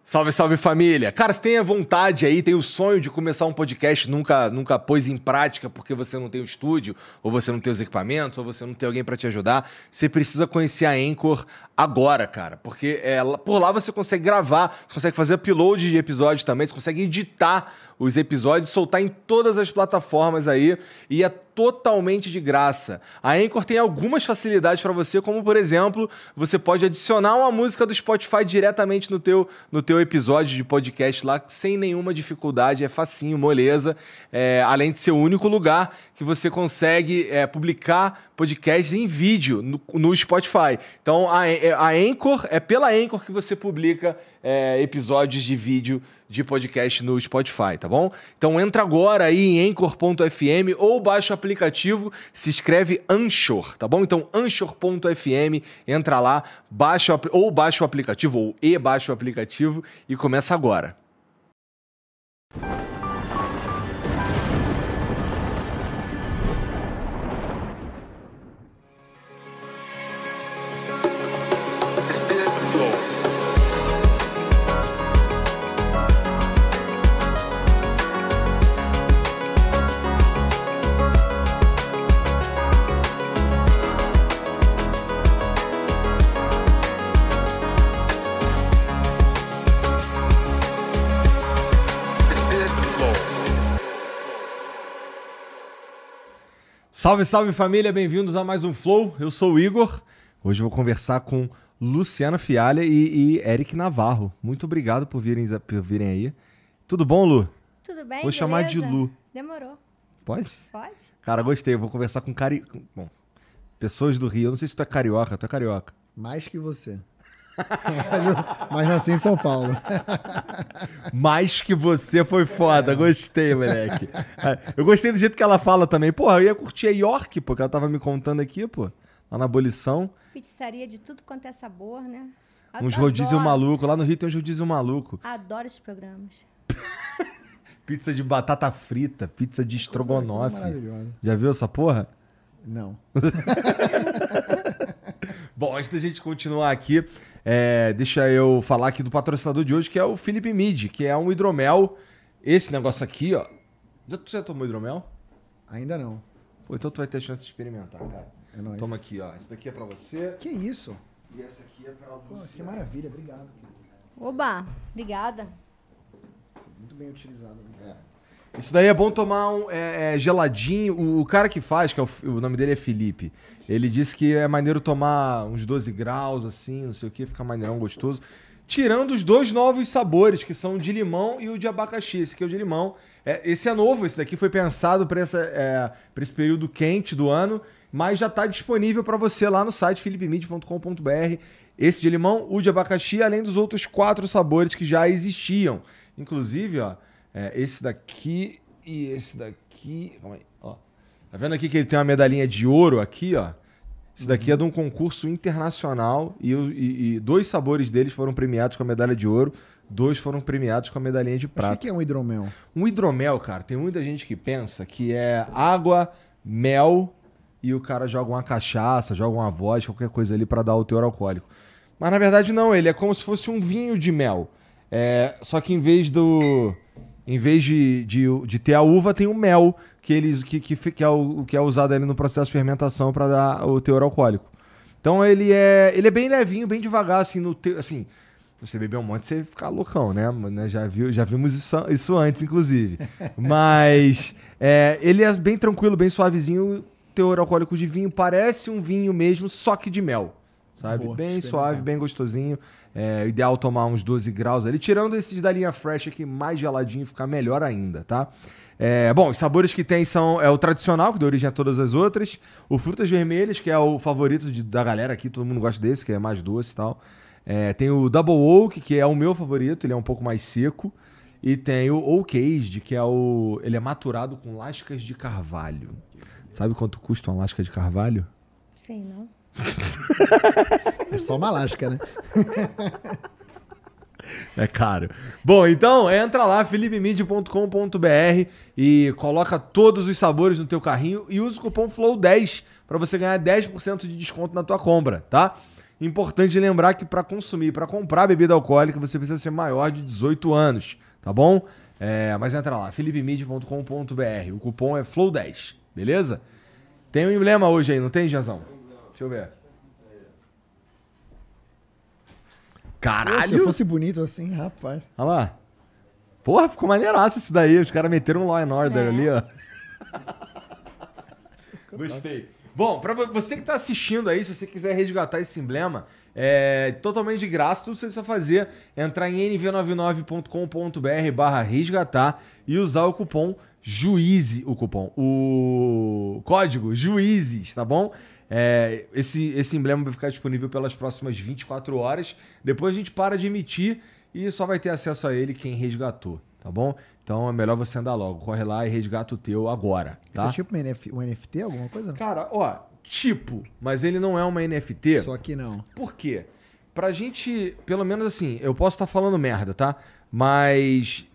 Salve, salve família! Cara, você tem a vontade aí, tem o sonho de começar um podcast, nunca pôs em prática porque você não tem o estúdio, ou você não tem os equipamentos, ou você não tem alguém pra te ajudar, você precisa conhecer a Anchor agora, cara. Porque por lá você consegue gravar, você consegue fazer upload de episódios também, você consegue editar os episódios e soltar em todas as plataformas aí, e é totalmente de graça. A Anchor tem algumas facilidades para você, como por exemplo, você pode adicionar uma música do Spotify diretamente no teu episódio de podcast lá, sem nenhuma dificuldade, é facinho, moleza, além de ser o único lugar que você consegue publicar podcasts em vídeo no Spotify. Então a Anchor, é pela Anchor que você publica episódios de vídeo de podcast no Spotify, tá bom? Então entra agora aí em Anchor.fm ou baixa o aplicativo, se escreve Anchor, tá bom? Então Anchor.fm, entra lá, baixa o aplicativo, baixa o aplicativo e começa agora. Salve, salve família, bem-vindos a mais um Flow, eu sou o Igor, hoje eu vou conversar com Luciana Fialha e Eric Navarro, muito obrigado por virem aí. Tudo bom, Lu? Tudo bem, vou chamar de Lu. Demorou. Pode? Pode. Cara, gostei, eu vou conversar com Bom, pessoas do Rio, eu não sei se tu é carioca, Mais que você. Mas nasci em São Paulo. Mais que você foi foda, gostei, moleque. Eu gostei do jeito que ela fala também. Porra, eu ia curtir a York, pô, que ela tava me contando aqui, pô, lá na Abolição. Pizzaria de tudo quanto é sabor, né? Uns rodízio maluco, lá no Rio tem uns rodízio maluco. Adoro esses programas. Pizza de batata frita, pizza de estrogonofe. Maravilhosa. Já viu essa porra? Não. Bom, antes da gente continuar aqui, deixa eu falar aqui do patrocinador de hoje, que é o Felipe Midi, que é um hidromel. Esse negócio aqui, ó. Tu já tomou hidromel? Ainda não. Pô, então tu vai ter chance de experimentar, cara. É nóis. Toma aqui, ó. Esse daqui é pra você. Que isso? E essa aqui é pra Pô, você. que maravilha, obrigado. Oba, obrigada. Muito bem utilizado. Né? Isso daí é bom tomar geladinho. O cara que faz, que o nome dele é Felipe, ele disse que é maneiro tomar uns 12 graus, assim, não sei o que, fica maneirão, gostoso. Tirando os dois novos sabores, que são o de limão e o de abacaxi. Esse aqui é o de limão. Esse é novo, esse daqui foi pensado para esse período quente do ano, mas já está disponível para você lá no site philipemid.com.br. Esse de limão, o de abacaxi, além dos outros 4 sabores que já existiam. Inclusive, ó, esse daqui e esse daqui. Calma aí, ó. Tá vendo aqui que ele tem uma medalhinha de ouro aqui, ó? Esse daqui é de um concurso internacional e 2 sabores deles foram premiados com a medalha de ouro, 2 foram premiados com a medalhinha de prata. O que é um hidromel? Um hidromel, cara, tem muita gente que pensa que é água, mel e o cara joga uma cachaça, joga uma vodka, qualquer coisa ali pra dar o teor alcoólico. Mas na verdade não, ele é como se fosse um vinho de mel. Só que em vez de ter a uva, tem o mel, que é usado ali no processo de fermentação para dar o teor alcoólico. Então ele é bem levinho, bem devagar, assim, assim, se você beber um monte, você fica loucão, né? Já vimos isso antes, inclusive. Mas ele é bem tranquilo, bem suavezinho, teor alcoólico de vinho, parece um vinho mesmo, só que de mel, sabe? Boa, bem suave, bem gostosinho. É ideal tomar uns 12 graus ali. Tirando esses da linha Fresh aqui, mais geladinho, ficar melhor ainda, tá? Bom, os sabores que tem são o tradicional, que dá origem a todas as outras. O Frutas Vermelhas, que é o favorito da galera aqui. Todo mundo gosta desse, que é mais doce e tal. Tem o Double Oak, que é o meu favorito. Ele é um pouco mais seco. E tem o Oak Aged, que ele é maturado com lascas de carvalho. Sabe quanto custa uma lasca de carvalho? Sei não. É só uma lasca, né? É caro. Bom, então entra lá, philipemid.com.br e coloca todos os sabores no teu carrinho e usa o cupom FLOW10 para você ganhar 10% de desconto na tua compra, tá? Importante lembrar que para consumir, para comprar bebida alcoólica, você precisa ser maior de 18 anos, tá bom? Mas entra lá, philipemid.com.br. O cupom é FLOW10, beleza? Tem um emblema hoje aí, não tem, Janzão? Deixa eu ver. Caralho! Se eu fosse bonito assim, rapaz. Olha lá. Porra, ficou maneiraço esse daí. Os caras meteram um Law and Order ali, ó. Gostei. Bom, pra você que tá assistindo aí, se você quiser resgatar esse emblema, é totalmente de graça. Tudo que você precisa fazer é entrar em nv99.com.br/resgatar e usar o cupom JUIZE, o código JUIZES, tá bom? Esse emblema vai ficar disponível pelas próximas 24 horas. Depois a gente para de emitir e só vai ter acesso a ele quem resgatou, tá bom? Então é melhor você andar logo. Corre lá e resgata o teu agora, tá? Isso é tipo um NFT, alguma coisa? Cara, ó, mas ele não é uma NFT. Só que não. Por quê? Pra gente, pelo menos assim, eu posso estar falando merda, tá? Mas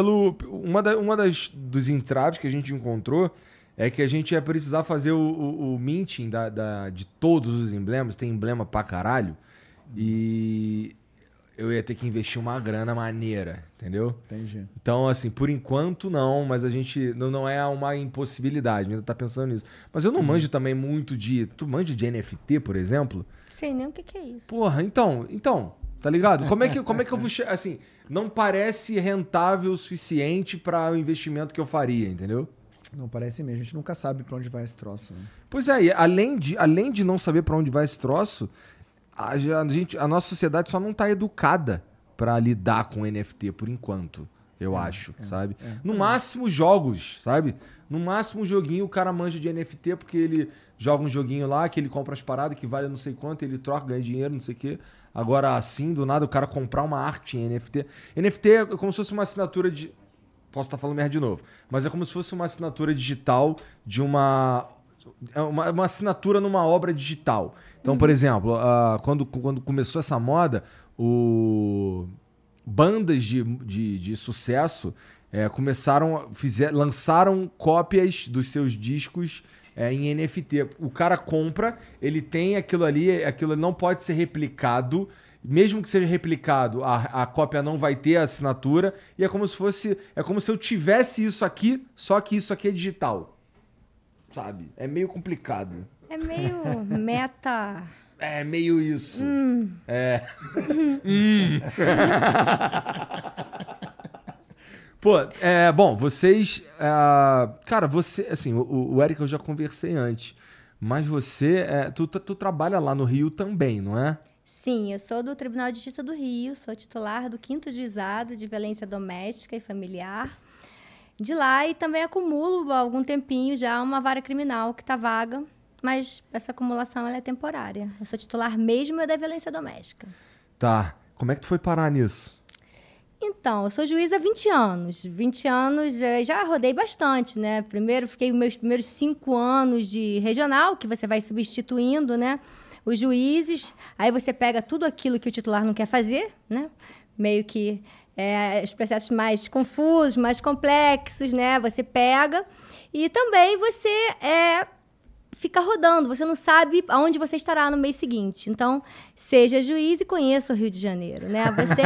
dos entraves que a gente encontrou é que a gente ia precisar fazer o minting de todos os emblemas. Tem emblema pra caralho. E eu ia ter que investir uma grana maneira, entendeu? Entendi. Então, assim, por enquanto não, mas a gente não é uma impossibilidade, ainda tá pensando nisso. Mas eu não manjo também muito de... Tu manja de NFT, por exemplo? Sei nem o que é isso. Porra, então, tá ligado? Como é que eu vou... Assim, não parece rentável o suficiente para o investimento que eu faria, entendeu? Não parece mesmo. A gente nunca sabe pra onde vai esse troço, né? Pois é, e além de não saber pra onde vai esse troço, a nossa sociedade só não tá educada pra lidar com NFT por enquanto, eu acho, sabe? No máximo jogos, sabe? No máximo joguinho, o cara manja de NFT porque ele joga um joguinho lá, que ele compra as paradas que vale não sei quanto, ele troca, ganha dinheiro, não sei o quê. Agora, assim, do nada, o cara comprar uma arte em NFT. NFT é como se fosse uma assinatura de... Posso estar falando merda de novo. Mas é como se fosse uma assinatura digital de uma assinatura numa obra digital. Então, por exemplo, quando começou essa moda, bandas de sucesso lançaram cópias dos seus discos em NFT. O cara compra, ele tem aquilo ali não pode ser replicado. Mesmo que seja replicado, a cópia não vai ter a assinatura. E é como se eu tivesse isso aqui, só que isso aqui é digital. Sabe? É meio complicado. É meio meta... É meio isso. Pô, bom, vocês... cara, você... Assim, o Eric eu já conversei antes. Mas você... tu trabalha lá no Rio também, não é? Sim, eu sou do Tribunal de Justiça do Rio, sou titular do 5º Juizado de Violência Doméstica e Familiar de lá e também acumulo há algum tempinho já uma vara criminal que está vaga, mas essa acumulação ela é temporária. Eu sou titular mesmo da violência doméstica. Tá. Como é que tu foi parar nisso? Então, eu sou juíza há 20 anos. 20 anos, já rodei bastante, né? Primeiro, fiquei meus primeiros 5 anos de regional, que você vai substituindo, né? Os juízes, aí você pega tudo aquilo que o titular não quer fazer, né? Meio que os processos mais confusos, mais complexos, né? Você pega e também você fica rodando, você não sabe aonde você estará no mês seguinte. Então, seja juiz e conheça o Rio de Janeiro, né?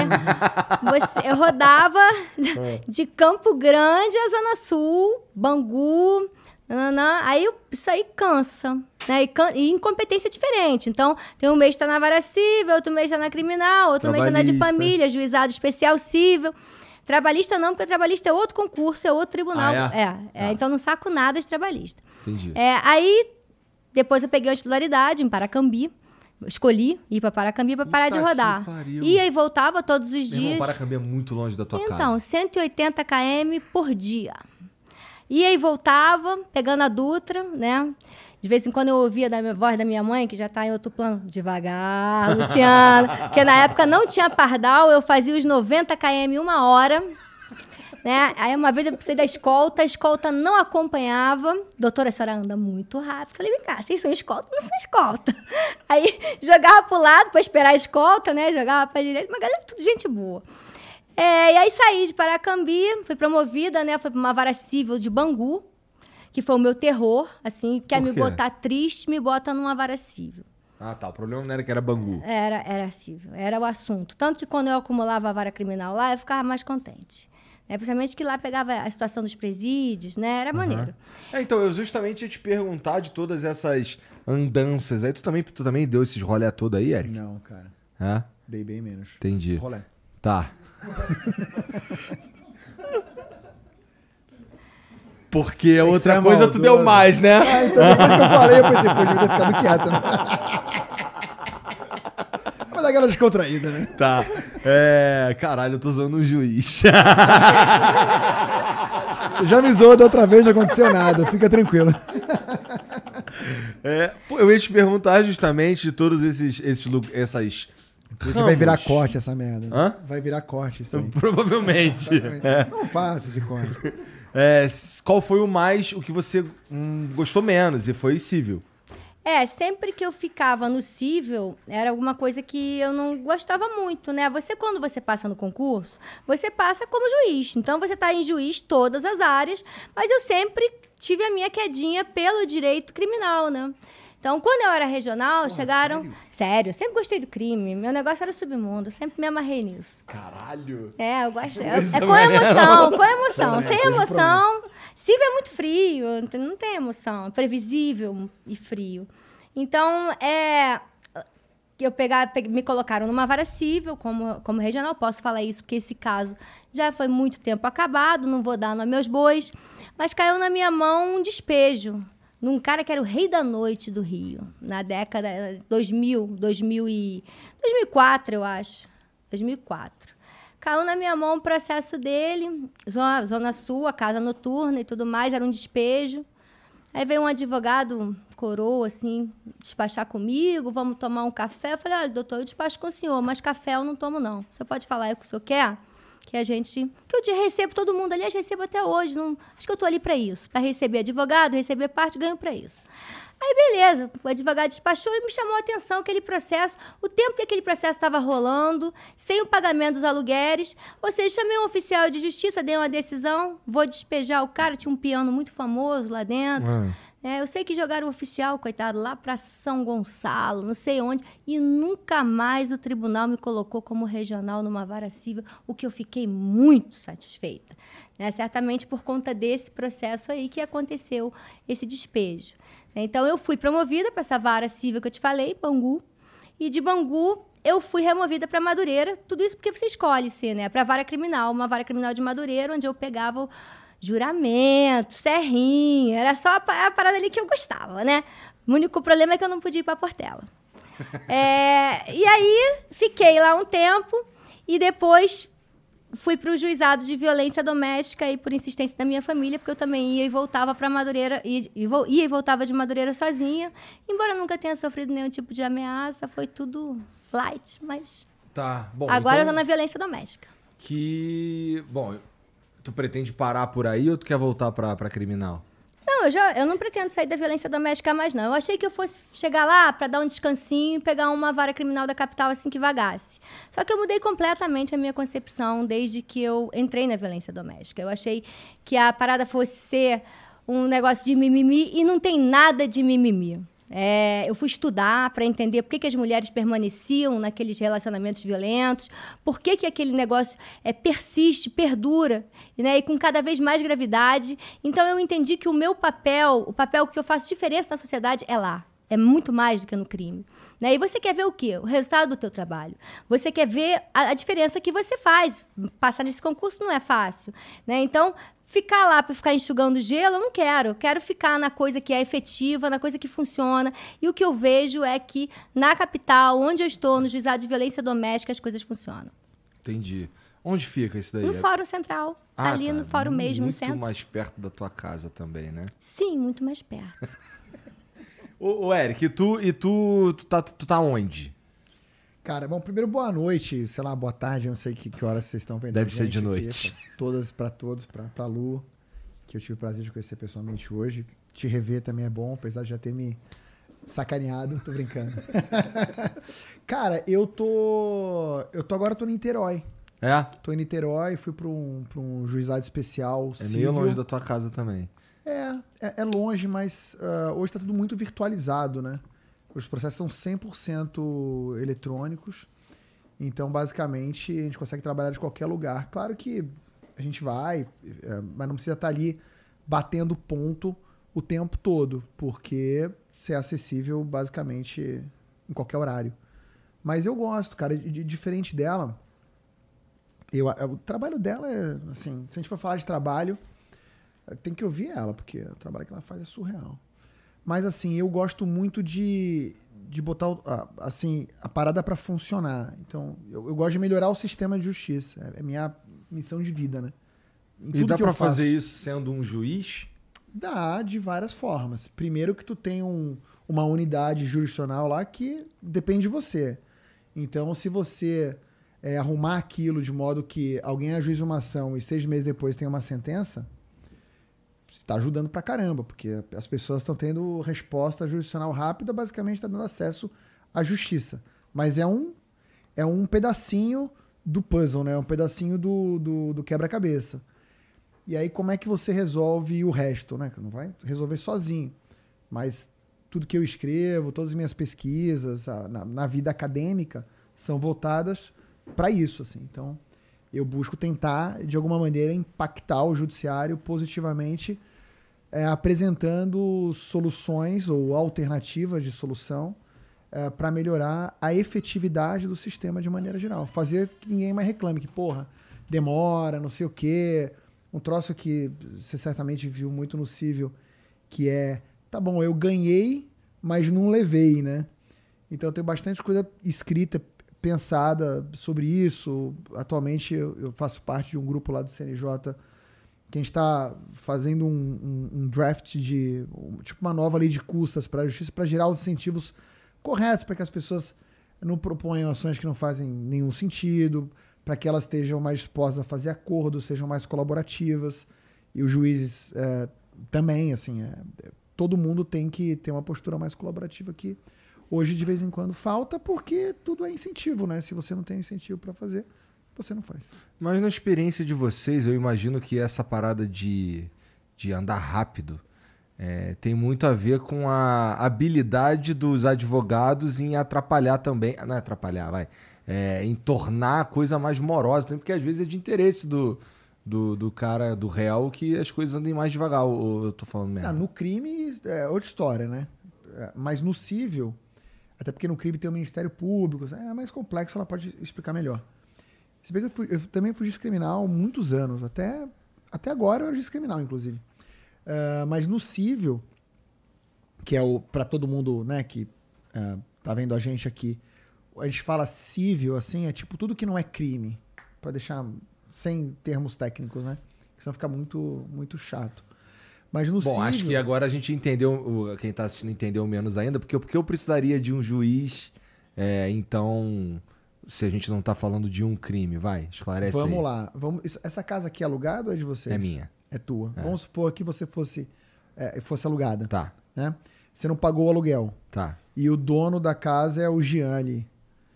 Eu rodava de Campo Grande à Zona Sul, Bangu... Aí isso aí cansa, né? E incompetência diferente. Então, tem um mês que está na vara civil, outro mês está na criminal, outro mês está na de família, juizado especial civil. Trabalhista não, porque trabalhista é outro concurso, é outro tribunal. Então, não saco nada de trabalhista. Entendi. Aí, depois eu peguei a titularidade em Paracambi. Escolhi ir para Paracambi para parar de rodar. Ia e voltava todos os dias. Irmão, Paracambi é muito longe da tua casa. Então, 180 km por dia. Ia e voltava, pegando a Dutra, né? De vez em quando eu ouvia a voz da minha mãe, que já está em outro plano. Devagar, Luciana. Porque na época não tinha pardal, eu fazia os 90 km em 1 hora. Né? Aí uma vez eu precisei da escolta, a escolta não acompanhava. Doutora, a senhora anda muito rápido. Falei, vem cá, vocês são escolta? Não são escolta. Aí jogava para o lado para esperar a escolta, né? Jogava para a direita, mas galera, tudo gente boa. E aí saí de Paracambi, fui promovida, né? Fui para uma vara civil de Bangu, que foi o meu terror, assim, quer me botar triste, me bota numa vara civil. Ah, tá. O problema não era que era Bangu. Era cível, era o assunto. Tanto que quando eu acumulava a vara criminal lá, eu ficava mais contente. Principalmente que lá pegava a situação dos presídios, né? Era maneiro. Então, eu justamente ia te perguntar de todas essas andanças aí. Tu também deu esses rolé todo aí, Eric? Não, cara. É? Dei bem menos. Entendi. Rolé. Tá. Porque outra coisa tu deu mais, né? Então depois que eu falei, eu pensei, pô, eu devia ter ficado quieto, né? Mas daquela descontraída, né? Tá. Caralho, eu tô zoando um juiz. Você já me zoou da outra vez, não aconteceu nada, fica tranquilo. Eu ia te perguntar justamente de todos essas... Vai virar corte essa merda. Hã? Vai virar corte isso aí. Provavelmente. Não faça esse corte. Qual foi o que você gostou menos? E foi civil. Sempre que eu ficava no cível, era alguma coisa que eu não gostava muito, né? Quando você passa no concurso, você passa como juiz. Então, você tá em juiz todas as áreas, mas eu sempre tive a minha quedinha pelo direito criminal, né? Então, quando eu era regional, chegaram... Sério? Eu sempre gostei do crime. Meu negócio era submundo. Eu sempre me amarrei nisso. Caralho! Eu gosto... com emoção, com emoção. Sem emoção... Cível é muito frio, não tem emoção. É previsível e frio. Então, me colocaram numa vara cível como regional. Posso falar isso porque esse caso já foi muito tempo acabado. Não vou dar nome aos bois. Mas caiu na minha mão um despejo num cara que era o rei da noite do Rio, na década 2004, eu acho. 2004. Caiu na minha mão o processo dele, Zona Sul, a casa noturna e tudo mais, era um despejo. Aí veio um advogado, coroa, assim, despachar comigo, vamos tomar um café. Eu falei, olha, doutor, eu despacho com o senhor, mas café eu não tomo, não. O senhor pode falar aí o que o senhor quer? Que eu te recebo todo mundo, aliás, recebo até hoje. Acho que eu estou ali para isso, para receber advogado, receber parte, ganho para isso. Aí, beleza, o advogado despachou e me chamou a atenção aquele processo, o tempo que aquele processo estava rolando, sem o pagamento dos aluguéis. Ou seja, chamei um oficial de justiça, dei uma decisão, vou despejar o cara, tinha um piano muito famoso lá dentro. Eu sei que jogaram o oficial, coitado, lá para São Gonçalo, não sei onde, e nunca mais o tribunal me colocou como regional numa vara cível, o que eu fiquei muito satisfeita. Certamente por conta desse processo aí que aconteceu esse despejo. Então, eu fui promovida para essa vara cível que eu te falei, Bangu, e de Bangu eu fui removida para Madureira, tudo isso porque você escolhe ser, né? Para a vara criminal, uma vara criminal de Madureira, onde eu pegava juramento, serrinha, era só a parada ali que eu gostava, né? O único problema é que eu não podia ir para Portela. E aí, fiquei lá um tempo e depois fui para o juizado de violência doméstica e por insistência da minha família, porque eu também ia e voltava para Madureira, ia e voltava de Madureira sozinha, embora eu nunca tenha sofrido nenhum tipo de ameaça, foi tudo light, mas... Tá, bom, agora então, eu tô na violência doméstica. Bom, tu pretende parar por aí ou tu quer voltar pra criminal? Não, eu não pretendo sair da violência doméstica mais, não. Eu achei que eu fosse chegar lá para dar um descansinho e pegar uma vara criminal da capital assim que vagasse. Só que eu mudei completamente a minha concepção desde que eu entrei na violência doméstica. Eu achei que a parada fosse ser um negócio de mimimi e não tem nada de mimimi. Eu fui estudar para entender por que as mulheres permaneciam naqueles relacionamentos violentos, por que aquele negócio persiste, perdura, né, e com cada vez mais gravidade. Então, eu entendi que o papel que eu faço diferença na sociedade é lá. É muito mais do que no crime. Né? E você quer ver o quê? O resultado do teu trabalho. Você quer ver a diferença que você faz. Passar nesse concurso não é fácil. Né? Então, ficar lá para ficar enxugando gelo, eu não quero. Eu quero ficar na coisa que é efetiva, na coisa que funciona. E o que eu vejo é que na capital, onde eu estou, no juizado de violência doméstica, as coisas funcionam. Entendi. Onde fica isso daí? No Fórum Central. Ali no Fórum mesmo, no centro. Muito mais perto da tua casa também, né? Sim, muito mais perto. Ô, Eric, tu tá onde? Cara, bom, primeiro boa noite, sei lá, boa tarde, eu não sei que horas vocês estão vendo. Deve ser de noite. Aqui, pra todos, pra Lu, que eu tive o prazer de conhecer pessoalmente hoje. Te rever também é bom, apesar de já ter me sacaneado, tô brincando. Cara, agora tô em Niterói. Tô em Niterói, fui pra um juizado especial civil. Meio longe da tua casa também. É longe, mas hoje tá tudo muito virtualizado, né? Os processos são 100% eletrônicos. Então, basicamente, a gente consegue trabalhar de qualquer lugar. Claro que a gente vai, mas não precisa estar ali batendo ponto o tempo todo, porque você é acessível, basicamente, em qualquer horário. Mas eu gosto, cara, diferente dela. O trabalho dela é, assim, se a gente for falar de trabalho, tem que ouvir ela, porque o trabalho que ela faz é surreal. Mas, assim, eu gosto muito de botar assim, a parada para funcionar. Então, eu gosto de melhorar o sistema de justiça. É minha missão de vida, né? E dá para fazer isso sendo um juiz? Dá, de várias formas. Primeiro que tu tem uma unidade jurisdicional lá que depende de você. Então, se você arrumar aquilo de modo que alguém ajuize uma ação e 6 meses depois tem uma sentença, você está ajudando pra caramba, porque as pessoas estão tendo resposta jurisdicional rápida, basicamente está dando acesso à justiça. Mas é um pedacinho do puzzle, né? É um pedacinho do quebra-cabeça. E aí, como é que você resolve o resto, né? Não vai resolver sozinho. Mas tudo que eu escrevo, todas as minhas pesquisas, na vida acadêmica, são voltadas para isso, assim. Então, eu busco tentar, de alguma maneira, impactar o judiciário positivamente, apresentando soluções ou alternativas de solução para melhorar a efetividade do sistema de maneira geral. Fazer que ninguém mais reclame que, porra, demora, não sei o quê. Um troço que você certamente viu muito no Civil, que tá bom, eu ganhei, mas não levei, né? Então, eu tenho bastante coisa escrita, pensada sobre isso. Atualmente, eu faço parte de um grupo lá do CNJ que a gente está fazendo um draft de tipo uma nova lei de custas para a justiça para gerar os incentivos corretos para que as pessoas não proponham ações que não fazem nenhum sentido, para que elas estejam mais dispostas a fazer acordos, sejam mais colaborativas. E os juízes também, assim, todo mundo tem que ter uma postura mais colaborativa que hoje, de vez em quando, falta, porque tudo é incentivo, né? Se você não tem incentivo para fazer, você não faz. Mas na experiência de vocês, eu imagino que essa parada de andar rápido tem muito a ver com a habilidade dos advogados em atrapalhar também. Não é atrapalhar, vai. Em tornar a coisa mais morosa, porque às vezes é de interesse do cara, do réu, que as coisas andem mais devagar, ou eu tô falando merda? No crime é outra história, né? Mas no civil, até porque no crime tem o Ministério Público, é mais complexo, ela pode explicar melhor. Se bem que eu também fui juiz criminal há muitos anos, até agora eu era juiz criminal, inclusive. Mas no civil, que é para todo mundo, né, que tá vendo a gente aqui, a gente fala civil, assim, é tipo tudo que não é crime, para deixar sem termos técnicos, né? Porque senão fica muito, muito chato. Mas no civil... acho que agora a gente entendeu, quem tá assistindo entendeu menos ainda, porque eu precisaria de um juiz, então, se a gente não tá falando de um crime, vai, esclarece Vamos aí. lá. Essa casa aqui é alugada ou é de vocês? É minha. É tua. Vamos supor que você fosse alugada. Tá. Né? Você não pagou o aluguel. Tá. E o dono da casa é o Gianni.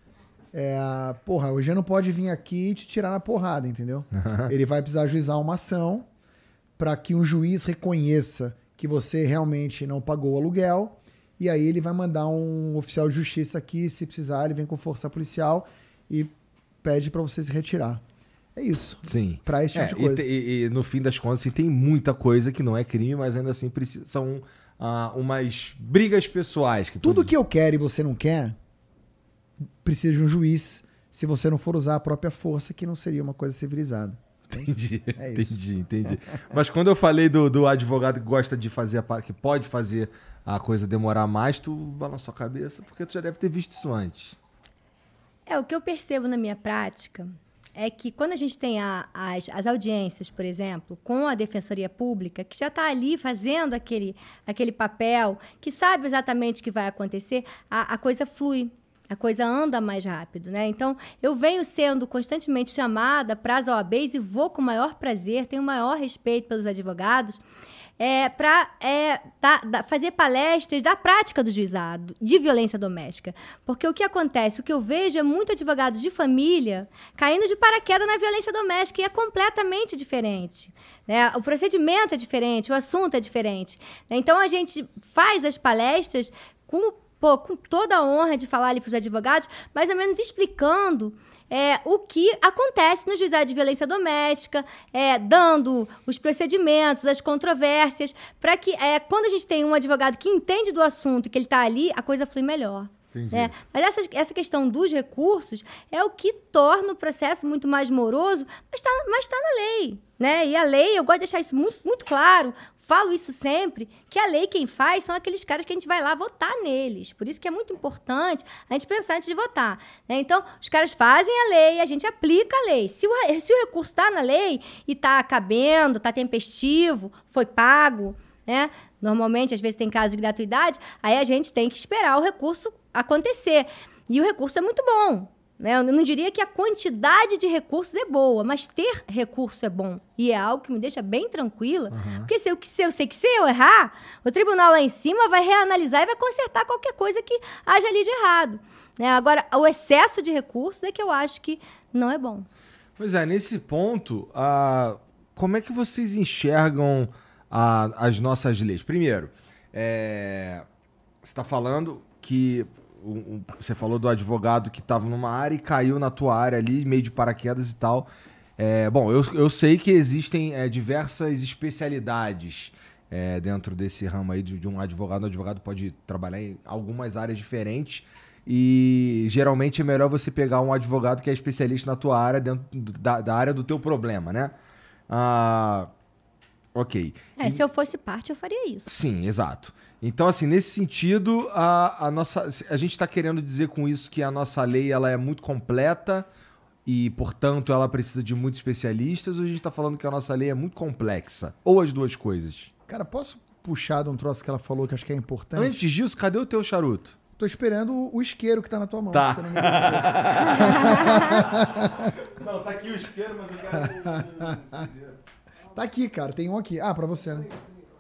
O Jean não pode vir aqui e te tirar na porrada, entendeu? Ele vai precisar ajuizar uma ação para que um juiz reconheça que você realmente não pagou o aluguel, e aí ele vai mandar um oficial de justiça aqui, se precisar, ele vem com força policial e pede para você se retirar. É isso. Sim. Para esse tipo de coisa. E no fim das contas, assim, tem muita coisa que não é crime, mas ainda assim são umas brigas pessoais. Tudo que eu quero e você não quer, precisa de um juiz, se você não for usar a própria força, que não seria uma coisa civilizada. Entendi, É isso. entendi. Mas quando eu falei do advogado que gosta de fazer que pode fazer a coisa demorar mais, tu balançou a cabeça, porque tu já deve ter visto isso antes. O que eu percebo na minha prática é que quando a gente tem as audiências, por exemplo, com a Defensoria Pública, que já está ali fazendo aquele papel, que sabe exatamente o que vai acontecer, a coisa flui. A coisa anda mais rápido, né? Então, eu venho sendo constantemente chamada para as OABs e vou com o maior prazer, tenho o maior respeito pelos advogados, para fazer palestras da prática do juizado, de violência doméstica. Porque o que acontece? O que eu vejo é muito advogado de família caindo de paraquedas na violência doméstica, e é completamente diferente, né? O procedimento é diferente, o assunto é diferente, né? Então, a gente faz as palestras com com toda a honra de falar ali para os advogados, mais ou menos explicando o que acontece no juizado de violência doméstica, dando os procedimentos, as controvérsias, para que quando a gente tem um advogado que entende do assunto, que ele está ali, a coisa flui melhor. Né? Mas essa questão dos recursos é o que torna o processo muito mais moroso, mas tá na lei. Né? E a lei, eu gosto de deixar isso muito, muito claro, falo isso sempre, que a lei quem faz são aqueles caras que a gente vai lá votar neles. Por isso que é muito importante a gente pensar antes de votar. Né? Então, os caras fazem a lei, a gente aplica a lei. Se o recurso está na lei e está cabendo, está tempestivo, foi pago, né? Normalmente, às vezes tem casos de gratuidade, aí a gente tem que esperar o recurso acontecer. E o recurso é muito bom. Né? Eu não diria que a quantidade de recursos é boa, mas ter recurso é bom. E é algo que me deixa bem tranquila. Porque se eu sei que se eu errar, o tribunal lá em cima vai reanalisar e vai consertar qualquer coisa que haja ali de errado. Né? Agora, o excesso de recursos é que eu acho que não é bom. Pois é, nesse ponto, como é que vocês enxergam as nossas leis? Primeiro, você está falando que você falou do advogado que estava numa área e caiu na tua área ali, meio de paraquedas e tal. Bom, eu sei que existem diversas especialidades dentro desse ramo aí de um advogado. Um advogado pode trabalhar em algumas áreas diferentes e geralmente é melhor você pegar um advogado que é especialista na tua área, dentro da área do teu problema, né? Ok. Se eu fosse parte, eu faria isso. Sim, exato. Então, assim, nesse sentido, a gente está querendo dizer com isso que a nossa lei ela é muito completa e, portanto, ela precisa de muitos especialistas, ou a gente está falando que a nossa lei é muito complexa? Ou as duas coisas? Cara, posso puxar de um troço que ela falou que acho que é importante? Antes disso, cadê o teu charuto? Tô esperando o isqueiro que tá na tua mão. Tá. Você não, não, tá aqui o isqueiro, mas eu quero o cinzeiro. Tá aqui, cara. Tem um aqui. Pra você, né?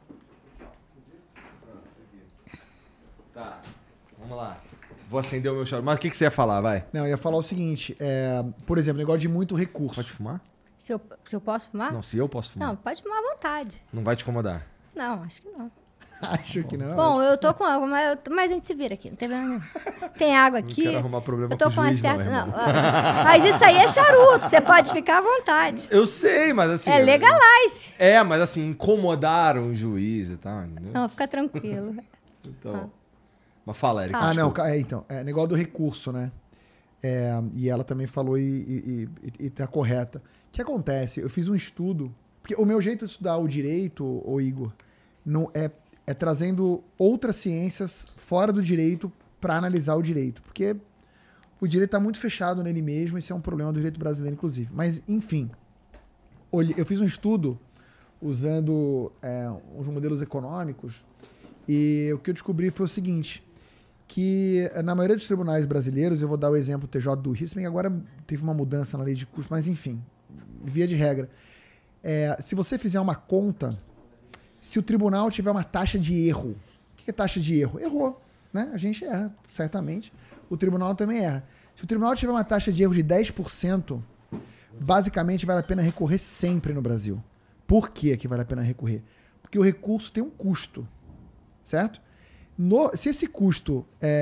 Tá, vamos lá. Vou acender o meu charuto. Mas o que você ia falar, vai? Não, eu ia falar o seguinte. Por exemplo, negócio de muito recurso. Pode fumar? Se eu posso fumar? Não, se eu posso fumar. Não, pode fumar à vontade. Não vai te incomodar? Não, acho que não. Acho que não. Bom, eu tô com água, mas a gente se vira aqui, não tem problema nenhum. Tem água aqui. Não quero arrumar problema eu tô com o juiz, certa... não, mas isso aí é charuto, você pode ficar à vontade. Eu sei, mas assim... Legalize. Mas assim, incomodaram o juiz e tal, entendeu? Não, fica tranquilo. Então... Mas fala, Eric. Não, então. Negócio do recurso, né? E ela também falou e tá correta. O que acontece? Eu fiz um estudo... Porque o meu jeito de estudar o direito, ô Igor, não é trazendo outras ciências fora do direito para analisar o direito. Porque o direito está muito fechado nele mesmo, isso é um problema do direito brasileiro, inclusive. Mas, enfim, eu fiz um estudo usando os modelos econômicos e o que eu descobri foi o seguinte, que na maioria dos tribunais brasileiros, eu vou dar o exemplo do TJ do Rio, se bem que agora teve uma mudança na lei de custo, mas enfim, via de regra. Se você fizer uma conta, se o tribunal tiver uma taxa de erro, o que é taxa de erro? Errou, né? A gente erra, certamente. O tribunal também erra. Se o tribunal tiver uma taxa de erro de 10%, basicamente vale a pena recorrer sempre no Brasil. Por que vale a pena recorrer? Porque o recurso tem um custo, certo? Se esse custo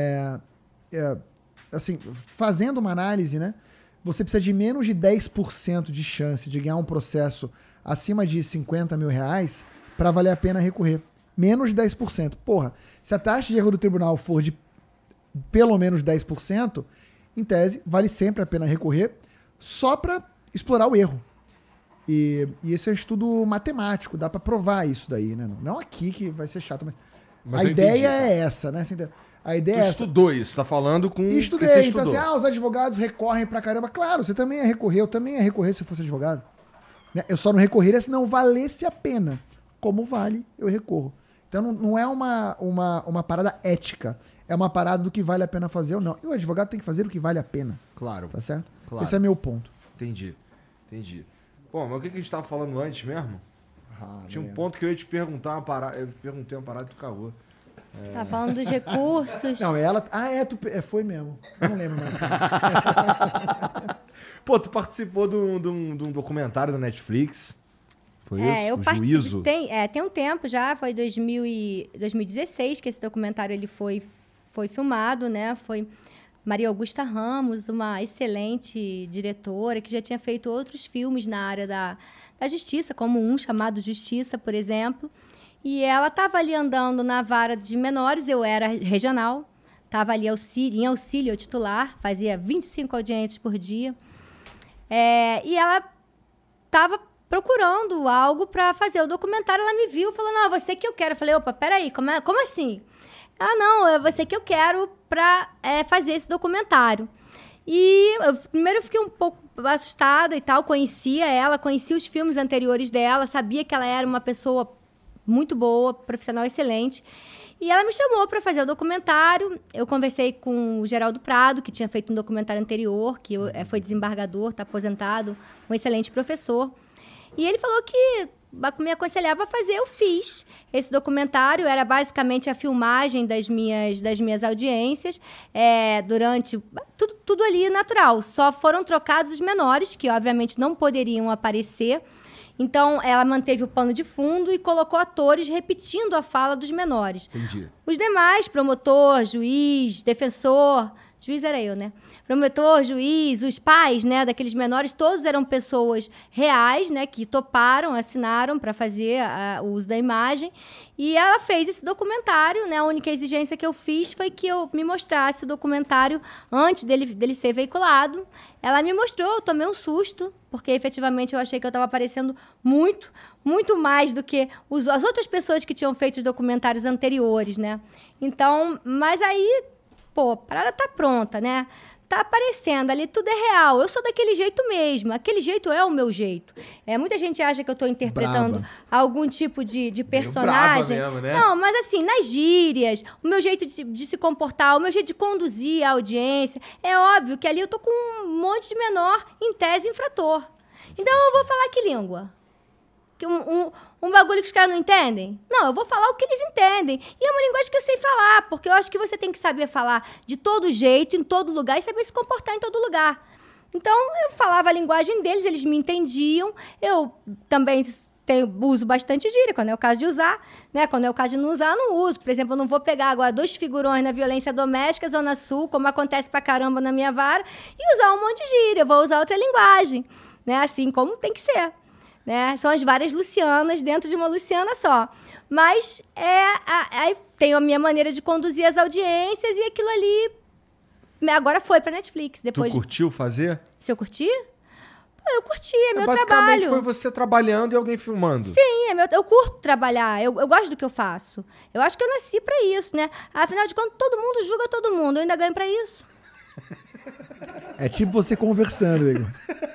assim, fazendo uma análise, né? Você precisa de menos de 10% de chance de ganhar um processo acima de 50 mil reais para valer a pena recorrer. Menos de 10%. Porra, se a taxa de erro do tribunal for de pelo menos 10%, em tese, vale sempre a pena recorrer só para explorar o erro. E esse é um estudo matemático, dá para provar isso daí, né? Não aqui que vai ser chato, mas a ideia é essa, né? A ideia é essa. Estudou isso, tá falando com Estudei, que você então estudou. assim, os advogados recorrem pra caramba. Claro, você também ia recorrer, eu também ia recorrer se eu fosse advogado. Né? Eu só não recorreria se não valesse a pena. Como vale, eu recorro. Então não é uma parada ética, é uma parada do que vale a pena fazer ou não. E o advogado tem que fazer o que vale a pena. Claro. Tá certo? Claro. Esse é meu ponto. Entendi. Bom, mas o que a gente tava falando antes mesmo? Tinha um ponto que eu ia te perguntar uma parada. Eu perguntei uma parada do Caô. Tá falando dos recursos. Não, ela... foi mesmo. Não lembro mais também. Pô, tu participou de um documentário da Netflix. Foi isso? Eu O participei. Juízo? Tem um tempo já, foi 2016 que esse documentário ele foi foi filmado, né? Foi Maria Augusta Ramos, uma excelente diretora que já tinha feito outros filmes na área da justiça, como um chamado Justiça, por exemplo. E ela estava ali andando na vara de menores, eu era regional, estava ali em auxílio ao titular, fazia 25 audiências por dia. E ela estava procurando algo para fazer o documentário. Ela me viu, falou, não, é você que eu quero. Eu falei, opa, peraí, como assim? Não, é você que eu quero para fazer esse documentário. E primeiro eu fiquei um pouco assustada e tal, conhecia ela, conhecia os filmes anteriores dela, sabia que ela era uma pessoa muito boa, profissional excelente. E ela me chamou para fazer o documentário. Eu conversei com o Geraldo Prado, que tinha feito um documentário anterior, que foi desembargador, está aposentado, um excelente professor. E ele falou que me aconselhava a fazer, eu fiz. Esse documentário era basicamente a filmagem das minhas audiências, durante tudo ali natural. Só foram trocados os menores, que obviamente não poderiam aparecer. Então, ela manteve o pano de fundo e colocou atores repetindo a fala dos menores. Entendi. Os demais, promotor, juiz, defensor... Juiz era eu, né? Promotor, juiz, os pais, né, daqueles menores, todos eram pessoas reais, né, que toparam, assinaram para fazer o uso da imagem. E ela fez esse documentário, né? A única exigência que eu fiz foi que eu me mostrasse o documentário antes dele ser veiculado. Ela me mostrou, eu tomei um susto, porque efetivamente eu achei que eu estava aparecendo muito, muito mais do que as outras pessoas que tinham feito os documentários anteriores, né? Então, mas aí... Pô, a parada tá pronta, né? Tá aparecendo ali, tudo é real. Eu sou daquele jeito mesmo. Aquele jeito é o meu jeito. Muita gente acha que eu tô interpretando algum tipo de personagem. Brava mesmo, né? Não, mas assim, nas gírias, o meu jeito de se comportar, o meu jeito de conduzir a audiência. É óbvio que ali eu tô com um monte de menor, em tese, infrator. Então eu vou falar que língua? Um bagulho que os caras não entendem? Não, eu vou falar o que eles entendem. E é uma linguagem que eu sei falar, porque eu acho que você tem que saber falar de todo jeito, em todo lugar, e saber se comportar em todo lugar. Então, eu falava a linguagem deles, eles me entendiam. Eu também uso bastante gíria, quando é o caso de usar, né? Quando é o caso de não usar, eu não uso. Por exemplo, eu não vou pegar agora 2 figurões na violência doméstica, Zona Sul, como acontece pra caramba na minha vara, e usar um monte de gíria. Eu vou usar outra linguagem, né? Assim como tem que ser. Né? São as várias Lucianas dentro de uma Luciana só. Mas aí tenho a minha maneira de conduzir as audiências e aquilo ali agora foi pra Netflix. Depois... Tu curtiu fazer? Se eu curti? Pô, eu curti, é meu basicamente trabalho. Foi você trabalhando e alguém filmando. Sim, eu curto trabalhar, eu gosto do que eu faço. Eu acho que eu nasci pra isso, né? Afinal de contas, todo mundo julga todo mundo, eu ainda ganho pra isso. É tipo você conversando, Igor.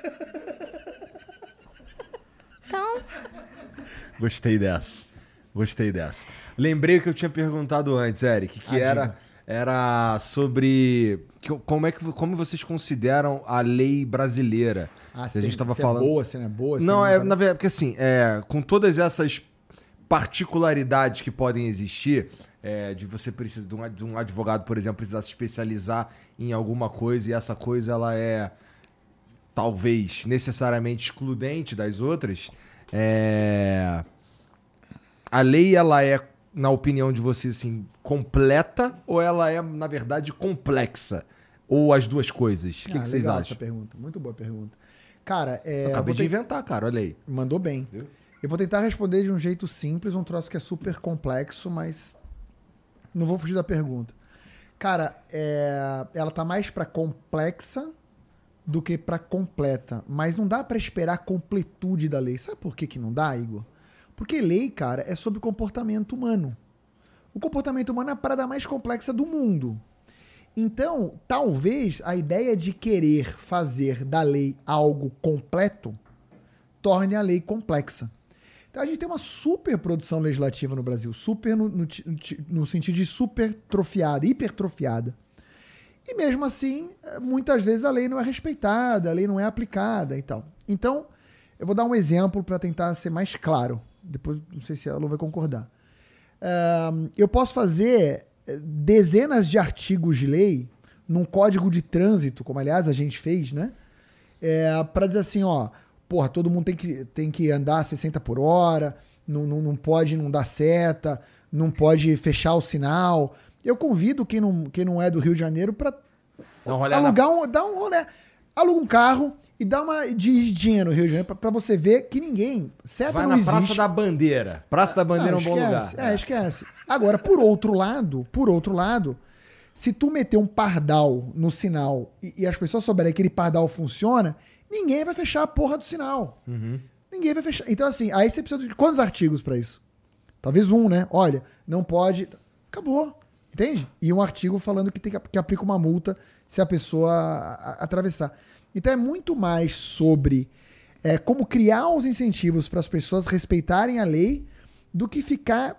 Então... Gostei dessa. Lembrei o que eu tinha perguntado antes, Eric, que era sobre como vocês consideram a lei brasileira. Se a gente estava se falando. É boa, se não é boa. Se não, tem na verdade, porque assim, com todas essas particularidades que podem existir, de você precisar de um advogado, por exemplo, precisar se especializar em alguma coisa e essa coisa ela é talvez necessariamente excludente das outras, a lei ela é, na opinião de vocês, assim, completa ou ela é, na verdade, complexa? Ou as duas coisas? O que vocês acham? Essa pergunta, muito boa pergunta. Cara, eu acabei de inventar, cara, olha aí. Mandou bem. Viu? Eu vou tentar responder de um jeito simples, um troço que é super complexo, mas não vou fugir da pergunta. Cara, ela tá mais pra complexa do que para completa, mas não dá para esperar a completude da lei. Sabe por que não dá, Igor? Porque lei, cara, é sobre comportamento humano. O comportamento humano é a parada mais complexa do mundo. Então, talvez a ideia de querer fazer da lei algo completo torne a lei complexa. Então, a gente tem uma super produção legislativa no Brasil, super no sentido de supertrofiada, hipertrofiada. E mesmo assim, muitas vezes a lei não é respeitada, a lei não é aplicada e tal. Então, eu vou dar um exemplo para tentar ser mais claro. Depois, não sei se a Lu vai concordar. Eu posso fazer dezenas de artigos de lei num código de trânsito, como aliás a gente fez, né? Para dizer assim, ó, porra, todo mundo tem que andar a 60 por hora, não pode não dar seta, não pode fechar o sinal. Eu convido quem não é do Rio de Janeiro para Alugar dar um rolê. Aluga um carro e dá uma dirigidinha no Rio de Janeiro pra você ver que ninguém... Certo, vai não na existe. Praça da Bandeira. Praça da Bandeira é um bom lugar. Esquece. Agora, por outro lado, se tu meter um pardal no sinal e as pessoas souberem que aquele pardal funciona, ninguém vai fechar a porra do sinal. Ninguém vai fechar. Então, assim, aí você precisa de quantos artigos pra isso? Talvez um, né? Olha, não pode... Acabou. Entende? E um artigo falando que aplica uma multa se a pessoa atravessar. Então é muito mais sobre como criar os incentivos para as pessoas respeitarem a lei do que ficar,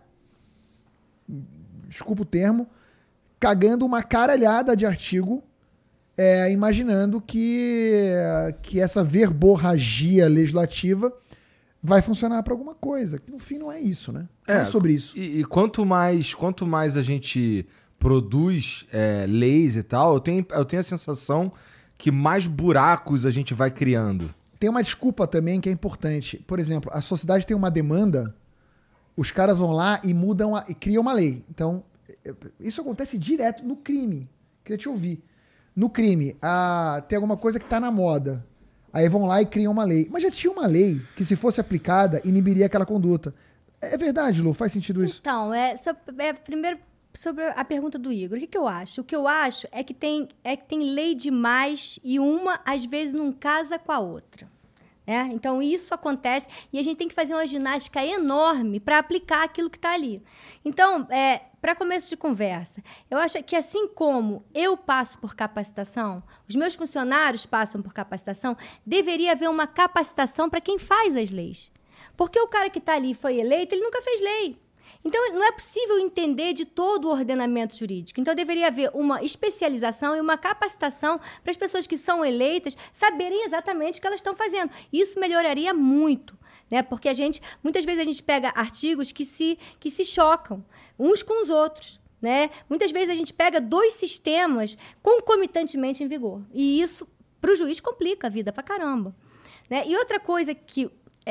desculpa o termo, cagando uma caralhada de artigo, imaginando que essa verborragia legislativa vai funcionar para alguma coisa. Que no fim não é isso, né? Não é sobre isso. E quanto mais a gente produz leis e tal, eu tenho a sensação que mais buracos a gente vai criando. Tem uma desculpa também que é importante. Por exemplo, a sociedade tem uma demanda, os caras vão lá e mudam e criam uma lei. Então, isso acontece direto no crime. Queria te ouvir. No crime, tem alguma coisa que está na moda. Aí vão lá e criam uma lei. Mas já tinha uma lei que, se fosse aplicada, inibiria aquela conduta. É verdade, Lu? Faz sentido isso? Então, primeiro, sobre a pergunta do Igor. O que eu acho? O que eu acho é que tem lei demais e uma, às vezes, não casa com a outra. Então, isso acontece e a gente tem que fazer uma ginástica enorme para aplicar aquilo que está ali. Então, para começo de conversa, eu acho que assim como eu passo por capacitação, os meus funcionários passam por capacitação, deveria haver uma capacitação para quem faz as leis. Porque o cara que está ali e foi eleito, ele nunca fez lei. Então, não é possível entender de todo o ordenamento jurídico. Então, deveria haver uma especialização e uma capacitação para as pessoas que são eleitas saberem exatamente o que elas estão fazendo. Isso melhoraria muito, né? Porque muitas vezes a gente pega artigos que se chocam uns com os outros, né? Muitas vezes a gente pega dois sistemas concomitantemente em vigor. E isso, para o juiz, complica a vida pra caramba, né? E outra coisa que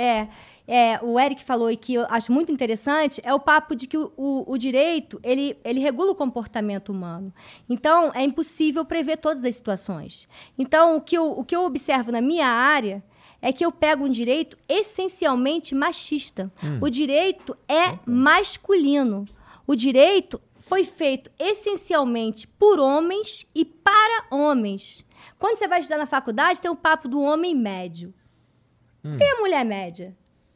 o Eric falou e que eu acho muito interessante é o papo de que o direito, ele regula o comportamento humano. Então, é impossível prever todas as situações. Então, o que eu observo na minha área é que eu pego um direito essencialmente machista. O direito é masculino. O direito foi feito essencialmente por homens e para homens. Quando você vai estudar na faculdade, tem o papo do homem médio. Tem a mulher média.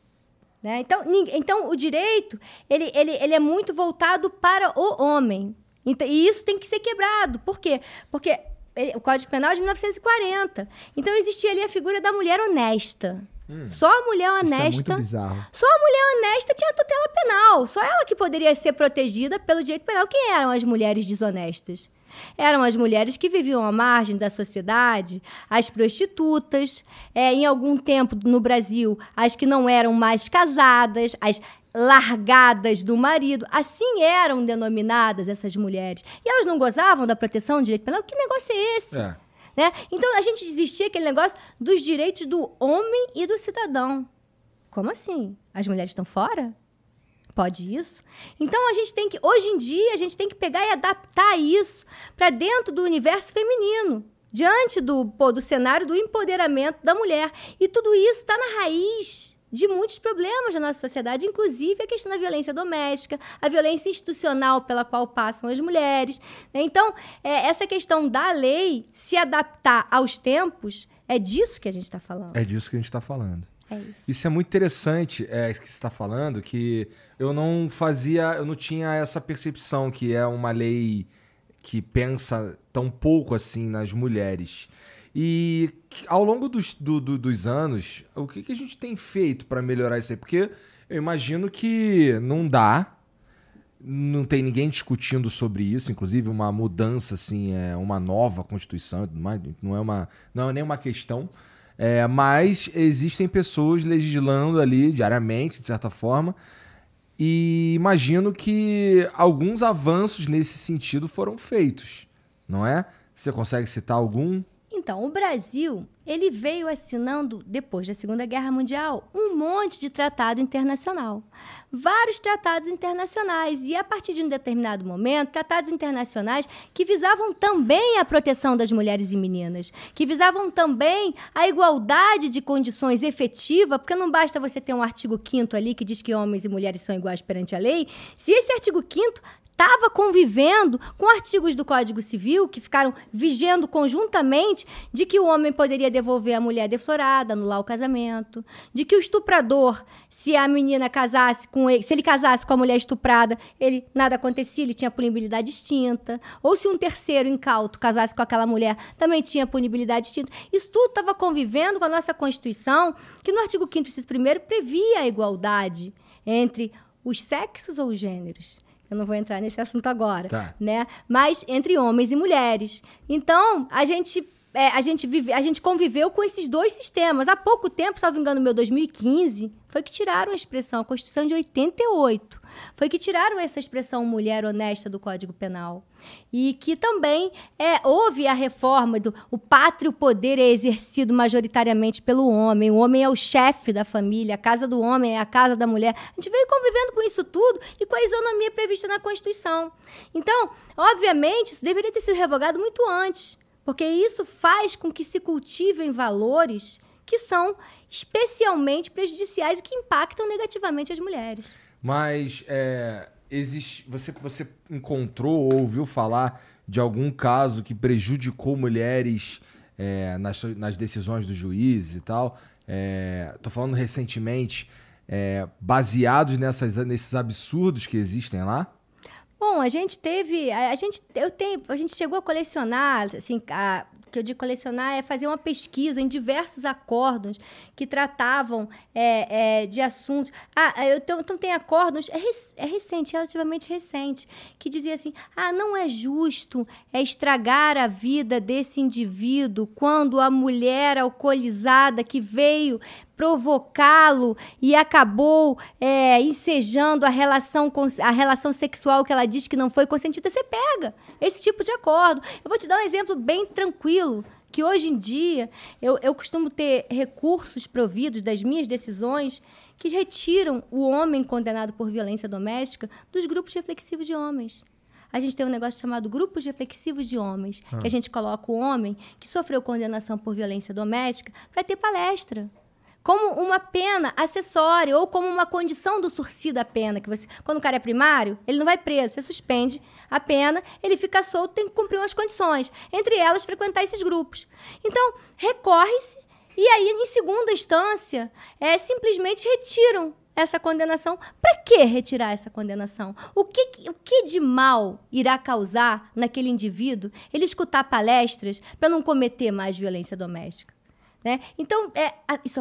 Né? Então, o direito ele é muito voltado para o homem. E isso tem que ser quebrado. Por quê? Porque o Código Penal é de 1940. Então, existia ali a figura da mulher honesta. Só a mulher honesta... Isso é muito bizarro. Só a mulher honesta tinha tutela penal. Só ela que poderia ser protegida pelo direito penal. Quem eram as mulheres desonestas? Eram as mulheres que viviam à margem da sociedade, as prostitutas, em algum tempo no Brasil, as que não eram mais casadas, as largadas do marido. Assim eram denominadas essas mulheres. E elas não gozavam da proteção do direito penal? Que negócio é esse? Né? Então, a gente desistia aquele negócio dos direitos do homem e do cidadão. Como assim? As mulheres estão fora? Pode isso? Então, hoje em dia, a gente tem que pegar e adaptar isso para dentro do universo feminino, diante do cenário do empoderamento da mulher. E tudo isso está na raiz de muitos problemas da nossa sociedade, inclusive a questão da violência doméstica, a violência institucional pela qual passam as mulheres. Então, essa questão da lei se adaptar aos tempos, é disso que a gente está falando. É disso que a gente está falando. É isso. Isso é muito interessante, que você está falando, que eu não tinha essa percepção que é uma lei que pensa tão pouco assim nas mulheres. E ao longo dos anos, o que a gente tem feito para melhorar isso aí? Porque eu imagino que não tem ninguém discutindo sobre isso, inclusive uma mudança, assim, uma nova Constituição, não é nem uma questão. Mas existem pessoas legislando ali diariamente, de certa forma, e imagino que alguns avanços nesse sentido foram feitos, não é? Você consegue citar algum? Então, o Brasil, ele veio assinando, depois da Segunda Guerra Mundial, um monte de tratado internacional. Vários tratados internacionais. E, a partir de um determinado momento, tratados internacionais que visavam também a proteção das mulheres e meninas, que visavam também a igualdade de condições efetiva, porque não basta você ter um artigo 5º ali que diz que homens e mulheres são iguais perante a lei, se esse artigo 5º estava convivendo com artigos do Código Civil que ficaram vigendo conjuntamente de que o homem poderia devolver a mulher deflorada, anular o casamento, de que o estuprador, se a menina casasse com ele, se ele casasse com a mulher estuprada, ele nada acontecia, ele tinha punibilidade extinta, ou se um terceiro incauto casasse com aquela mulher, também tinha punibilidade extinta. Isso tudo estava convivendo com a nossa Constituição, que no artigo 5º, inciso 1º, previa a igualdade entre os sexos ou os gêneros. Eu não vou entrar nesse assunto agora, tá, né? Mas entre homens e mulheres. Então, a gente conviveu com esses dois sistemas. Há pouco tempo, salvo engano, meu 2015, foi que tiraram a expressão, a Constituição de 88, foi que tiraram essa expressão mulher honesta do Código Penal. E que também houve a reforma do o pátrio poder é exercido majoritariamente pelo homem. O homem é o chefe da família, a casa do homem é a casa da mulher. A gente veio convivendo com isso tudo e com a isonomia prevista na Constituição. Então, obviamente, isso deveria ter sido revogado muito antes, porque isso faz com que se cultivem valores que são especialmente prejudiciais e que impactam negativamente as mulheres. Mas você encontrou ou ouviu falar de algum caso que prejudicou mulheres nas decisões dos juízes e tal? Tô falando recentemente, baseados nesses absurdos que existem lá? Bom, a gente chegou a colecionar, assim, o que eu digo colecionar é fazer uma pesquisa em diversos acórdãos que tratavam de assuntos. Então tem acórdãos, recente, relativamente recente, que dizia assim, não é justo estragar a vida desse indivíduo quando a mulher alcoolizada que veio provocá-lo e acabou ensejando a relação sexual que ela diz que não foi consentida, você pega esse tipo de acordo. Eu vou te dar um exemplo bem tranquilo, que hoje em dia eu costumo ter recursos providos das minhas decisões que retiram o homem condenado por violência doméstica dos grupos reflexivos de homens. A gente tem um negócio chamado grupos reflexivos de homens, que a gente coloca o homem que sofreu condenação por violência doméstica para ter palestra, como uma pena acessória ou como uma condição do sursi da pena. Quando o cara é primário, ele não vai preso, você suspende a pena, ele fica solto, tem que cumprir umas condições, entre elas frequentar esses grupos. Então, recorre-se e aí, em segunda instância, simplesmente retiram essa condenação. Para que retirar essa condenação? O que de mal irá causar naquele indivíduo ele escutar palestras para não cometer mais violência doméstica? Né? Então, isso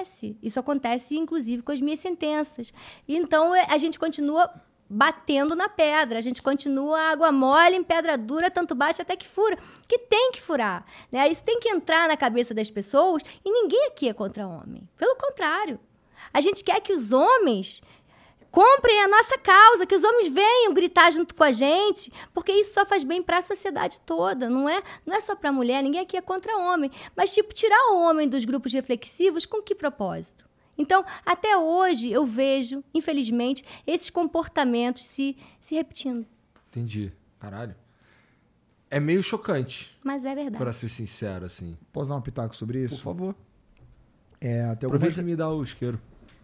acontece inclusive com as minhas sentenças. Então, a gente continua batendo na pedra, a gente continua água mole em pedra dura, tanto bate até que fura, que tem que furar. Né? Isso tem que entrar na cabeça das pessoas e ninguém aqui é contra homem. Pelo contrário, a gente quer que os homens comprem a nossa causa, que os homens venham gritar junto com a gente, porque isso só faz bem para a sociedade toda, não é só para a mulher, ninguém aqui é contra homem. Mas, tirar o homem dos grupos reflexivos, com que propósito? Então, até hoje, eu vejo, infelizmente, esses comportamentos se repetindo. Entendi. Caralho. É meio chocante. Mas é verdade. Para ser sincero, assim. Posso dar um pitaco sobre isso? Por favor. Aproveita e me dá o isqueiro.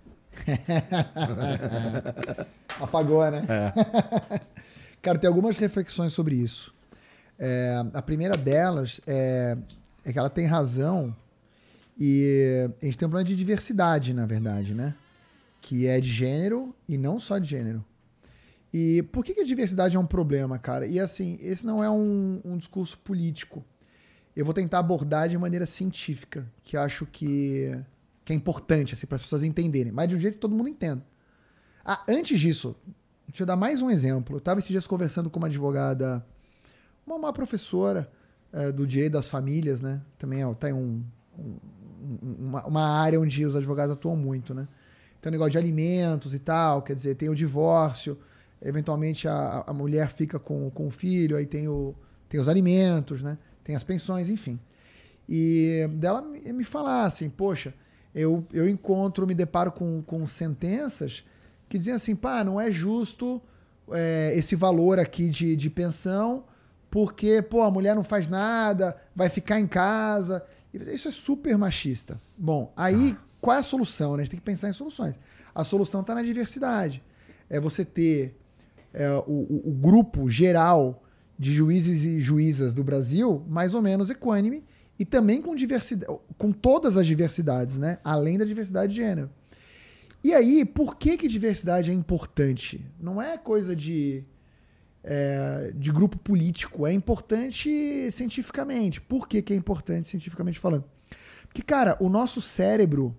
Apagou, né? Cara, tem algumas reflexões sobre isso. A primeira delas é que ela tem razão e a gente tem um problema de diversidade, na verdade, né? Que é de gênero e não só de gênero. E por que a diversidade é um problema, cara? E assim, esse não é um discurso político. Eu vou tentar abordar de maneira científica, que eu acho que é importante, assim, para as pessoas entenderem, mas de um jeito que todo mundo entenda. Antes disso, deixa eu dar mais um exemplo. Eu estava esses dias conversando com uma advogada, uma professora do direito das famílias, né? Também tá em uma área onde os advogados atuam muito, né? Tem o negócio de alimentos e tal, quer dizer, tem o divórcio, eventualmente a mulher fica com o filho, aí tem os alimentos, né? Tem as pensões, enfim. E dela me falar assim, poxa, eu me deparo com sentenças que dizem assim, pá, não é justo esse valor aqui de pensão, porque, pô, a mulher não faz nada, vai ficar em casa. Isso é super machista. Bom, aí qual é a solução, né? A gente tem que pensar em soluções. A solução está na diversidade. É você ter o grupo geral de juízes e juízas do Brasil mais ou menos equânime e também com diversidade, com todas as diversidades, né? Além da diversidade de gênero. E aí, por que diversidade é importante? Não é coisa de grupo político, é importante cientificamente. Por que é importante cientificamente falando? Porque, cara, o nosso cérebro,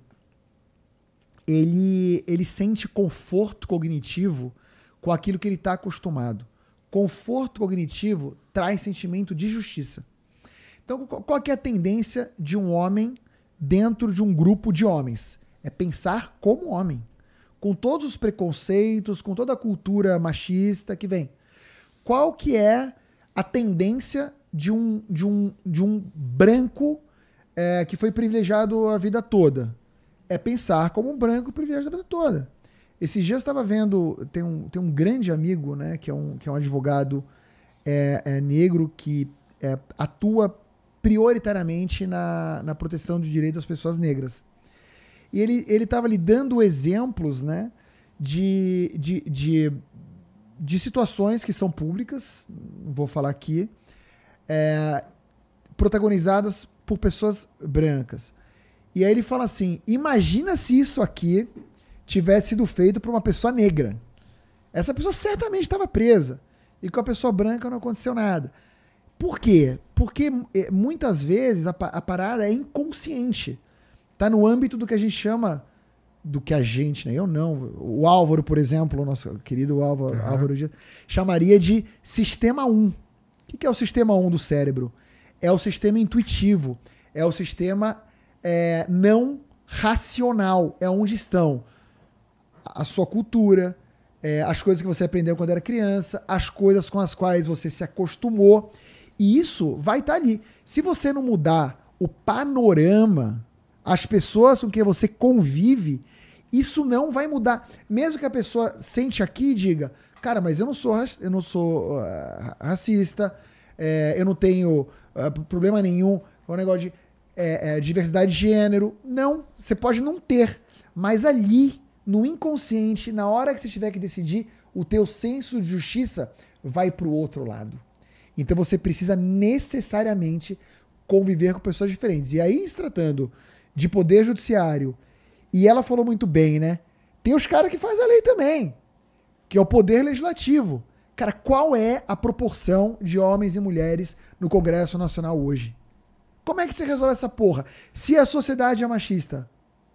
ele sente conforto cognitivo com aquilo que ele está acostumado. Conforto cognitivo traz sentimento de justiça. Então, qual que é a tendência de um homem dentro de um grupo de homens? É pensar como homem, com todos os preconceitos, com toda a cultura machista que vem. Qual que é a tendência de um branco que foi privilegiado a vida toda? É pensar como um branco privilegiado a vida toda. Esses dias eu estava vendo, tem um grande amigo, né, que é um advogado negro que atua prioritariamente na proteção de direitos das pessoas negras. E ele estava lhe dando exemplos, né, de situações que são públicas, não vou falar aqui, protagonizadas por pessoas brancas. E aí ele fala assim, imagina se isso aqui tivesse sido feito por uma pessoa negra. Essa pessoa certamente estava presa. E com a pessoa branca não aconteceu nada. Por quê? Porque muitas vezes a parada é inconsciente. Está no âmbito do que a gente chama, né? Eu não. O Álvaro, por exemplo, o nosso querido Álvaro Dias, chamaria de sistema 1. O que é o sistema 1 do cérebro? É o sistema intuitivo. É o sistema não racional. É onde estão a sua cultura, as coisas que você aprendeu quando era criança, as coisas com as quais você se acostumou. E isso vai estar ali. Se você não mudar o panorama, as pessoas com quem você convive, isso não vai mudar. Mesmo que a pessoa sente aqui e diga, cara, mas eu não sou racista, eu não tenho problema nenhum com o negócio de diversidade de gênero. Não, você pode não ter, mas ali, no inconsciente, na hora que você tiver que decidir, o teu senso de justiça vai para o outro lado. Então você precisa necessariamente conviver com pessoas diferentes. E aí, se tratando de poder judiciário, e ela falou muito bem, né? Tem os caras que fazem a lei também, que é o poder legislativo. Cara, qual é a proporção de homens e mulheres no Congresso Nacional hoje? Como é que você resolve essa porra? Se a sociedade é machista,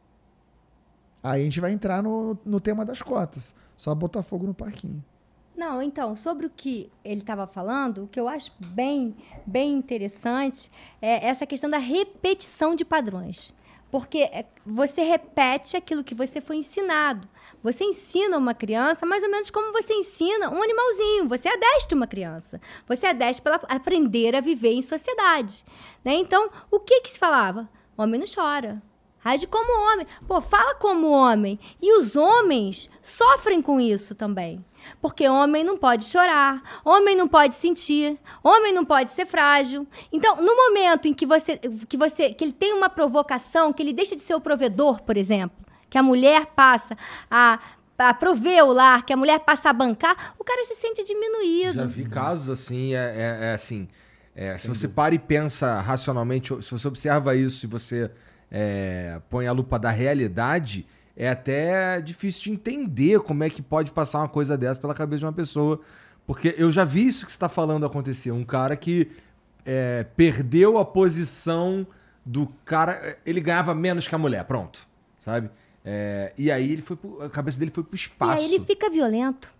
aí a gente vai entrar no tema das cotas. Só botar fogo no parquinho. Não, então, sobre o que ele estava falando, o que eu acho bem interessante é essa questão da repetição de padrões. Porque você repete aquilo que você foi ensinado. Você ensina uma criança mais ou menos como você ensina um animalzinho. Você adestra uma criança. Você adestra para ela aprender a viver em sociedade. Né? Então, o que se falava? Homem não chora. Age como homem. Pô, fala como homem. E os homens sofrem com isso também. Porque homem não pode chorar, homem não pode sentir, homem não pode ser frágil. Então, no momento em que ele tem uma provocação, que ele deixa de ser o provedor, por exemplo, que a mulher passa a prover o lar, que a mulher passa a bancar, o cara se sente diminuído. Já vi casos assim, assim, se você para e pensa racionalmente, se você observa isso e você põe a lupa da realidade, é até difícil de entender como é que pode passar uma coisa dessa pela cabeça de uma pessoa. Porque eu já vi isso que você está falando acontecer. Um cara que perdeu a posição do cara... Ele ganhava menos que a mulher, pronto. Sabe? E aí a cabeça dele foi pro espaço. E aí ele fica violento.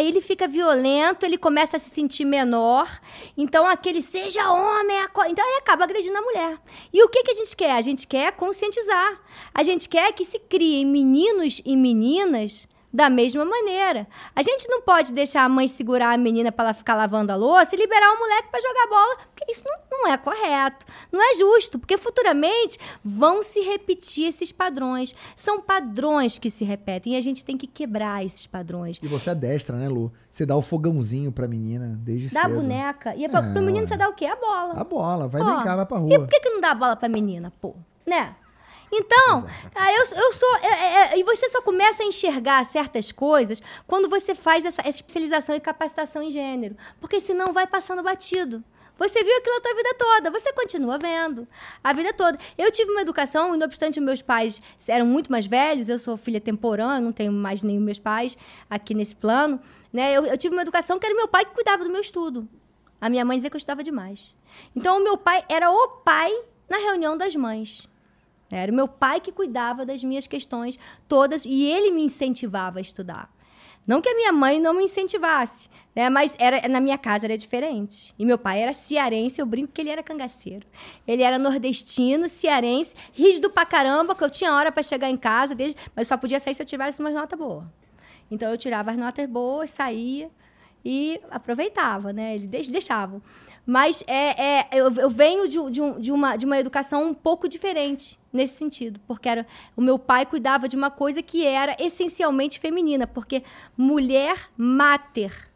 Ele começa a se sentir menor. Então, aquele seja homem... Então, aí acaba agredindo a mulher. E o que a gente quer? A gente quer conscientizar. A gente quer que se criem meninos e meninas da mesma maneira. A gente não pode deixar a mãe segurar a menina para ela ficar lavando a louça e liberar o moleque para jogar bola, porque Isso não é correto, não é justo, porque futuramente vão se repetir esses padrões. São padrões que se repetem e a gente tem que quebrar esses padrões. E você é destra, né, Lu? Você dá o fogãozinho pra menina desde Dá cedo. a boneca. E pro menino você dá o quê? A bola. A bola, vai Ó, brincar, vai pra rua. E por que não dá a bola pra menina, pô? Né? Então, cara, eu sou... e você só começa a enxergar certas coisas quando você faz essa especialização e capacitação em gênero. Porque senão vai passando batido. Você viu aquilo a tua vida toda, você continua vendo a vida toda. Eu tive uma educação, e não obstante meus pais eram muito mais velhos, eu sou filha temporã, não tenho mais nenhum meus pais aqui nesse plano, né? Eu tive uma educação que era meu pai que cuidava do meu estudo. A minha mãe dizia que eu estudava demais. Então, o meu pai era o pai na reunião das mães. Era o meu pai que cuidava das minhas questões todas e ele me incentivava a estudar. Não que a minha mãe não me incentivasse, né? Mas na minha casa era diferente. E meu pai era cearense, eu brinco que ele era cangaceiro. Ele era nordestino, cearense, rígido pra caramba, que eu tinha hora para chegar em casa, mas só podia sair se eu tivesse umas notas boas. Então eu tirava as notas boas, saía e aproveitava, né? Eles deixavam. Mas eu venho de uma educação um pouco diferente nesse sentido, porque o meu pai cuidava de uma coisa que era essencialmente feminina, porque mulher mater,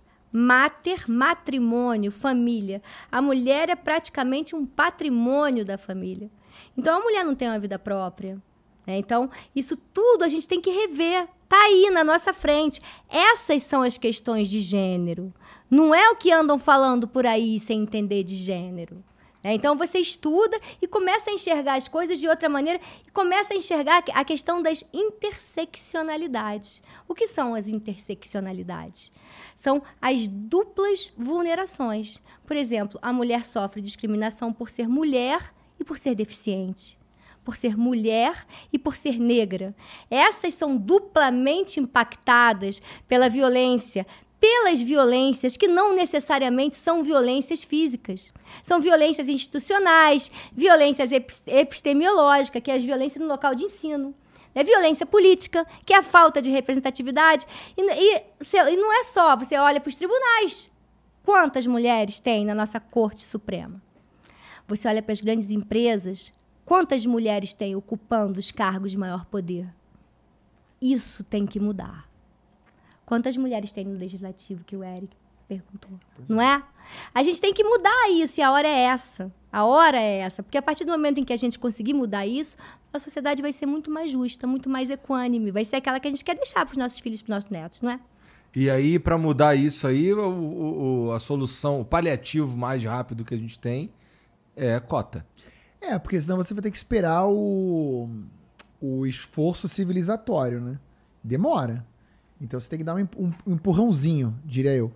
matrimônio, família. A mulher é praticamente um patrimônio da família. Então, a mulher não tem uma vida própria. Né? Então, isso tudo a gente tem que rever. Está aí na nossa frente. Essas são as questões de gênero. Não é o que andam falando por aí sem entender de gênero. Então, você estuda e começa a enxergar as coisas de outra maneira e começa a enxergar a questão das interseccionalidades. O que são as interseccionalidades? São as duplas vulnerações. Por exemplo, a mulher sofre discriminação por ser mulher e por ser deficiente. Por ser mulher e por ser negra. Essas são duplamente impactadas pela violência, pelas violências que não necessariamente são violências físicas. São violências institucionais, violências epistemológicas, que é as violências no local de ensino. Né? Violência política, que é a falta de representatividade. E não é só, você olha para os tribunais. Quantas mulheres tem na nossa Corte Suprema? Você olha para as grandes empresas, quantas mulheres tem ocupando os cargos de maior poder? Isso tem que mudar. Quantas mulheres tem no Legislativo, que o Eric perguntou? Não é? A gente tem que mudar isso, e a hora é essa. A hora é essa. Porque a partir do momento em que a gente conseguir mudar isso, a sociedade vai ser muito mais justa, muito mais equânime. Vai ser aquela que a gente quer deixar para os nossos filhos e para os nossos netos, não é? E aí, para mudar isso aí, a solução, o paliativo mais rápido que a gente tem é cota. Porque senão você vai ter que esperar o esforço civilizatório, né? Demora. Então você tem que dar um empurrãozinho, diria eu.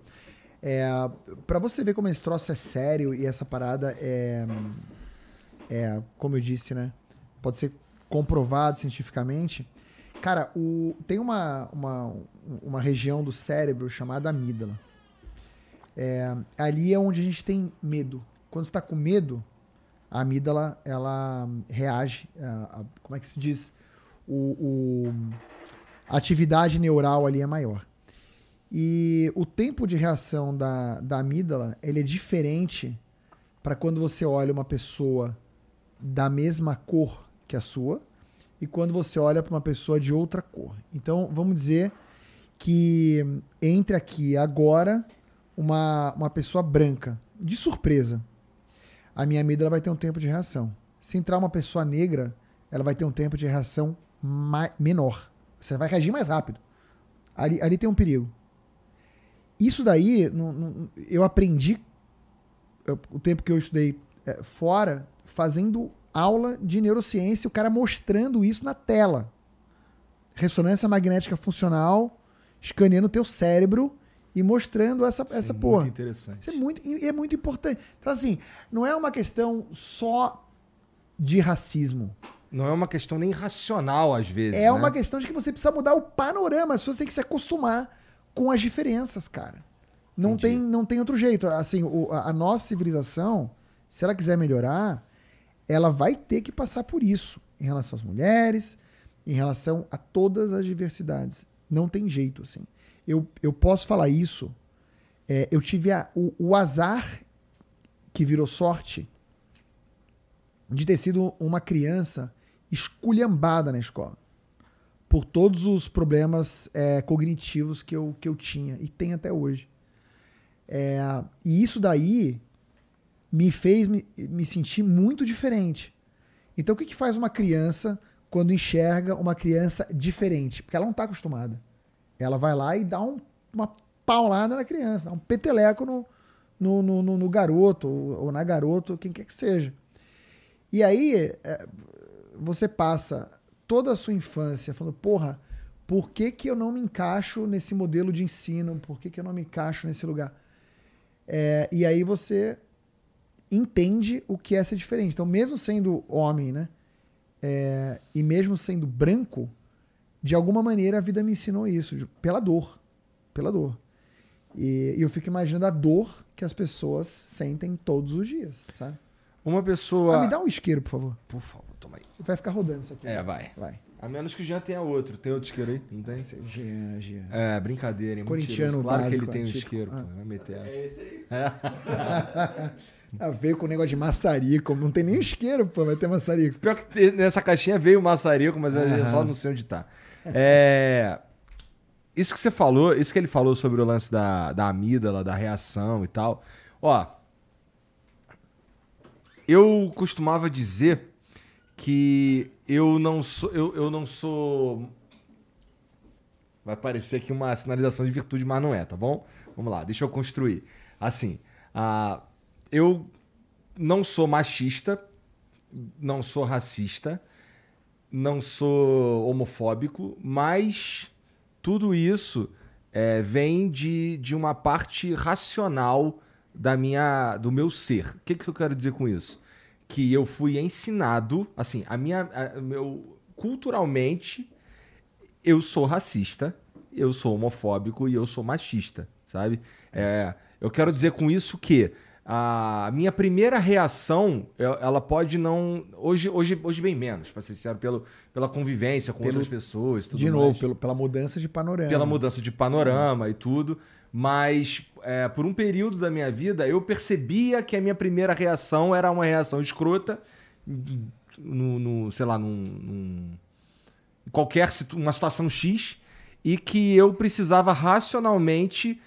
Pra você ver como esse troço é sério e essa parada como eu disse, né? Pode ser comprovado cientificamente. Cara, tem uma região do cérebro chamada amígdala. Ali é onde a gente tem medo. Quando você tá com medo, a amígdala, ela reage. Como é que se diz? A atividade neural ali é maior. E o tempo de reação da amígdala, ele é diferente para quando você olha uma pessoa da mesma cor que a sua e quando você olha para uma pessoa de outra cor. Então, vamos dizer que entre aqui e agora uma pessoa branca, de surpresa, a minha amígdala vai ter um tempo de reação. Se entrar uma pessoa negra, ela vai ter um tempo de reação menor. Você vai reagir mais rápido. Ali tem um perigo. Isso daí, eu aprendi o tempo que eu estudei fora, fazendo aula de neurociência, o cara mostrando isso na tela. Ressonância magnética funcional, escaneando o teu cérebro e mostrando essa porra. Muito interessante. Isso é muito importante. Então, assim, não é uma questão só de racismo. Não é uma questão nem racional, às vezes. É uma questão de que você precisa mudar o panorama. As pessoas têm que se acostumar com as diferenças, cara. Não tem outro jeito. Assim, a nossa civilização, se ela quiser melhorar, ela vai ter que passar por isso. Em relação às mulheres, em relação a todas as diversidades. Não tem jeito, assim. Eu posso falar isso. Eu tive o azar que virou sorte de ter sido uma criança esculhambada na escola por todos os problemas cognitivos que eu tinha e tenho até hoje. E isso daí me fez me sentir muito diferente. Então o que faz uma criança quando enxerga uma criança diferente? Porque ela não está acostumada. Ela vai lá e dá uma paulada na criança, dá um peteleco no garoto ou na garota, quem quer que seja. E aí você passa toda a sua infância falando, porra, por que eu não me encaixo nesse modelo de ensino? Por que eu não me encaixo nesse lugar? E aí você entende o que é ser diferente. Então, mesmo sendo homem, né? E mesmo sendo branco, de alguma maneira a vida me ensinou isso, pela dor. Pela dor. E eu fico imaginando a dor que as pessoas sentem todos os dias, sabe? Uma pessoa... me dá um isqueiro, por favor. Por favor, toma aí. Vai ficar rodando isso aqui. Vai. A menos que o Jean tenha outro. Tem outro isqueiro aí? Não tem? Jean. Brincadeira, hein? Corintiano claro básico, que ele tem um tipo, isqueiro, pô. Vai meter essa. É esse aí. Veio com o negócio de maçarico. Não tem nem isqueiro, pô. Vai ter maçarico. Pior que nessa caixinha veio o maçarico, mas eu só não sei onde tá. Isso que você falou, isso que ele falou sobre o lance da amígdala, da reação e tal. Ó, eu costumava dizer que eu não sou... Vai parecer aqui uma sinalização de virtude, mas não é, tá bom? Vamos lá, deixa eu construir. Assim, eu não sou machista, não sou racista, não sou homofóbico, mas tudo isso vem de uma parte racional do meu ser. O que eu quero dizer com isso? Que eu fui ensinado, assim, culturalmente, eu sou racista, eu sou homofóbico e eu sou machista, sabe? Eu quero dizer com isso que a minha primeira reação, ela pode não... Hoje bem menos, para ser sincero, pela convivência com outras pessoas. Tudo de mais. novo, pela mudança de panorama. Pela mudança de panorama e tudo. Mas por um período da minha vida, eu percebia que a minha primeira reação era uma reação escrota, sei lá, uma situação X, e que eu precisava racionalmente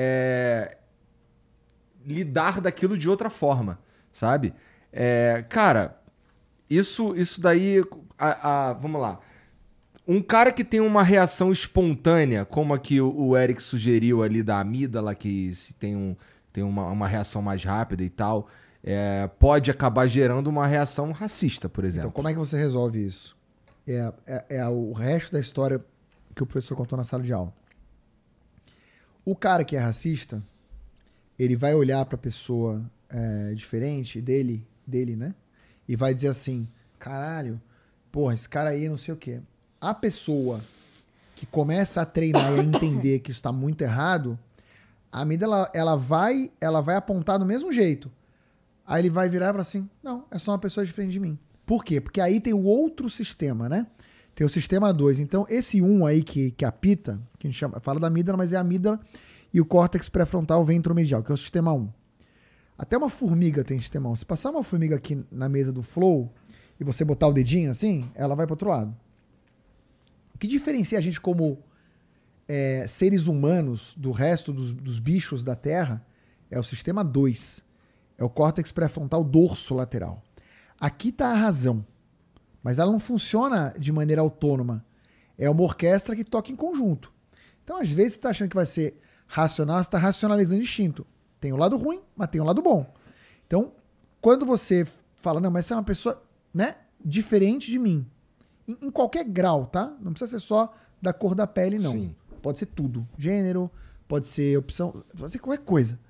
lidar daquilo de outra forma, sabe? Cara, isso daí... vamos lá. Um cara que tem uma reação espontânea, como a que o Eric sugeriu ali da amígdala, que se tem uma reação mais rápida e tal, pode acabar gerando uma reação racista, por exemplo. Então, como é que você resolve isso? O resto da história que o professor contou na sala de aula. O cara que é racista, ele vai olhar para a pessoa diferente dele, né? E vai dizer assim, caralho, porra, esse cara aí não sei o quê. A pessoa que começa a treinar e a entender que isso está muito errado, a amígdala ela vai apontar do mesmo jeito. Aí ele vai virar e falar assim, não, é só uma pessoa diferente de mim. Por quê? Porque aí tem o outro sistema, né? Tem o sistema 2. Então, esse 1 aí que apita, que a gente fala da amígdala, mas é a amígdala e o córtex pré-frontal ventromedial, que é o sistema 1. Até uma formiga tem sistema 1. Se passar uma formiga aqui na mesa do Flow e você botar o dedinho assim, ela vai para o outro lado. O que diferencia a gente como seres humanos do resto dos bichos da Terra é o sistema 2. É o córtex pré-frontal dorso lateral. Aqui está a razão, mas ela não funciona de maneira autônoma. É uma orquestra que toca em conjunto. Então, às vezes, você está achando que vai ser racional, você está racionalizando instinto. Tem o lado ruim, mas tem o lado bom. Então, quando você fala, não, mas você é uma pessoa, né, diferente de mim, em qualquer grau, tá? Não precisa ser só da cor da pele, não. Sim. Pode ser tudo. Gênero, pode ser opção, pode ser qualquer coisa.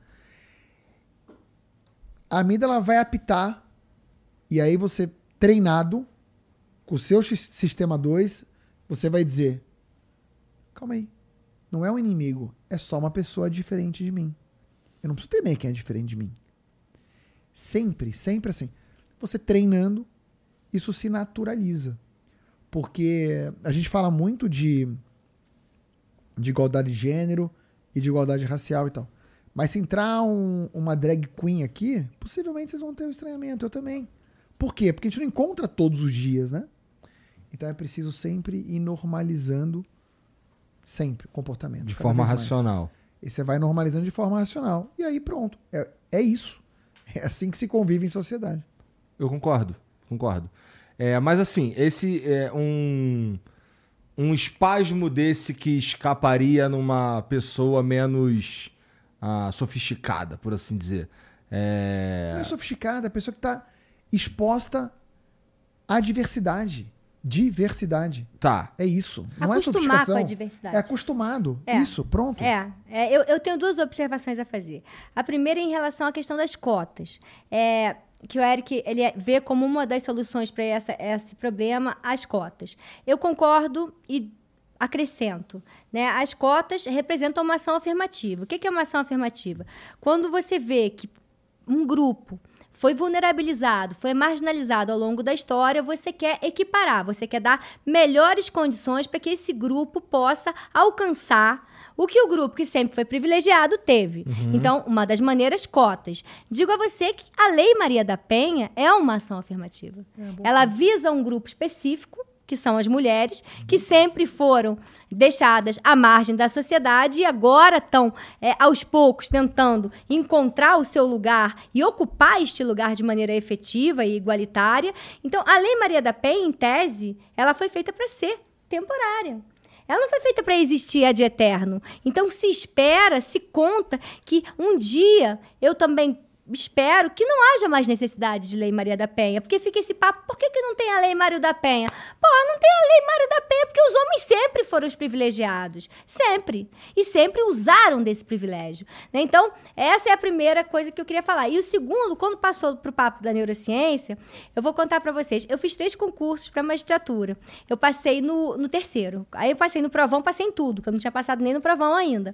A amígdala vai apitar e aí você, treinado, com o seu sistema 2, você vai dizer, calma aí, não é um inimigo, é só uma pessoa diferente de mim. Eu não preciso temer quem é diferente de mim. Sempre, sempre assim. Você treinando, isso se naturaliza. Porque a gente fala muito de igualdade de gênero e de igualdade racial e tal. Mas se entrar uma drag queen aqui, possivelmente vocês vão ter um estranhamento, eu também. Por quê? Porque a gente não encontra todos os dias, né? Então é preciso sempre ir normalizando sempre o comportamento. De forma racional. E você vai normalizando de forma racional. E aí pronto. É isso. É assim que se convive em sociedade. Eu concordo. Mas assim, esse é um espasmo desse que escaparia numa pessoa menos sofisticada, por assim dizer. Não é sofisticada, é a pessoa que está exposta à diversidade. Diversidade. Tá. É isso. Não Acostumar é sofisticação. com a diversidade. É acostumado. Isso, pronto. Eu tenho duas observações a fazer. A primeira é em relação à questão das cotas. Que o Eric ele vê como uma das soluções para esse problema as cotas. Eu concordo e acrescento, né? As cotas representam uma ação afirmativa. O que é uma ação afirmativa? Quando você vê que um grupo foi vulnerabilizado, foi marginalizado ao longo da história, você quer equiparar, você quer dar melhores condições para que esse grupo possa alcançar o que o grupo que sempre foi privilegiado teve. Então, uma das maneiras, cotas. Digo a você que a Lei Maria da Penha é uma ação afirmativa. Ela visa um grupo específico, que são as mulheres, que sempre foram deixadas à margem da sociedade e agora estão, aos poucos, tentando encontrar o seu lugar e ocupar este lugar de maneira efetiva e igualitária. Então, a Lei Maria da Penha, em tese, ela foi feita para ser temporária. Ela não foi feita para existir ad eterno. Então, se espera, se conta que um dia eu também espero que não haja mais necessidade de Lei Maria da Penha, porque fica esse papo, por que não tem a Lei Mário da Penha? Pô, não tem a Lei Mário da Penha porque os homens sempre foram os privilegiados, sempre, e sempre usaram desse privilégio, né? Então, essa é a primeira coisa que eu queria falar. E o segundo, quando passou pro papo da neurociência, eu vou contar para vocês, eu fiz 3 concursos para magistratura, eu passei no terceiro, aí eu passei no provão, passei em tudo, que eu não tinha passado nem no provão ainda.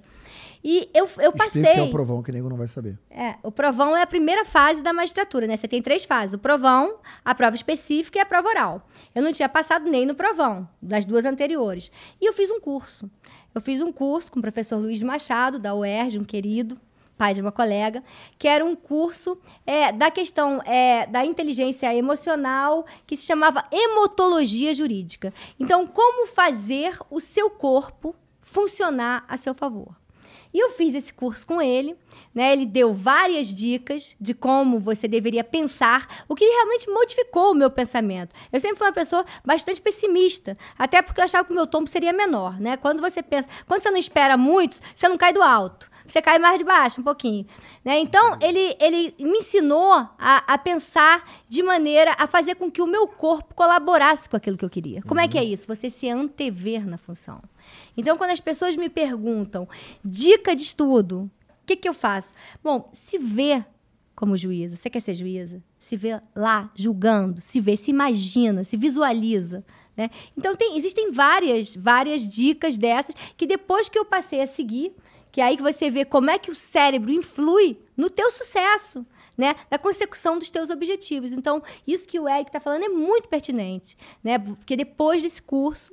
E eu passei... Explica que é o provão, que nego não vai saber. O provão é a primeira fase da magistratura, né? Você tem 3 fases, o provão, a prova específica e a prova oral. Eu não tinha passado nem no provão, das 2 anteriores. E eu fiz um curso. Eu fiz um curso com o professor Luiz Machado, da UERJ, um querido, pai de uma colega, que era um curso da questão da inteligência emocional, que se chamava hemotologia jurídica. Então, como fazer o seu corpo funcionar a seu favor. E eu fiz esse curso com ele, né? Ele deu várias dicas de como você deveria pensar, o que realmente modificou o meu pensamento. Eu sempre fui uma pessoa bastante pessimista, até porque eu achava que o meu tombo seria menor, né? Quando você pensa, quando você não espera muito, você não cai do alto. Você cai mais de baixo, um pouquinho. Né? Então, ele me ensinou a pensar de maneira a fazer com que o meu corpo colaborasse com aquilo que eu queria. Como é que é isso? Você se antever na função. Então, quando as pessoas me perguntam dica de estudo, o que eu faço? Bom, se vê como juíza. Você quer ser juíza? Se vê lá, julgando, se vê, se imagina, se visualiza. Né? Então, existem várias dicas dessas que depois que eu passei a seguir, que é aí que você vê como é que o cérebro influi no teu sucesso, né? Na consecução dos teus objetivos. Então, isso que o Eric está falando é muito pertinente, né? Porque depois desse curso,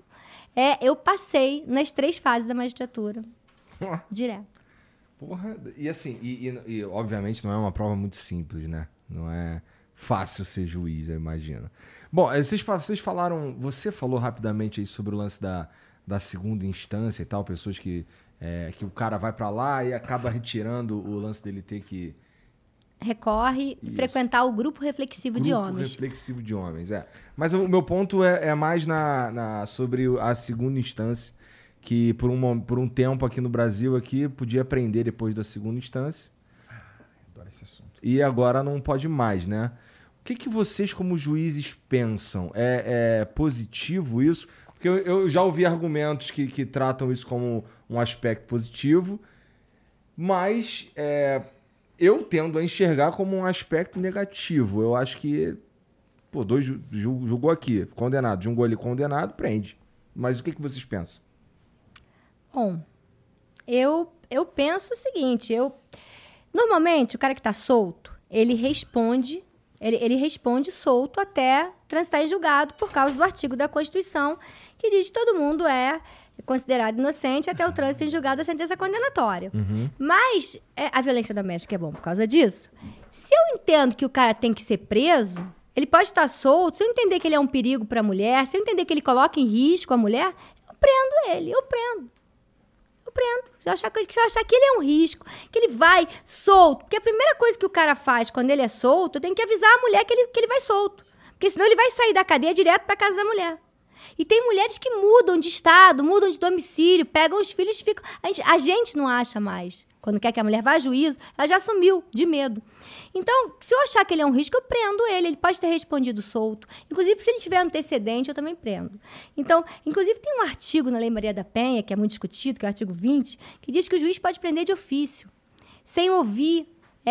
eu passei nas 3 fases da magistratura. Direto. Porra, e assim, e obviamente não é uma prova muito simples, né? Não é fácil ser juiz, eu imagino. Bom, vocês falaram, você falou rapidamente aí sobre o lance da segunda instância e tal, pessoas que o cara vai pra lá e acaba retirando o lance dele ter que... Recorre frequentar o grupo reflexivo de homens. Grupo reflexivo de homens, Mas o meu ponto é mais sobre a segunda instância, que por um tempo aqui no Brasil podia aprender depois da segunda instância. Adoro esse assunto. E agora não pode mais, né? O que vocês como juízes pensam? É positivo isso? Porque eu já ouvi argumentos que tratam isso como um aspecto positivo, mas eu tendo a enxergar como um aspecto negativo. Eu acho que, julgou aqui, condenado, julgou ali, condenado, prende. Mas o que vocês pensam? Bom, eu penso o seguinte, normalmente o cara que está solto, ele responde solto até transitar em julgado por causa do artigo da Constituição que diz que todo mundo é considerado inocente até o trânsito em julgado da sentença condenatória. Mas a violência doméstica é bom por causa disso. Se eu entendo que o cara tem que ser preso, ele pode estar solto, se eu entender que ele é um perigo para a mulher, se eu entender que ele coloca em risco a mulher, eu prendo ele, eu prendo. Se eu achar que ele é um risco, que ele vai solto. Porque a primeira coisa que o cara faz quando ele é solto, tem que avisar a mulher que ele vai solto. Porque senão ele vai sair da cadeia direto para casa da mulher. E tem mulheres que mudam de estado, mudam de domicílio, pegam os filhos e ficam... A gente não acha mais. Quando quer que a mulher vá a juízo, ela já sumiu, de medo. Então, se eu achar que ele é um risco, eu prendo ele. Ele pode ter respondido solto. Inclusive, se ele tiver antecedente, eu também prendo. Então, inclusive, tem um artigo na Lei Maria da Penha, que é muito discutido, que é o artigo 20, que diz que o juiz pode prender de ofício, sem ouvir...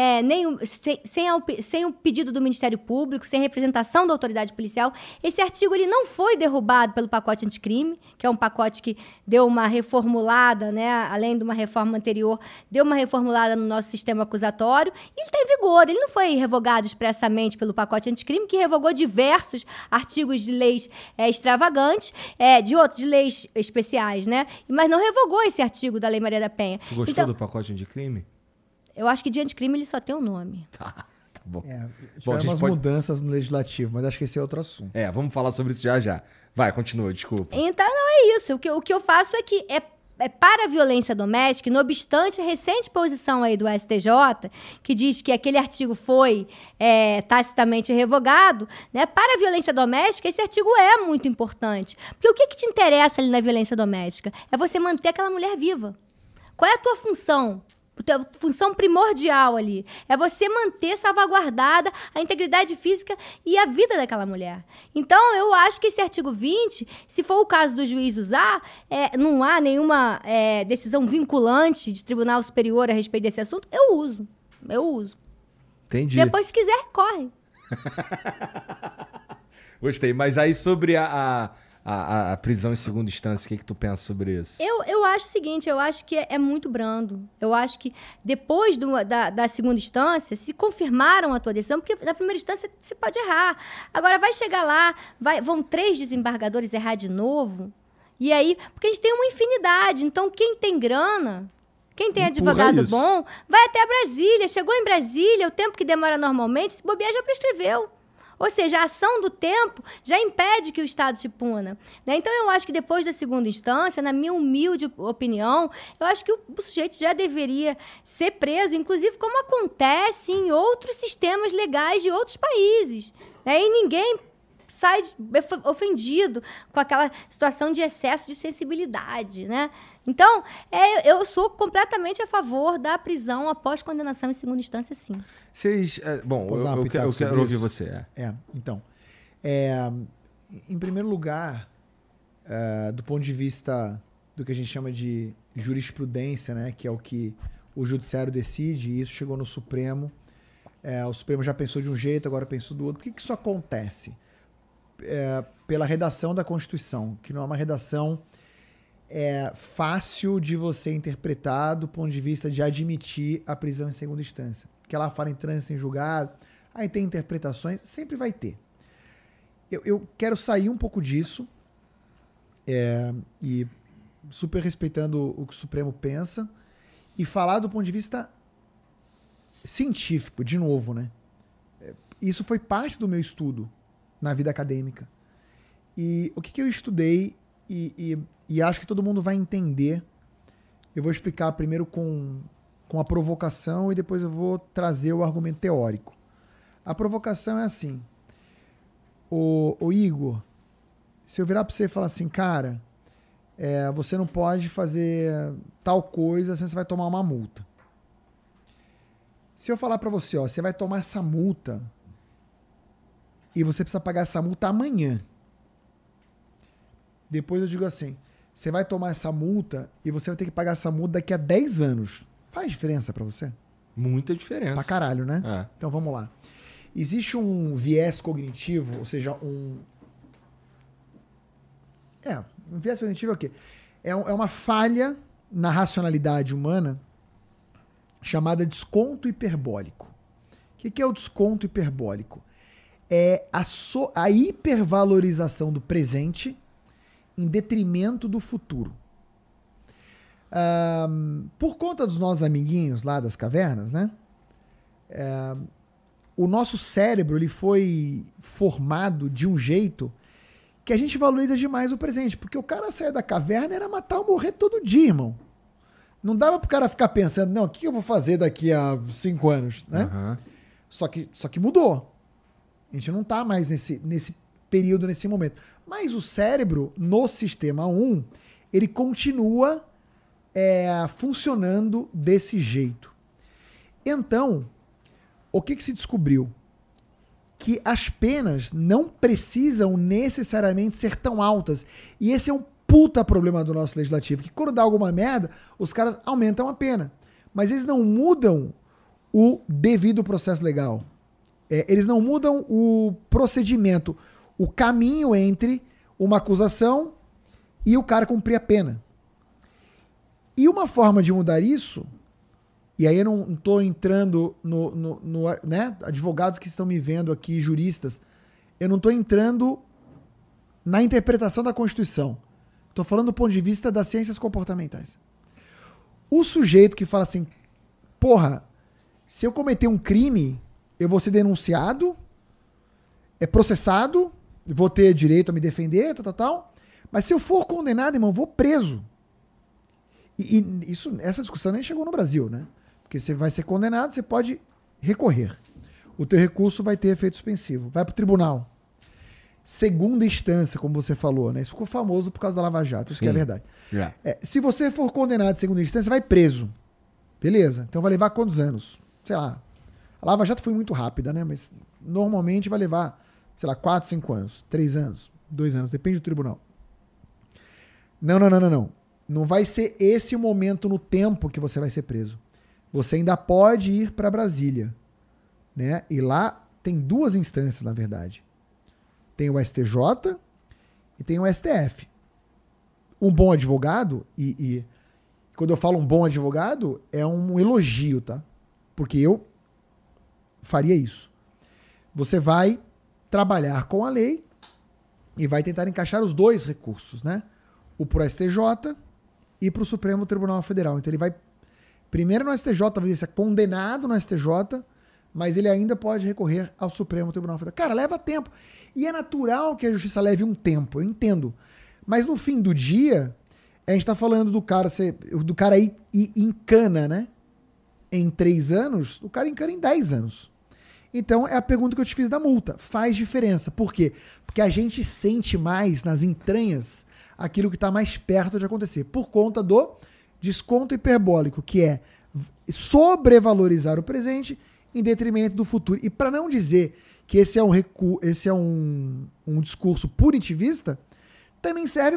sem o pedido do Ministério Público, sem representação da autoridade policial. Esse artigo ele não foi derrubado pelo pacote anticrime, que é um pacote que deu uma reformulada, né, além de uma reforma anterior, deu uma reformulada no nosso sistema acusatório, e ele está em vigor. Ele não foi revogado expressamente pelo pacote anticrime, que revogou diversos artigos de leis extravagantes, de leis especiais, né? Mas não revogou esse artigo da Lei Maria da Penha. Tu gostou do pacote anticrime? Eu acho que de anticrime ele só tem um nome. Tá bom. Tiveram umas mudanças no legislativo, mas acho que esse é outro assunto. Vamos falar sobre isso já. Vai, continua, desculpa. Então, não é isso. O que eu faço é que para a violência doméstica, não obstante a recente posição aí do STJ, que diz que aquele artigo foi tacitamente revogado, né? Para a violência doméstica, esse artigo é muito importante. Porque o que te interessa ali na violência doméstica? É você manter aquela mulher viva. Qual é a tua função? A função primordial ali é você manter salvaguardada a integridade física e a vida daquela mulher. Então, eu acho que esse artigo 20, se for o caso do juiz usar, não há nenhuma decisão vinculante de tribunal superior a respeito desse assunto, eu uso. Entendi. Depois, se quiser, corre. Gostei. Mas aí sobre a prisão em segunda instância, o que tu pensa sobre isso? Eu acho o seguinte, eu acho que é muito brando. Eu acho que depois da segunda instância, se confirmaram a tua decisão, porque na primeira instância você pode errar. Agora vai chegar lá, vão 3 desembargadores errar de novo, e aí, porque a gente tem uma infinidade, então quem tem grana... Quem tem advogado bom, vai até Brasília. Chegou em Brasília, o tempo que demora normalmente, se bobear já prescreveu. Ou seja, a ação do tempo já impede que o Estado te puna. Né? Então, eu acho que depois da segunda instância, na minha humilde opinião, eu acho que o sujeito já deveria ser preso, inclusive como acontece em outros sistemas legais de outros países. Né? E ninguém sai ofendido com aquela situação de excesso de sensibilidade, né? Então, eu sou completamente a favor da prisão após condenação em segunda instância, sim. Eu quero ouvir você. Então, em primeiro lugar, do ponto de vista do que a gente chama de jurisprudência, né, que é o que o judiciário decide, e isso chegou no Supremo, o Supremo já pensou de um jeito, agora pensou do outro. Por que isso acontece? Pela redação da Constituição, que não é uma redação fácil de você interpretar do ponto de vista de admitir a prisão em segunda instância. Que ela fala em trânsito em julgado, aí tem interpretações, sempre vai ter. Eu quero sair um pouco disso, e super respeitando o que o Supremo pensa, e falar do ponto de vista científico, de novo, né? Isso foi parte do meu estudo na vida acadêmica. E o que eu estudei e acho que todo mundo vai entender. Eu vou explicar primeiro com a provocação e depois eu vou trazer o argumento teórico. A provocação é assim. O Igor, se eu virar para você e falar assim, cara, você não pode fazer tal coisa, senão você vai tomar uma multa. Se eu falar para você, você vai tomar essa multa e você precisa pagar essa multa amanhã. Depois eu digo assim, você vai tomar essa multa e você vai ter que pagar essa multa daqui a 10 anos. Faz diferença pra você? Muita diferença. Pra caralho, né? Então vamos lá. Existe um viés cognitivo, ou seja, um viés cognitivo é o quê? É uma falha na racionalidade humana chamada desconto hiperbólico. O que é o desconto hiperbólico? É a hipervalorização do presente em detrimento do futuro. Por conta dos nossos amiguinhos lá das cavernas, né? O nosso cérebro ele foi formado de um jeito que a gente valoriza demais o presente. Porque o cara sair da caverna era matar ou morrer todo dia, irmão. Não dava pro cara ficar pensando, não, o que eu vou fazer daqui a 5 anos, né? Uhum. Só que mudou. A gente não tá mais nesse período, nesse momento. Mas o cérebro, no sistema 1, ele continua funcionando desse jeito. Então, o que se descobriu? Que as penas não precisam necessariamente ser tão altas. E esse é um puta problema do nosso legislativo, que quando dá alguma merda, os caras aumentam a pena. Mas eles não mudam o devido processo legal. Eles não mudam o procedimento, o caminho entre uma acusação e o cara cumprir a pena. E uma forma de mudar isso, e aí eu não estou entrando né, advogados que estão me vendo aqui, juristas, eu não estou entrando na interpretação da Constituição. Estou falando do ponto de vista das ciências comportamentais. O sujeito que fala assim, porra, se eu cometer um crime, eu vou ser denunciado, processado, vou ter direito a me defender, tal. Mas se eu for condenado, irmão, eu vou preso. E essa discussão nem chegou no Brasil, né? Porque você vai ser condenado, você pode recorrer. O teu recurso vai ter efeito suspensivo. Vai para o tribunal. Segunda instância, como você falou, né? Isso ficou famoso por causa da Lava Jato, isso que é verdade. Yeah. Se você for condenado em segunda instância, vai preso. Beleza. Então vai levar quantos anos? Sei lá. A Lava Jato foi muito rápida, né? Mas normalmente vai levar, sei lá, 4, 5 anos, 3 anos, 2 anos, depende do tribunal. Não. Não vai ser esse o momento no tempo que você vai ser preso. Você ainda pode ir para Brasília, né? E lá tem 2 instâncias, na verdade. Tem o STJ e tem o STF. Um bom advogado, e quando eu falo um bom advogado, é um elogio, tá? Porque eu faria isso. Você vai trabalhar com a lei e vai tentar encaixar os 2 recursos, né? O pro STJ e pro Supremo Tribunal Federal. Então ele vai primeiro no STJ, vai ser condenado no STJ, mas ele ainda pode recorrer ao Supremo Tribunal Federal. Cara, leva tempo. E é natural que a justiça leve um tempo, eu entendo. Mas no fim do dia, a gente tá falando do cara aí encana, né? Em 3 anos, o cara encana em 10 anos. Então é a pergunta que eu te fiz da multa. Faz diferença. Por quê? Porque a gente sente mais nas entranhas aquilo que está mais perto de acontecer. Por conta do desconto hiperbólico, que é sobrevalorizar o presente em detrimento do futuro. E para não dizer que esse é um discurso punitivista, também serve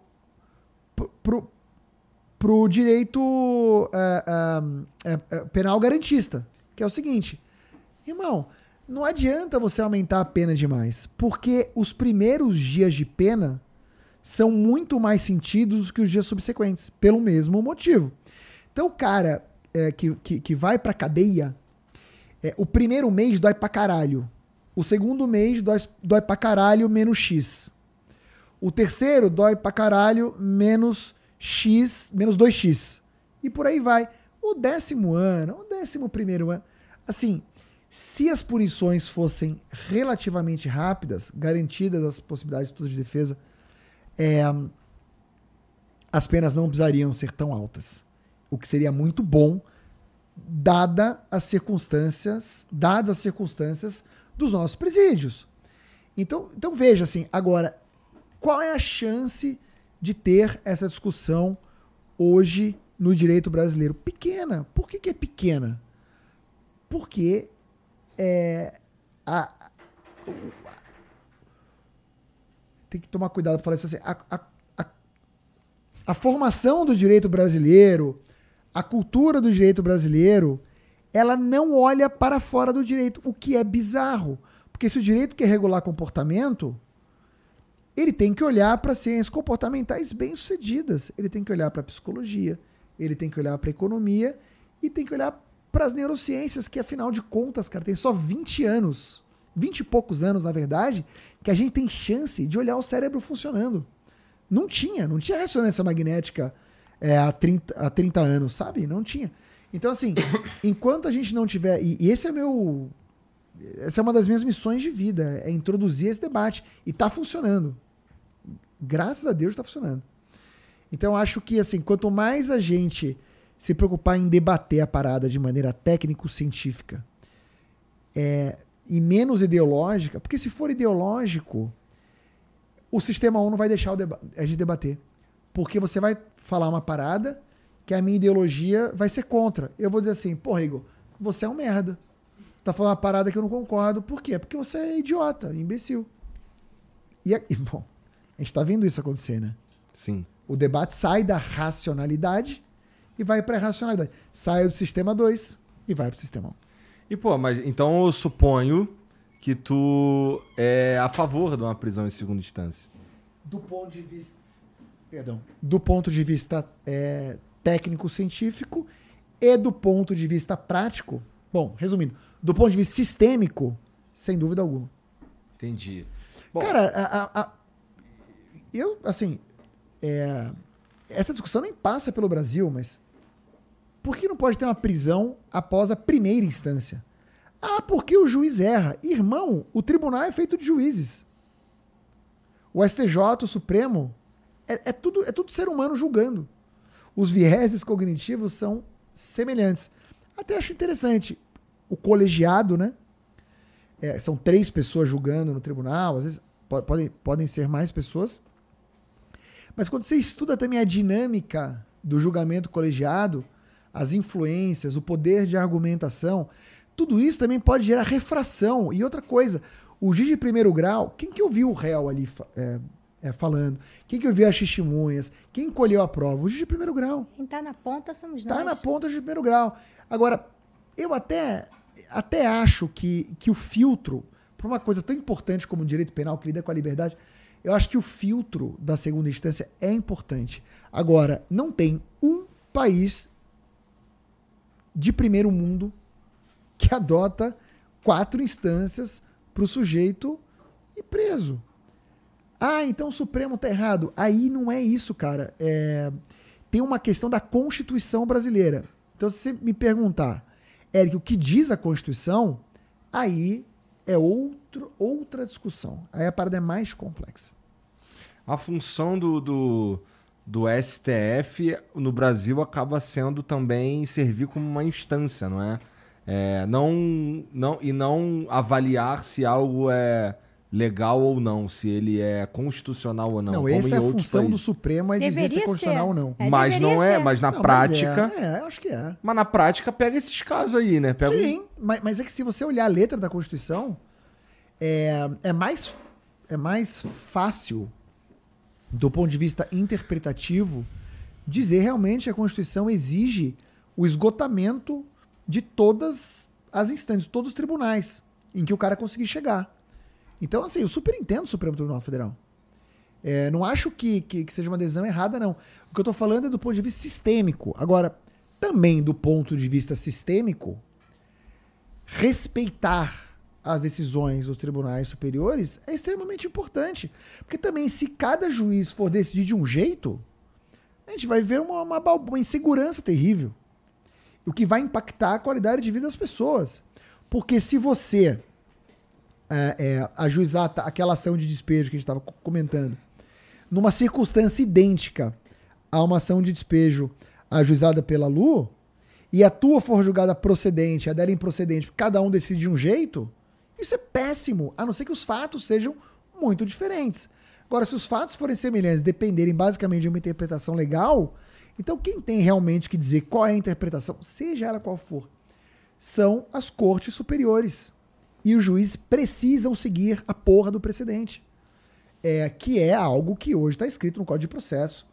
pro direito penal garantista, que é o seguinte, irmão, não adianta você aumentar a pena demais, porque os primeiros dias de pena são muito mais sentidos que os dias subsequentes, pelo mesmo motivo. Então o cara que vai pra cadeia, o primeiro mês dói pra caralho, o segundo mês dói pra caralho menos X, o terceiro dói pra caralho menos X, menos 2X, e por aí vai. O 10º ano, o 11º ano, assim, se as punições fossem relativamente rápidas, garantidas as possibilidades todas de defesa, as penas não precisariam ser tão altas. O que seria muito bom, dadas as circunstâncias dos nossos presídios. Então veja assim, agora, qual é a chance de ter essa discussão hoje no direito brasileiro? Pequena. Por que é pequena? Porque tem que tomar cuidado para falar isso assim. A formação do direito brasileiro, a cultura do direito brasileiro, ela não olha para fora do direito, o que é bizarro. Porque se o direito quer regular comportamento, ele tem que olhar para ciências comportamentais bem-sucedidas. Ele tem que olhar para a psicologia, ele tem que olhar para a economia e tem que olhar para as neurociências, que afinal de contas, cara, tem só 20 anos, 20 e poucos anos, na verdade, que a gente tem chance de olhar o cérebro funcionando. Não tinha ressonância magnética há 30 anos, sabe? Não tinha. Então, assim, enquanto a gente não tiver... E esse é essa é uma das minhas missões de vida, é introduzir esse debate. E tá funcionando. Graças a Deus tá funcionando. Então, acho que, assim, quanto mais a gente se preocupar em debater a parada de maneira técnico-científica e menos ideológica, porque se for ideológico, o Sistema 1 não vai deixar a gente debater. Porque você vai falar uma parada que a minha ideologia vai ser contra. Eu vou dizer assim, porra, Igor, você é um merda. Tá falando uma parada que eu não concordo. Por quê? Porque você é idiota, imbecil. E bom, a gente tá vendo isso acontecer, né? Sim. O debate sai da racionalidade e vai para a irracionalidade. Sai do Sistema 2 e vai para o Sistema 1. E, pô, mas então eu suponho que tu é a favor de uma prisão em segunda instância. Do ponto de vista... Perdão. Do ponto de vista técnico-científico e do ponto de vista prático. Bom, resumindo, do ponto de vista sistêmico, sem dúvida alguma. Entendi. Bom, cara, eu, assim, essa discussão nem passa pelo Brasil, mas por que não pode ter uma prisão após a primeira instância? Ah, porque o juiz erra. Irmão, o tribunal é feito de juízes. O STJ, o Supremo, é tudo ser humano julgando. Os vieses cognitivos são semelhantes. Até acho interessante. O colegiado, né? São 3 pessoas julgando no tribunal, às vezes podem ser mais pessoas. Mas quando você estuda também a dinâmica do julgamento colegiado, as influências, o poder de argumentação, tudo isso também pode gerar refração. E outra coisa, o juiz de primeiro grau, quem que ouviu o réu ali falando? Quem que ouviu as testemunhas? Quem colheu a prova? O juiz de primeiro grau. Quem tá na ponta somos nós. Tá na ponta de primeiro grau. Agora, eu até acho que o filtro, para uma coisa tão importante como o direito penal que lida com a liberdade, eu acho que o filtro da segunda instância é importante. Agora, não tem um país de primeiro mundo que adota 4 instâncias para o sujeito ir preso. Ah, então o Supremo tá errado. Aí não é isso, cara. Tem uma questão da Constituição brasileira. Então, se você me perguntar, Eric, o que diz a Constituição, aí é outra discussão. Aí a parada é mais complexa. A função do STF no Brasil acaba sendo também servir como uma instância, não é? Não avaliar se algo é legal ou não, se ele é constitucional ou não. Não, como essa é a função países. do Supremo, é dizer se é constitucional ou não. Mas não é, mas na prática... eu acho que é. Mas na prática pega esses casos aí, né? Sim, mas é que se você olhar a letra da Constituição, é mais fácil, do ponto de vista interpretativo, dizer realmente que a Constituição exige o esgotamento de todas as instâncias, todos os tribunais em que o cara conseguir chegar. Então, assim, eu super entendo o Supremo Tribunal Federal. Não acho que seja uma decisão errada, não. O que eu estou falando é do ponto de vista sistêmico. Agora, também do ponto de vista sistêmico, respeitar as decisões dos tribunais superiores é extremamente importante. Porque também, se cada juiz for decidir de um jeito, a gente vai ver uma insegurança terrível. O que vai impactar a qualidade de vida das pessoas. Porque se você ajuizar aquela ação de despejo que a gente estava comentando, numa circunstância idêntica a uma ação de despejo ajuizada pela Lu, e a tua for julgada procedente, a dela improcedente, cada um decide de um jeito, isso é péssimo, a não ser que os fatos sejam muito diferentes. Agora, se os fatos forem semelhantes, dependerem basicamente de uma interpretação legal, então quem tem realmente que dizer qual é a interpretação, seja ela qual for, são as cortes superiores. E os juízes precisam seguir a porra do precedente. Que é algo que hoje está escrito no Código de Processo.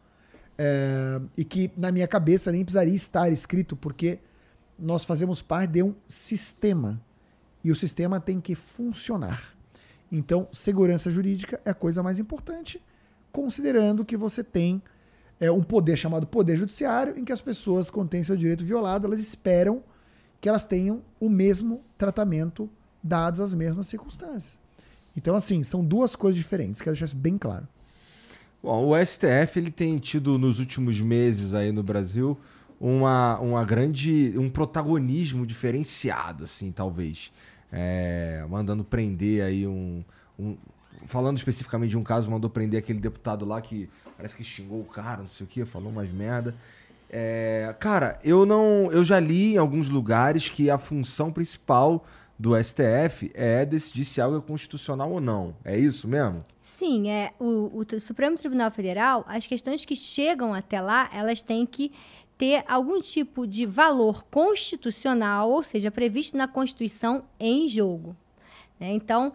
E que, na minha cabeça, nem precisaria estar escrito, porque nós fazemos parte de um sistema. E o sistema tem que funcionar. Então, segurança jurídica é a coisa mais importante, considerando que você tem um poder chamado Poder Judiciário, em que as pessoas, quando têm seu direito violado, elas esperam que elas tenham o mesmo tratamento dadas as mesmas circunstâncias. Então, assim, são duas coisas diferentes. Quero deixar isso bem claro. Bom, o STF ele tem tido nos últimos meses aí no Brasil um protagonismo diferenciado, assim, talvez. Mandando prender aí falando especificamente de um caso, mandou prender aquele deputado lá que parece que xingou o cara, não sei o que, falou umas merda. Cara, eu já li em alguns lugares que a função principal do STF é decidir se algo é constitucional ou não. É isso mesmo? Sim, o Supremo Tribunal Federal, as questões que chegam até lá, elas têm que ter algum tipo de valor constitucional, ou seja, previsto na Constituição em jogo. Então,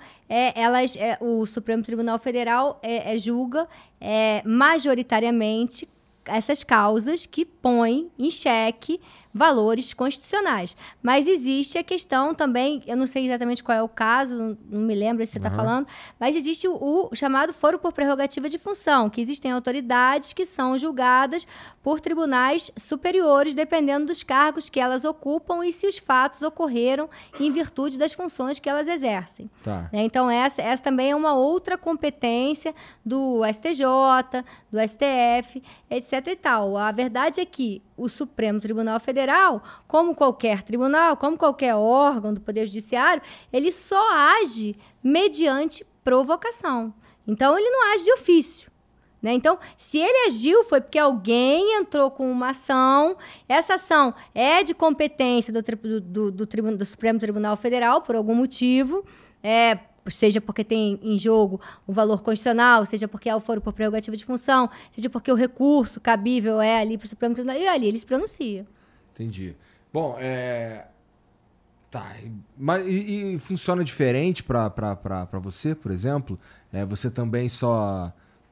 o Supremo Tribunal Federal julga majoritariamente essas causas que põem em xeque valores constitucionais. Mas existe a questão também, eu não sei exatamente qual é o caso, não me lembro se você está falando, mas existe o chamado foro por prerrogativa de função, que existem autoridades que são julgadas por tribunais superiores, dependendo dos cargos que elas ocupam e se os fatos ocorreram em virtude das funções que elas exercem. Tá. Então, essa também é uma outra competência do STJ, do STF, etc. e tal. A verdade é que o Supremo Tribunal Federal, como qualquer tribunal, como qualquer órgão do Poder Judiciário, ele só age mediante provocação. Então, ele não age de ofício. Então, se ele agiu, foi porque alguém entrou com uma ação. Essa ação é de competência do Supremo Tribunal Federal, por algum motivo, seja porque tem em jogo o valor constitucional, seja porque é o foro por prerrogativa de função, seja porque o recurso cabível é ali para o Supremo Tribunal, e ali ele se pronuncia. Entendi. Bom, tá. Mas e funciona diferente para você, por exemplo? Você também só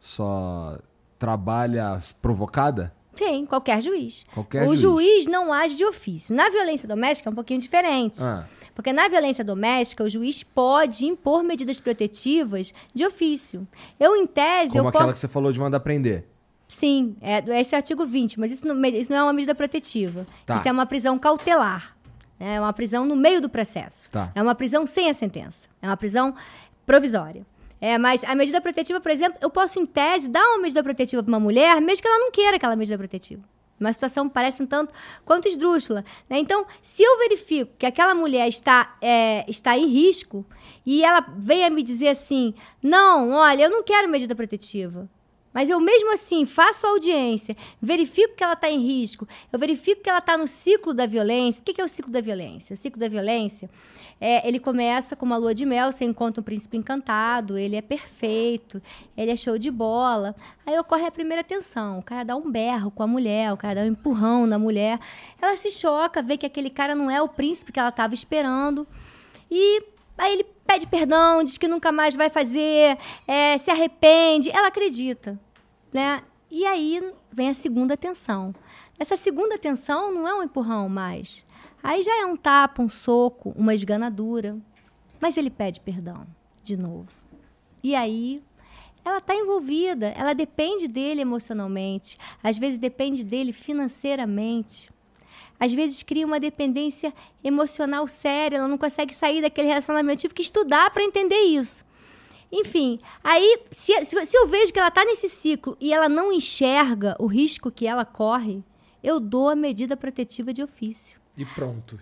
trabalha provocada? Sim, qualquer juiz. O juiz não age de ofício. Na violência doméstica é um pouquinho diferente. Porque na violência doméstica, o juiz pode impor medidas protetivas de ofício. Em tese, como aquela que você falou de mandar prender. Sim, esse é o artigo 20, mas isso não é uma medida protetiva. Tá. Isso é uma prisão cautelar. É uma prisão no meio do processo. Tá. É uma prisão sem a sentença. É uma prisão provisória. Mas a medida protetiva, por exemplo, eu posso, em tese, dar uma medida protetiva para uma mulher, mesmo que ela não queira aquela medida protetiva. Uma situação parece um tanto quanto esdrúxula. Então, se eu verifico que aquela mulher está em risco e ela venha me dizer assim, não, olha, eu não quero medida protetiva, mas eu mesmo assim faço a audiência, verifico que ela está em risco, eu verifico que ela está no ciclo da violência. O que é o ciclo da violência? O ciclo da violência, ele começa com uma lua de mel, você encontra um príncipe encantado, ele é perfeito, ele é show de bola. Aí ocorre a primeira tensão, o cara dá um berro com a mulher, o cara dá um empurrão na mulher, ela se choca, vê que aquele cara não é o príncipe que ela estava esperando, e aí ele pede perdão, diz que nunca mais vai fazer, se arrepende, ela acredita. E aí vem a segunda tensão. Essa segunda tensão não é um empurrão mais. Aí já é um tapa, um soco, uma esganadura. Mas ele pede perdão, de novo. E aí ela está envolvida, ela depende dele emocionalmente, às vezes depende dele financeiramente. Às vezes cria uma dependência emocional séria, ela não consegue sair daquele relacionamento. Eu tive que estudar para entender isso. Enfim, aí, se eu vejo que ela está nesse ciclo e ela não enxerga o risco que ela corre, eu dou a medida protetiva de ofício. E pronto.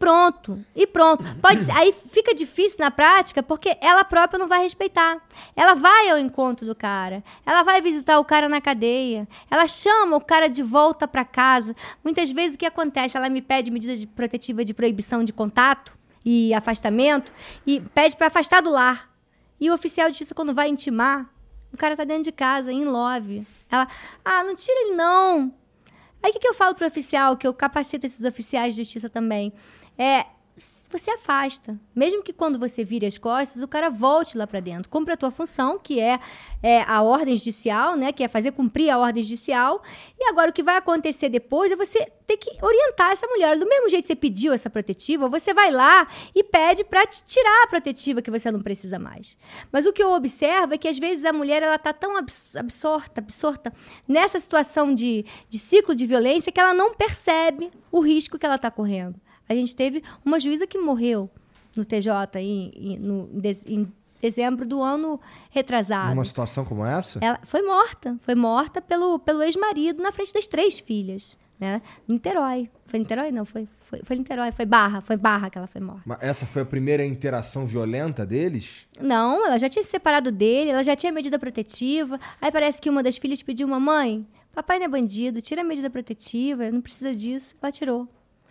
Aí fica difícil na prática porque ela própria não vai respeitar. Ela vai ao encontro do cara. Ela vai visitar o cara na cadeia. Ela chama o cara de volta para casa. Muitas vezes o que acontece? Ela me pede medida protetiva de proibição de contato e afastamento e pede para afastar do lar. E o oficial de justiça, quando vai intimar, o cara tá dentro de casa, em love. Ela, não tira ele não. Aí o que eu falo pro oficial, que eu capacito esses oficiais de justiça também? Você afasta. Mesmo que quando você vire as costas, o cara volte lá para dentro. Cumpre a tua função, que é a ordem judicial, né? Que é fazer cumprir a ordem judicial. E agora o que vai acontecer depois é você ter que orientar essa mulher. Do mesmo jeito que você pediu essa protetiva, você vai lá e pede para te tirar a protetiva que você não precisa mais. Mas o que eu observo é que às vezes a mulher ela tá tão absorta nessa situação de ciclo de violência que ela não percebe o risco que ela está correndo. A gente teve uma juíza que morreu no TJ em dezembro do ano retrasado. Numa situação como essa? Ela foi morta pelo ex-marido na frente das 3 filhas, né? Niterói. Foi Niterói? Não, foi Niterói, foi Barra que ela foi morta. Mas essa foi a primeira interação violenta deles? Não, ela já tinha se separado dele, ela já tinha medida protetiva. Aí parece que uma das filhas pediu: mamãe, papai não é bandido, tira a medida protetiva, não precisa disso. Ela tirou.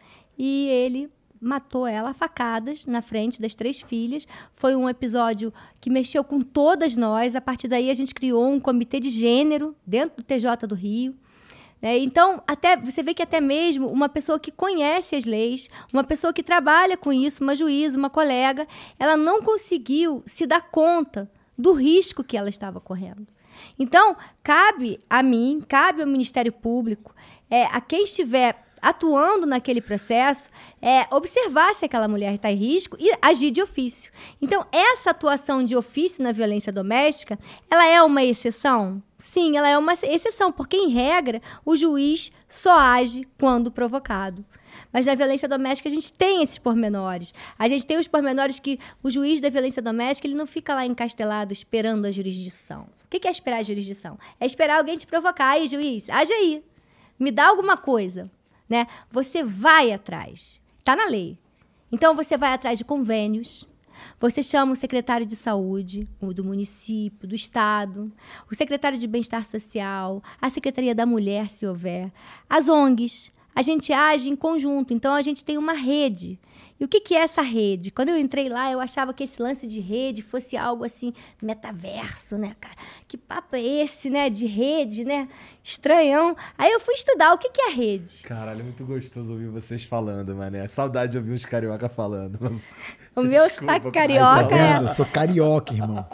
E ele matou ela a facadas na frente das 3 filhas. Foi um episódio que mexeu com todas nós. A partir daí a gente criou um comitê de gênero dentro do TJ do Rio. Então, você vê que até mesmo uma pessoa que conhece as leis, uma pessoa que trabalha com isso, uma juíza, uma colega, ela não conseguiu se dar conta do risco que ela estava correndo. Então, cabe a mim, cabe ao Ministério Público, a quem estiver atuando naquele processo, observar se aquela mulher está em risco e agir de ofício. Então, essa atuação de ofício na violência doméstica, ela é uma exceção? Sim, ela é uma exceção, porque, em regra, o juiz só age quando provocado. Mas na violência doméstica a gente tem esses pormenores. A gente tem os pormenores que o juiz da violência doméstica ele não fica lá encastelado esperando a jurisdição. O que é esperar a jurisdição? É esperar alguém te provocar. Aí, juiz, age aí. Me dá alguma coisa. Né? Você vai atrás. Está na lei. Então, você vai atrás de convênios. Você chama o secretário de saúde, o do município, do estado, o secretário de bem-estar social, a Secretaria da Mulher, se houver, as ONGs. A gente age em conjunto. Então, a gente tem uma rede. E o que é essa rede? Quando eu entrei lá, eu achava que esse lance de rede fosse algo assim, metaverso, né, cara? Que papo é esse, né? De rede, né? Estranhão. Aí eu fui estudar o que é a rede. Caralho, é muito gostoso ouvir vocês falando, mané. Saudade de ouvir uns carioca falando. O meu sotaque carioca Eu sou carioca, irmão.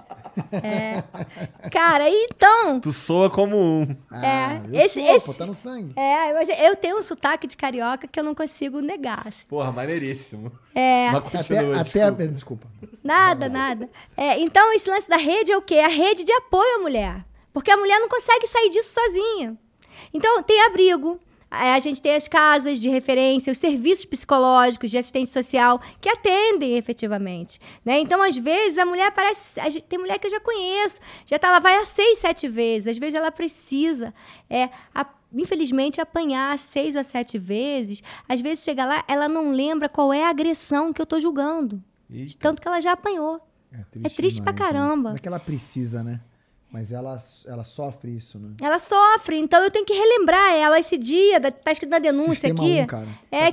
Cara, então... Tu soa como um. Pô, tá no sangue. Mas eu tenho um sotaque de carioca que eu não consigo negar. Assim. Porra, maneiríssimo. Mas continua, desculpa. Nada. Então, esse lance da rede é o quê? A rede de apoio à mulher. Porque a mulher não consegue sair disso sozinha. Então, tem abrigo. A gente tem as casas de referência, os serviços psicológicos de assistente social que atendem efetivamente. Né? Então, às vezes, a mulher parece... Tem mulher que eu já conheço, ela vai a 6, 7 vezes. Às vezes, ela precisa, infelizmente, apanhar 6 ou 7 vezes. Às vezes, chega lá, ela não lembra qual é a agressão que eu estou julgando. De tanto que ela já apanhou. É triste pra caramba. Não é que ela precisa, né? Mas ela sofre isso, né? Ela sofre, então eu tenho que relembrar ela esse dia, tá escrito na denúncia Sistema aqui. 1, cara.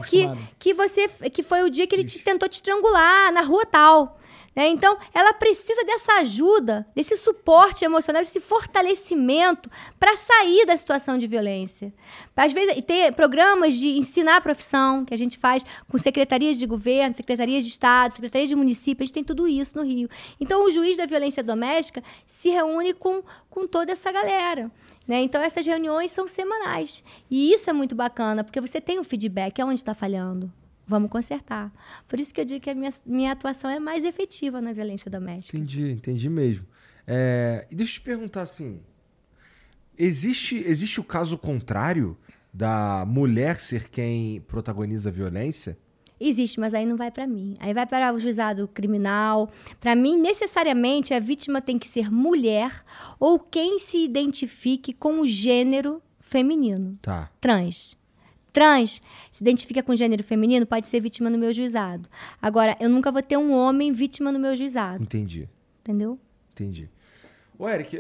Tá que foi o dia que ele tentou te estrangular na rua tal. Né? Então, ela precisa dessa ajuda, desse suporte emocional, desse fortalecimento para sair da situação de violência. Às vezes, tem programas de ensinar a profissão que a gente faz com secretarias de governo, secretarias de estado, secretarias de município, a gente tem tudo isso no Rio. Então, o juiz da violência doméstica se reúne com toda essa galera. Né? Então, essas reuniões são semanais. E isso é muito bacana, porque você tem um feedback, aonde está falhando. Vamos consertar. Por isso que eu digo que a minha atuação é mais efetiva na violência doméstica. Entendi mesmo. E deixa eu te perguntar assim, existe o caso contrário da mulher ser quem protagoniza a violência? Existe, mas aí não vai para mim. Aí vai para o juizado criminal. Para mim, necessariamente, a vítima tem que ser mulher ou quem se identifique com o gênero feminino. Tá. Trans, se identifica com gênero feminino, pode ser vítima no meu juizado. Agora, eu nunca vou ter um homem vítima no meu juizado. Entendi. Entendeu? Entendi. Ô, Eric,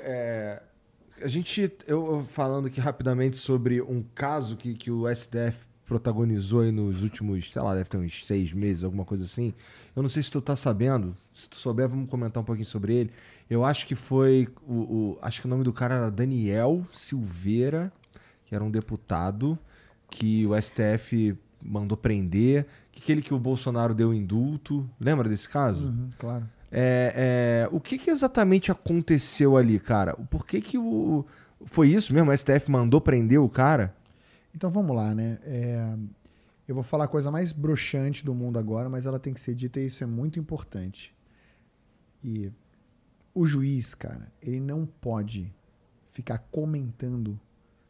eu falando aqui rapidamente sobre um caso que o STF protagonizou aí nos últimos, sei lá, deve ter uns 6 meses, alguma coisa assim. Eu não sei se tu tá sabendo. Se tu souber, vamos comentar um pouquinho sobre ele. Eu acho que foi... acho que o nome do cara era Daniel Silveira, que era um deputado... que o STF mandou prender, aquele que o Bolsonaro deu indulto. Lembra desse caso? Claro. O que exatamente aconteceu ali, cara? Por que foi isso mesmo? O STF mandou prender o cara? Então vamos lá, né? Eu vou falar a coisa mais broxante do mundo agora, mas ela tem que ser dita e isso é muito importante. E o juiz, cara, ele não pode ficar comentando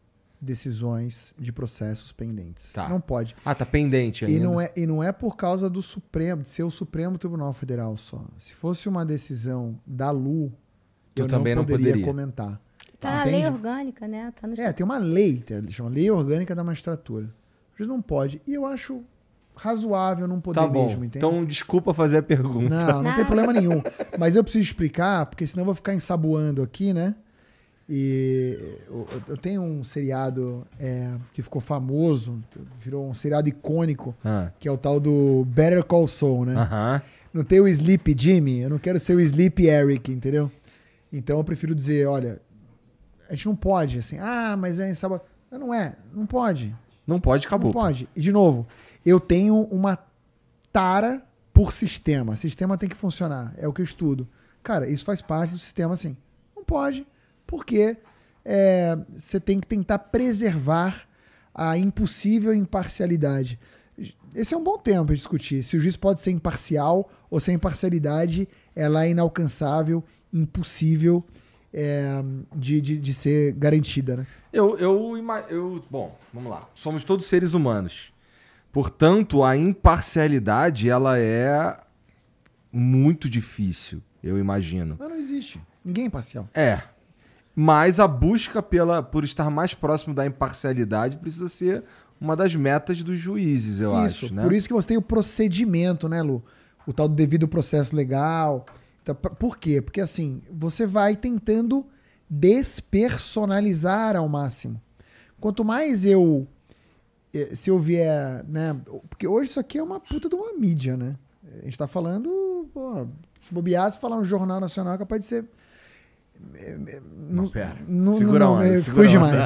decisões de processos pendentes. Tá. Não pode. Ah, tá pendente ainda. E não é por causa do Supremo, de ser o Supremo Tribunal Federal só. Se fosse uma decisão da Lu, eu também não poderia comentar. Tá na Entende? lei orgânica, né? Tá no Tem uma lei, chama Lei Orgânica da Magistratura. O juiz não pode. E eu acho razoável não poder Tá bom. mesmo, entende? Então, desculpa fazer a pergunta. Não tem problema nenhum. Mas eu preciso explicar, porque senão eu vou ficar ensaboando aqui, né? E eu tenho um seriado que ficou famoso, virou um seriado icônico, que é o tal do Better Call Saul, né? Não tem o Sleep Jimmy, eu não quero ser o Sleep Eric, entendeu? Então eu prefiro dizer, olha, a gente não pode, assim, mas é ensaboado. Não pode. Não pode, acabou. Não pode. E de novo, eu tenho uma tara por sistema. Sistema tem que funcionar. É o que eu estudo. Cara, isso faz parte do sistema, assim. Não pode, porque você tem que tentar preservar a impossível imparcialidade. Esse é um bom tema para discutir. Se o juiz pode ser imparcial ou se a imparcialidade ela é inalcançável, impossível de ser garantida, né? Bom, vamos lá. Somos todos seres humanos. Portanto, a imparcialidade, ela é muito difícil, eu imagino. Não existe. Ninguém é imparcial. Mas a busca por estar mais próximo da imparcialidade precisa ser uma das metas dos juízes, eu acho, né? Por isso que você tem o procedimento, né, Lu? O tal do devido processo legal. Então, por quê? Porque assim, você vai tentando despersonalizar ao máximo. Quanto mais se eu vier, né? Porque hoje isso aqui é uma puta de uma mídia, né? A gente tá falando, se bobear, se falar no Jornal Nacional, é capaz de ser... Pera. Segura onda. Fui demais.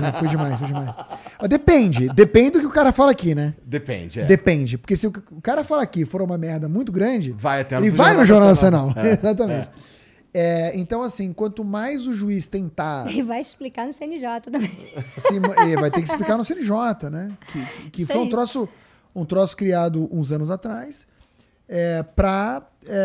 Depende do que o cara fala aqui, né? Depende. Depende. Porque se o cara fala aqui for uma merda muito grande, ele vai no Jornal Jornal Nacional. Exatamente. Então, assim, quanto mais o juiz tentar... E vai explicar no CNJ também. Vai ter que explicar no CNJ, né? Que foi um troço criado uns anos atrás para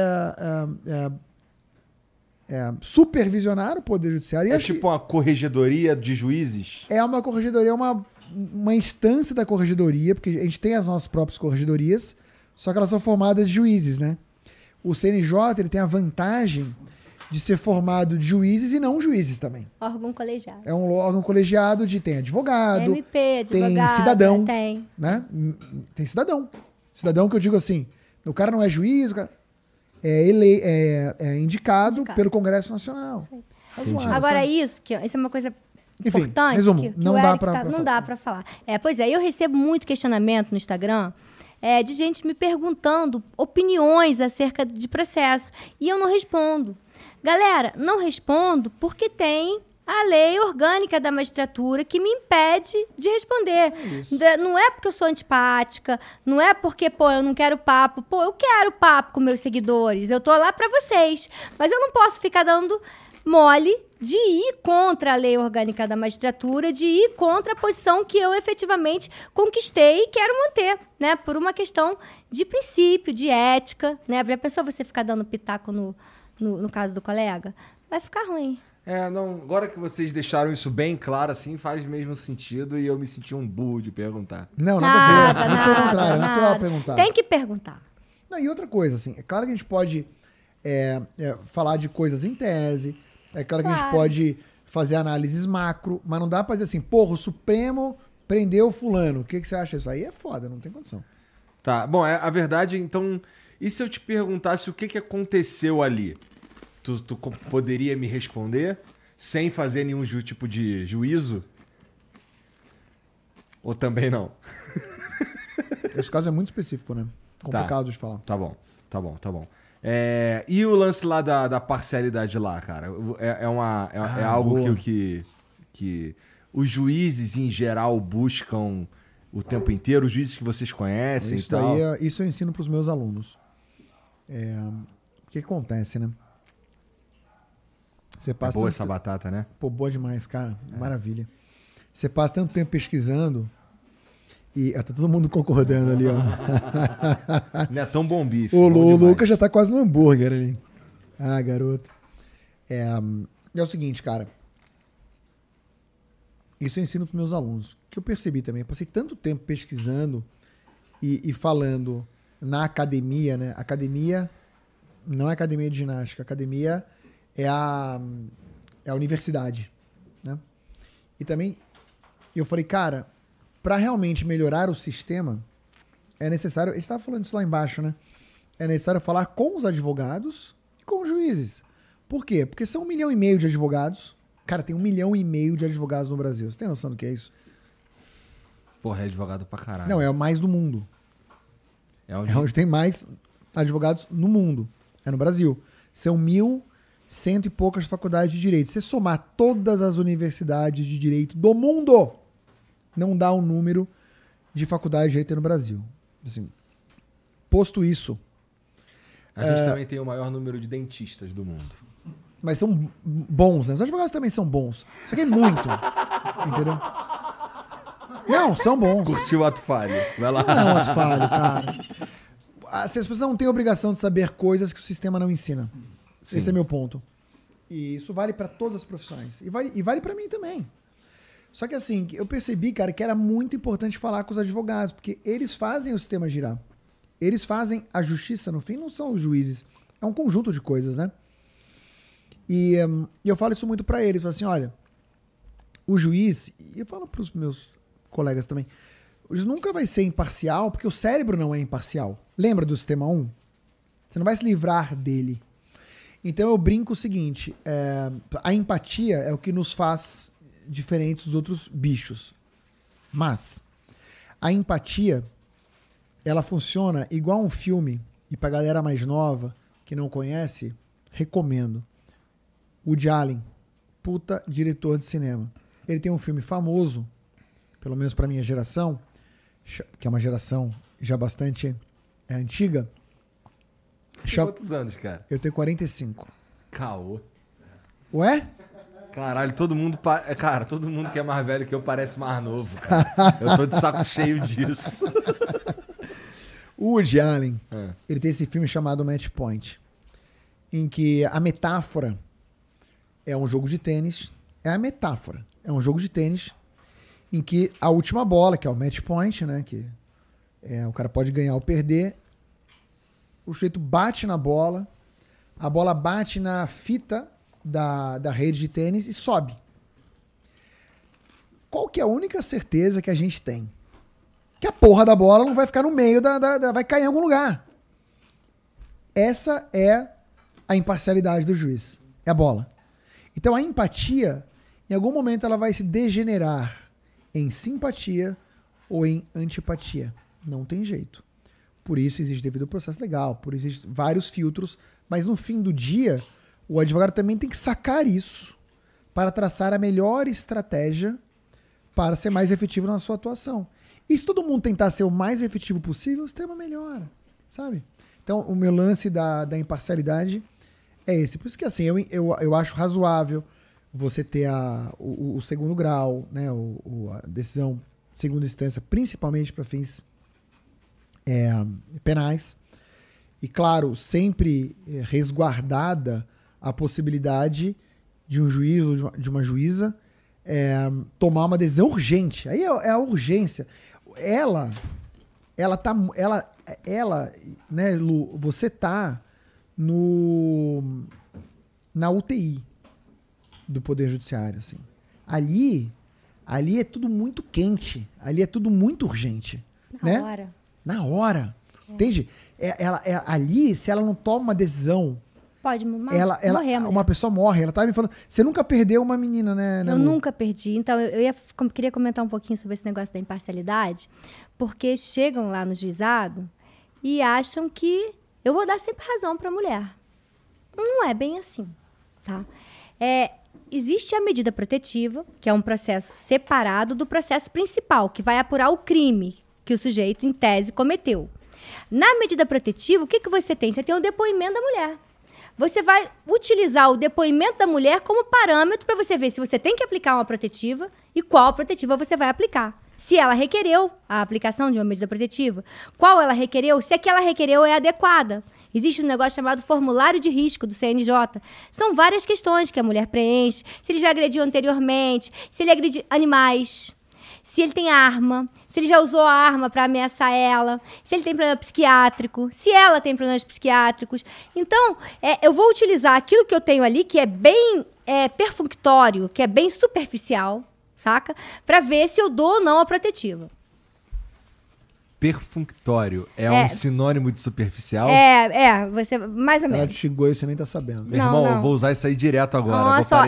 supervisionar o Poder Judiciário. Tipo uma corregedoria de juízes? É uma corregedoria, uma instância da corregedoria, porque a gente tem as nossas próprias corregedorias, só que elas são formadas de juízes, né? O CNJ ele tem a vantagem de ser formado de juízes e não juízes também. Órgão colegiado. É um órgão colegiado tem advogado, MP, tem advogado, cidadão. Tem. Né? Tem cidadão. Cidadão que eu digo assim, o cara não é juiz, o cara é indicado pelo Congresso Nacional. Agora isso é uma coisa importante. Resumo, que não dá para falar. Pois é, eu recebo muito questionamento no Instagram de gente me perguntando opiniões acerca de processo. E eu não respondo. Galera, não respondo porque tem a lei orgânica da magistratura que me impede de responder. Não é porque eu sou antipática, não é porque, eu não quero papo. Eu quero papo com meus seguidores, eu tô lá para vocês. Mas eu não posso ficar dando mole de ir contra a lei orgânica da magistratura, de ir contra a posição que eu efetivamente conquistei e quero manter, né? Por uma questão de princípio, de ética, né? Já pensou você ficar dando pitaco no caso do colega? Vai ficar ruim. Agora que vocês deixaram isso bem claro, assim, faz mesmo sentido e eu me senti um burro de perguntar. Não, nada a ver. Pelo contrário, é natural perguntar. Tem que perguntar. Não, e outra coisa, assim, é claro que a gente pode falar de coisas em tese, é claro que a gente pode fazer análises macro, mas não dá pra dizer assim, o Supremo prendeu fulano, o que você acha disso? Aí é foda, não tem condição. Tá, bom, a verdade, então, e se eu te perguntasse o que aconteceu ali? Tu poderia me responder sem fazer nenhum tipo de juízo? Ou também não? Esse caso é muito específico, né? Complicado de falar. Tá bom. E o lance lá da parcialidade lá, cara? É algo que os juízes, em geral, buscam o tempo inteiro? Os juízes que vocês conhecem e tal? Isso eu ensino pros meus alunos. O que acontece, né? Você passa boa essa batata, né? Boa demais, cara. Maravilha. Você passa tanto tempo pesquisando e tá todo mundo concordando ali, ó. Não é tão bom bife. O Lucas já tá quase no hambúrguer ali. Ah, garoto. É o seguinte, cara. Isso eu ensino pros meus alunos. que eu percebi também. Eu passei tanto tempo pesquisando e falando na academia, né? Academia não é academia de ginástica. Academia é a universidade, né? E também eu falei, cara, para realmente melhorar o sistema, é necessário... A gente estava falando isso lá embaixo, né? É necessário falar com os advogados e com os juízes. Por quê? Porque são 1,5 milhão de advogados. Cara, tem 1,5 milhão de advogados no Brasil. Você tem noção do que é isso? Porra, é advogado pra caralho. Não, é o mais do mundo. É É onde tem mais advogados no mundo. É no Brasil. São 1.100 e poucas faculdades de direito. Se você somar todas as universidades de direito do mundo, não dá um número de faculdade de direito no Brasil. Assim, posto isso... A gente também tem o maior número de dentistas do mundo. Mas são bons, né? Os advogados também são bons. Só que é muito. Entendeu? Não, são bons. Curtiu o ato falho. Vai lá. Não é um ato falho, cara. As pessoas não têm a obrigação de saber coisas que o sistema não ensina. Sim. Esse é meu ponto. E isso vale para todas as profissões. E vale para mim também. Só que assim, eu percebi, cara, que era muito importante falar com os advogados, porque eles fazem o sistema girar. Eles fazem a justiça, no fim, não são os juízes. É um conjunto de coisas, né? E eu falo isso muito pra eles. Eu falo assim, olha, o juiz... E eu falo pros meus colegas também. O juiz nunca vai ser imparcial, porque o cérebro não é imparcial. Lembra do sistema 1? Você não vai se livrar dele. Então eu brinco o seguinte. A empatia é o que nos faz diferentes dos outros bichos. Mas a empatia... ela funciona igual um filme, e pra galera mais nova, que não conhece, recomendo. Woody Allen, puta diretor de cinema. Ele tem um filme famoso, pelo menos pra minha geração, que é uma geração já bastante antiga. Você tem quantos anos, cara? Eu tenho 45. Caô. Ué? Caralho, todo mundo que é mais velho que eu parece mais novo, cara. Eu tô de saco cheio disso. O Woody Allen, ele tem esse filme chamado Match Point, em que a metáfora é um jogo de tênis, é a metáfora, é um jogo de tênis em que a última bola, que é o match point, né, que o cara pode ganhar ou perder, o sujeito bate na bola, a bola bate na fita da rede de tênis e sobe. Qual que é a única certeza que a gente tem? Que a porra da bola não vai ficar no meio vai cair em algum lugar. Essa é a imparcialidade do juiz. É a bola. Então a empatia, em algum momento, ela vai se degenerar em simpatia ou em antipatia. Não tem jeito. Por isso existe devido processo legal, por isso existem vários filtros, mas no fim do dia, o advogado também tem que sacar isso para traçar a melhor estratégia para ser mais efetivo na sua atuação. E se todo mundo tentar ser o mais efetivo possível, o sistema melhora, sabe? Então, o meu lance da imparcialidade é esse. Por isso que, assim, eu acho razoável você ter o segundo grau, né, a decisão de segunda instância, principalmente para fins penais. E, claro, sempre resguardada a possibilidade de um juiz ou de uma juíza tomar uma decisão urgente. Aí é a urgência. Ela, né, Lu, você tá na UTI do Poder Judiciário, assim. Ali é tudo muito quente, ali é tudo muito urgente. Na hora. Entende? Ali, se ela não toma uma decisão, pode morrer. Uma pessoa morre. Ela tava me falando, você nunca perdeu uma menina, né? Eu nunca perdi. Então, eu queria comentar um pouquinho sobre esse negócio da imparcialidade, porque chegam lá no juizado e acham que eu vou dar sempre razão para a mulher. Não é bem assim, tá? Existe a medida protetiva, que é um processo separado do processo principal, que vai apurar o crime que o sujeito, em tese, cometeu. Na medida protetiva, o que você tem? Você tem o depoimento da mulher. Você vai utilizar o depoimento da mulher como parâmetro para você ver se você tem que aplicar uma protetiva e qual protetiva você vai aplicar. Se ela requereu a aplicação de uma medida protetiva, qual ela requereu, se a que ela requereu é adequada. Existe um negócio chamado formulário de risco do CNJ. São várias questões que a mulher preenche. Se ele já agrediu anteriormente, se ele agrediu animais, se ele tem arma, se ele já usou a arma para ameaçar ela, se ele tem problema psiquiátrico, se ela tem problemas psiquiátricos. Então, eu vou utilizar aquilo que eu tenho ali, que é bem perfunctório, que é bem superficial, saca? Para ver se eu dou ou não a protetiva. Perfunctório é um sinônimo de superficial? Você, mais ou menos. Ela te xingou e você nem tá sabendo. Meu irmão, eu vou usar isso aí direto agora. Olha só,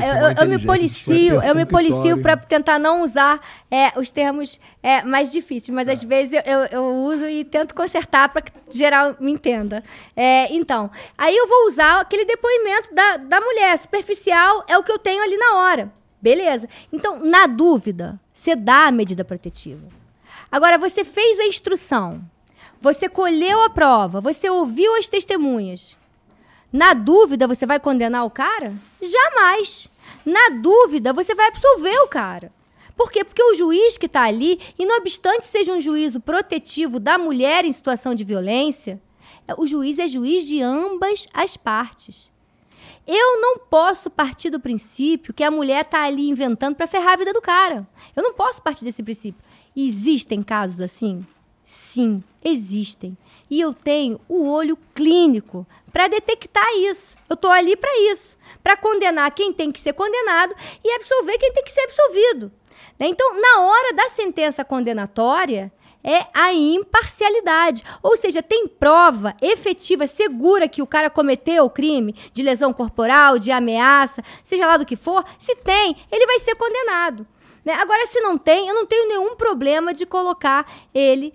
eu me policio para tentar não usar os termos mais difíceis, mas às vezes eu uso e tento consertar para que geral me entenda. Então, aí eu vou usar aquele depoimento da mulher. Superficial é o que eu tenho ali na hora. Beleza. Então, na dúvida, você dá a medida protetiva. Agora, você fez a instrução, você colheu a prova, você ouviu as testemunhas. Na dúvida, você vai condenar o cara? Jamais. Na dúvida, você vai absolver o cara. Por quê? Porque o juiz que está ali, e não obstante seja um juízo protetivo da mulher em situação de violência, o juiz é juiz de ambas as partes. Eu não posso partir do princípio que a mulher está ali inventando para ferrar a vida do cara. Eu não posso partir desse princípio. Existem casos assim? Sim, existem. E eu tenho o olho clínico para detectar isso. Eu estou ali para isso. Para condenar quem tem que ser condenado e absolver quem tem que ser absolvido. Então, na hora da sentença condenatória, é a imparcialidade. Ou seja, tem prova efetiva, segura que o cara cometeu o crime de lesão corporal, de ameaça, seja lá do que for. Se tem, ele vai ser condenado. Agora, se não tem, eu não tenho nenhum problema de colocar ele,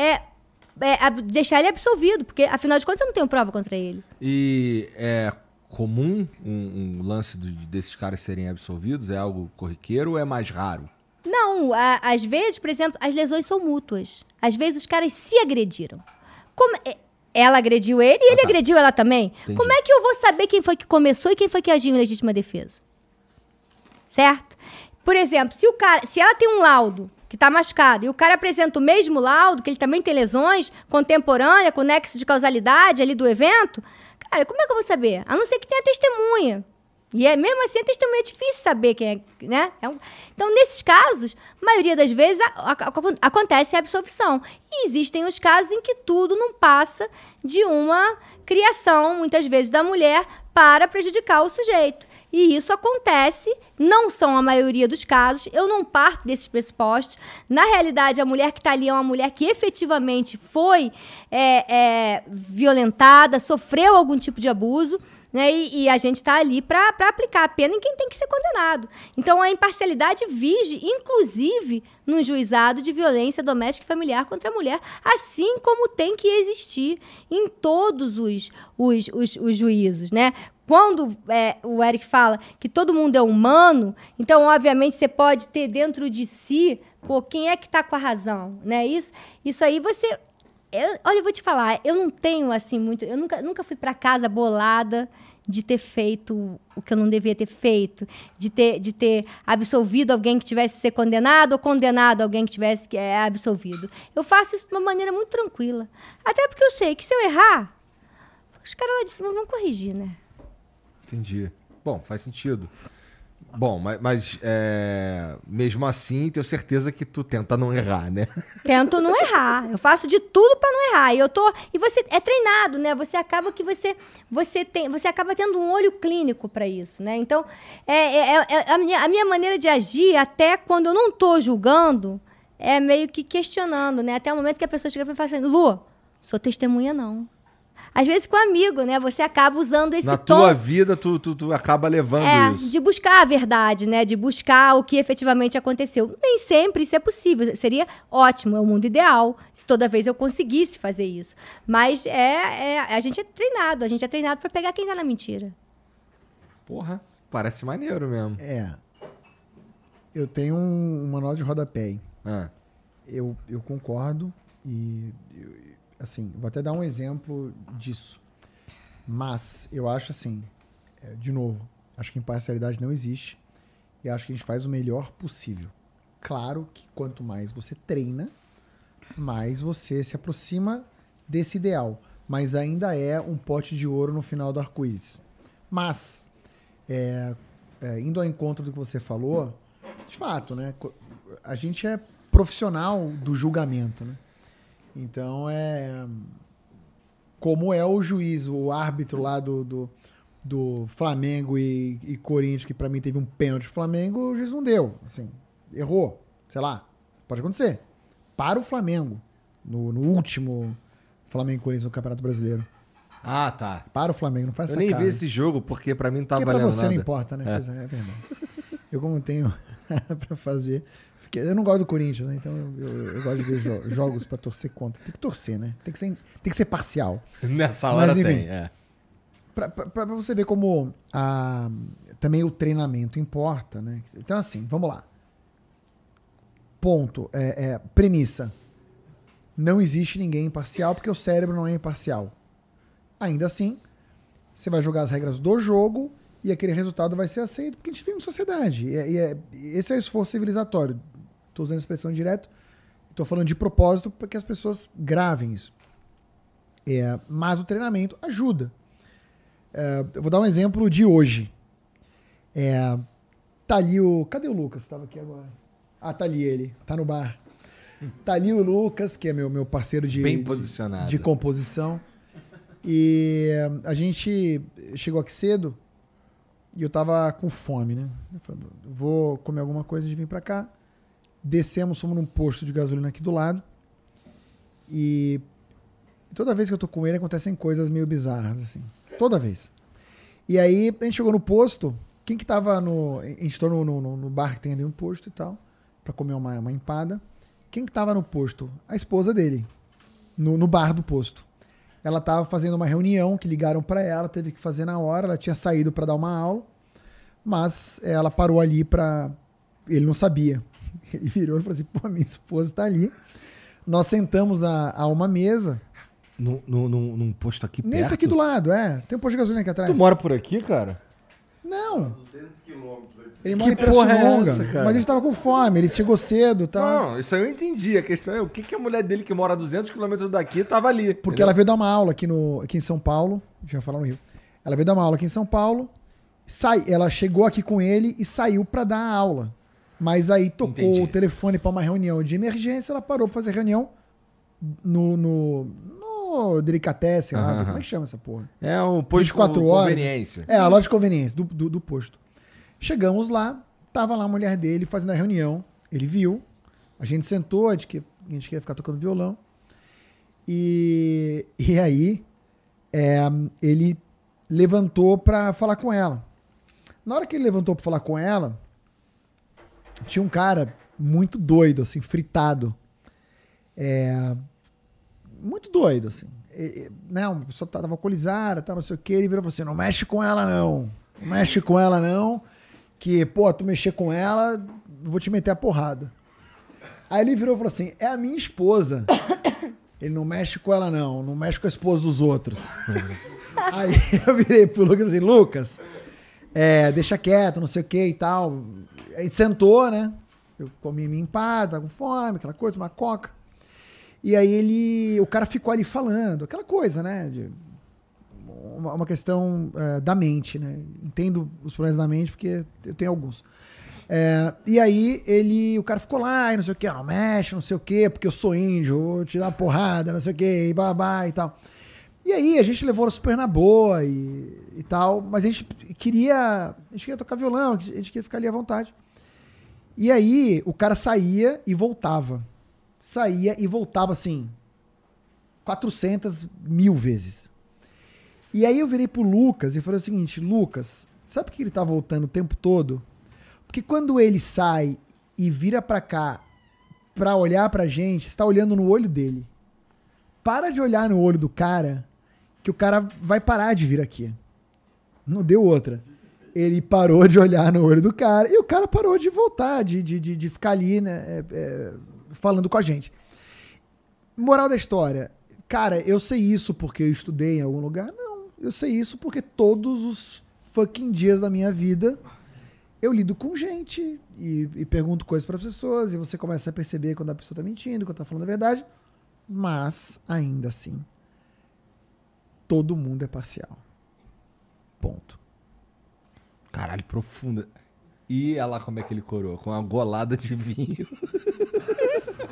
deixar ele absolvido, porque, afinal de contas, eu não tenho prova contra ele. E é comum um lance desses caras serem absolvidos? É algo corriqueiro ou é mais raro? Não, às vezes, por exemplo, as lesões são mútuas. Às vezes, os caras se agrediram. Ela agrediu ele e ele agrediu ela também. Entendi. Como é que eu vou saber quem foi que começou e quem foi que agiu em legítima defesa? Certo? Por exemplo, se ela tem um laudo que está machucado e o cara apresenta o mesmo laudo, que ele também tem lesões contemporâneas, com nexo de causalidade ali do evento, cara, como é que eu vou saber? A não ser que tenha testemunha. E mesmo assim, a testemunha é difícil saber quem é, né? Então, nesses casos, a maioria das vezes acontece a absolvição. E existem os casos em que tudo não passa de uma criação, muitas vezes, da mulher para prejudicar o sujeito. E isso acontece, não são a maioria dos casos, eu não parto desses pressupostos. Na realidade, a mulher que está ali é uma mulher que efetivamente foi violentada, sofreu algum tipo de abuso, né? E a gente está ali para aplicar a pena em quem tem que ser condenado. Então, a imparcialidade vige, inclusive, no juizado de violência doméstica e familiar contra a mulher, assim como tem que existir em todos os juízos, né? Quando o Eric fala que todo mundo é humano, então, obviamente, você pode ter dentro de si, quem é que está com a razão, né? Isso aí você... olha, eu vou te falar, eu não tenho, assim, muito... Eu nunca fui para casa bolada de ter feito o que eu não devia ter feito, de ter absolvido alguém que tivesse que ser condenado ou condenado alguém que tivesse que absolvido. Eu faço isso de uma maneira muito tranquila. Até porque eu sei que se eu errar, os caras lá de cima vão corrigir, né? Entendi. Bom, faz sentido. Bom, mas mesmo assim, tenho certeza que tu tenta não errar, né? Tento não errar. Eu faço de tudo para não errar. E você é treinado, né? Você acaba que você acaba tendo um olho clínico para isso, né? Então, a minha maneira de agir, até quando eu não tô julgando, é meio que questionando, né? Até o momento que a pessoa chega e fala assim, Lu, sou testemunha não. Às vezes com amigo, né? Você acaba usando esse tom... Na tua vida, tu acaba levando isso. De buscar a verdade, né? De buscar o que efetivamente aconteceu. Nem sempre isso é possível. Seria ótimo, é o mundo ideal, se toda vez eu conseguisse fazer isso. Mas a gente é treinado para pegar quem tá na mentira. Porra, parece maneiro mesmo. Eu tenho uma nota de rodapé aí. Eu concordo e... Assim, vou até dar um exemplo disso. Mas eu acho assim, de novo, acho que imparcialidade não existe e acho que a gente faz o melhor possível. Claro que quanto mais você treina, mais você se aproxima desse ideal. Mas ainda é um pote de ouro no final do arco-íris. Mas, indo ao encontro do que você falou, de fato, né? A gente é profissional do julgamento, né? Então, como é o juiz, o árbitro lá do Flamengo e Corinthians, que pra mim teve um pênalti do Flamengo, o juiz não deu. Assim, errou. Sei lá, pode acontecer. Para o Flamengo, no último Flamengo e Corinthians no Campeonato Brasileiro. Ah, tá. Para o Flamengo, não faz essa Eu nem cara. vi esse jogo, porque pra mim não tava Porque pra valendo você nada. não importa, né? Pois é verdade. Eu, como tenho pra fazer... Eu não gosto do Corinthians, né? Então eu gosto de ver jogos pra torcer contra. Tem que torcer, né? Tem que ser parcial. Nessa hora Mas, enfim, tem, Pra você ver como também o treinamento importa, né? Então, assim, vamos lá. Ponto. Premissa. Não existe ninguém imparcial porque o cérebro não é imparcial. Ainda assim, você vai jogar as regras do jogo e aquele resultado vai ser aceito porque a gente vive em sociedade. Esse é o esforço civilizatório. Estou usando a expressão direto. Estou falando de propósito para que as pessoas gravem isso. Mas o treinamento ajuda. Eu vou dar um exemplo de hoje. Tá ali cadê o Lucas? Estava aqui agora. Ah, tá ali ele. Tá no bar. Tá ali o Lucas, que é meu parceiro Bem posicionado. de composição. E a gente chegou aqui cedo e eu tava com fome, né? Eu falei, vou comer alguma coisa de vir pra cá. Descemos, fomos num posto de gasolina aqui do lado. E toda vez que eu tô com ele, acontecem coisas meio bizarras, assim. Toda vez. E aí, a gente chegou no posto. Quem que tava A gente entrou no bar que tem ali no posto e tal, pra comer uma empada. Quem que tava no posto? A esposa dele. No bar do posto. Ela tava fazendo uma reunião que ligaram pra ela, teve que fazer na hora. Ela tinha saído pra dar uma aula, mas ela parou ali pra... Ele não sabia. Ele virou e falou assim, pô, minha esposa tá ali. Nós sentamos a uma mesa. Num posto aqui perto? Nesse aqui do lado, Tem um posto de gasolina aqui atrás. Tu mora por aqui, cara? Não. 200 quilômetros. Ele mora em Que porra é Pirassununga. essa, cara? Mas a gente tava com fome, ele chegou cedo e tal. Não, isso aí eu entendi. A questão é o que a mulher dele que mora a 200 km daqui tava ali. Porque ela veio dar uma aula aqui em São Paulo. Já falar no Rio. Ela veio dar uma aula aqui em São Paulo. Ela chegou aqui com ele e saiu pra dar a aula. Mas aí tocou Entendi. o telefone pra uma reunião de emergência. Ela parou pra fazer reunião no Delicatessen lá. Como é que chama essa porra? É um posto 24 de horas. conveniência. A loja de conveniência do posto. Chegamos lá, tava lá a mulher dele fazendo a reunião. Ele viu. A gente sentou, a gente queria ficar tocando violão. E aí ele levantou pra falar com ela. Na hora que ele levantou pra falar com ela, tinha um cara muito doido, assim, fritado. Muito doido, assim. Né, uma pessoa tava alcoolizada, não sei o que. Ele virou e falou assim, não mexe com ela, não. Não mexe com ela, não. Que, pô, tu mexer com ela, vou te meter a porrada. Aí ele virou e falou assim, é a minha esposa. Ele não mexe com ela, não. Não mexe com a esposa dos outros. Aí eu virei pro Lucas e falei assim, Lucas, deixa quieto, não sei o que e tal. Aí sentou, né? Eu comi minha empada, tava com fome, aquela coisa, uma coca. E aí o cara ficou ali falando, aquela coisa, né? Uma questão da mente, né? Entendo os problemas da mente porque eu tenho alguns. E aí o cara ficou lá, e não sei o que, não mexe, não sei o que, porque eu sou índio, vou te dar uma porrada, não sei o que, e babá e tal. E aí a gente levou super na boa e tal, mas a gente queria tocar violão, a gente queria ficar ali à vontade. E aí o cara saía e voltava. Saía e voltava assim 400 mil vezes. E aí eu virei pro Lucas e falei o seguinte, Lucas, sabe por que ele tá voltando o tempo todo? Porque quando ele sai e vira pra cá pra olhar pra gente, você tá olhando no olho dele. Para de olhar no olho do cara, que o cara vai parar de vir aqui. Não deu outra. Ele parou de olhar no olho do cara e o cara parou de voltar, de ficar ali, né, falando com a gente. Moral da história. Cara, eu sei isso porque eu estudei em algum lugar? Não. Eu sei isso porque todos os fucking dias da minha vida eu lido com gente e pergunto coisas para as pessoas e você começa a perceber quando a pessoa tá mentindo, quando tá falando a verdade. Mas, ainda assim, todo mundo é parcial. Ponto. Caralho, profunda. E olha lá como é que ele coroa, com uma golada de vinho.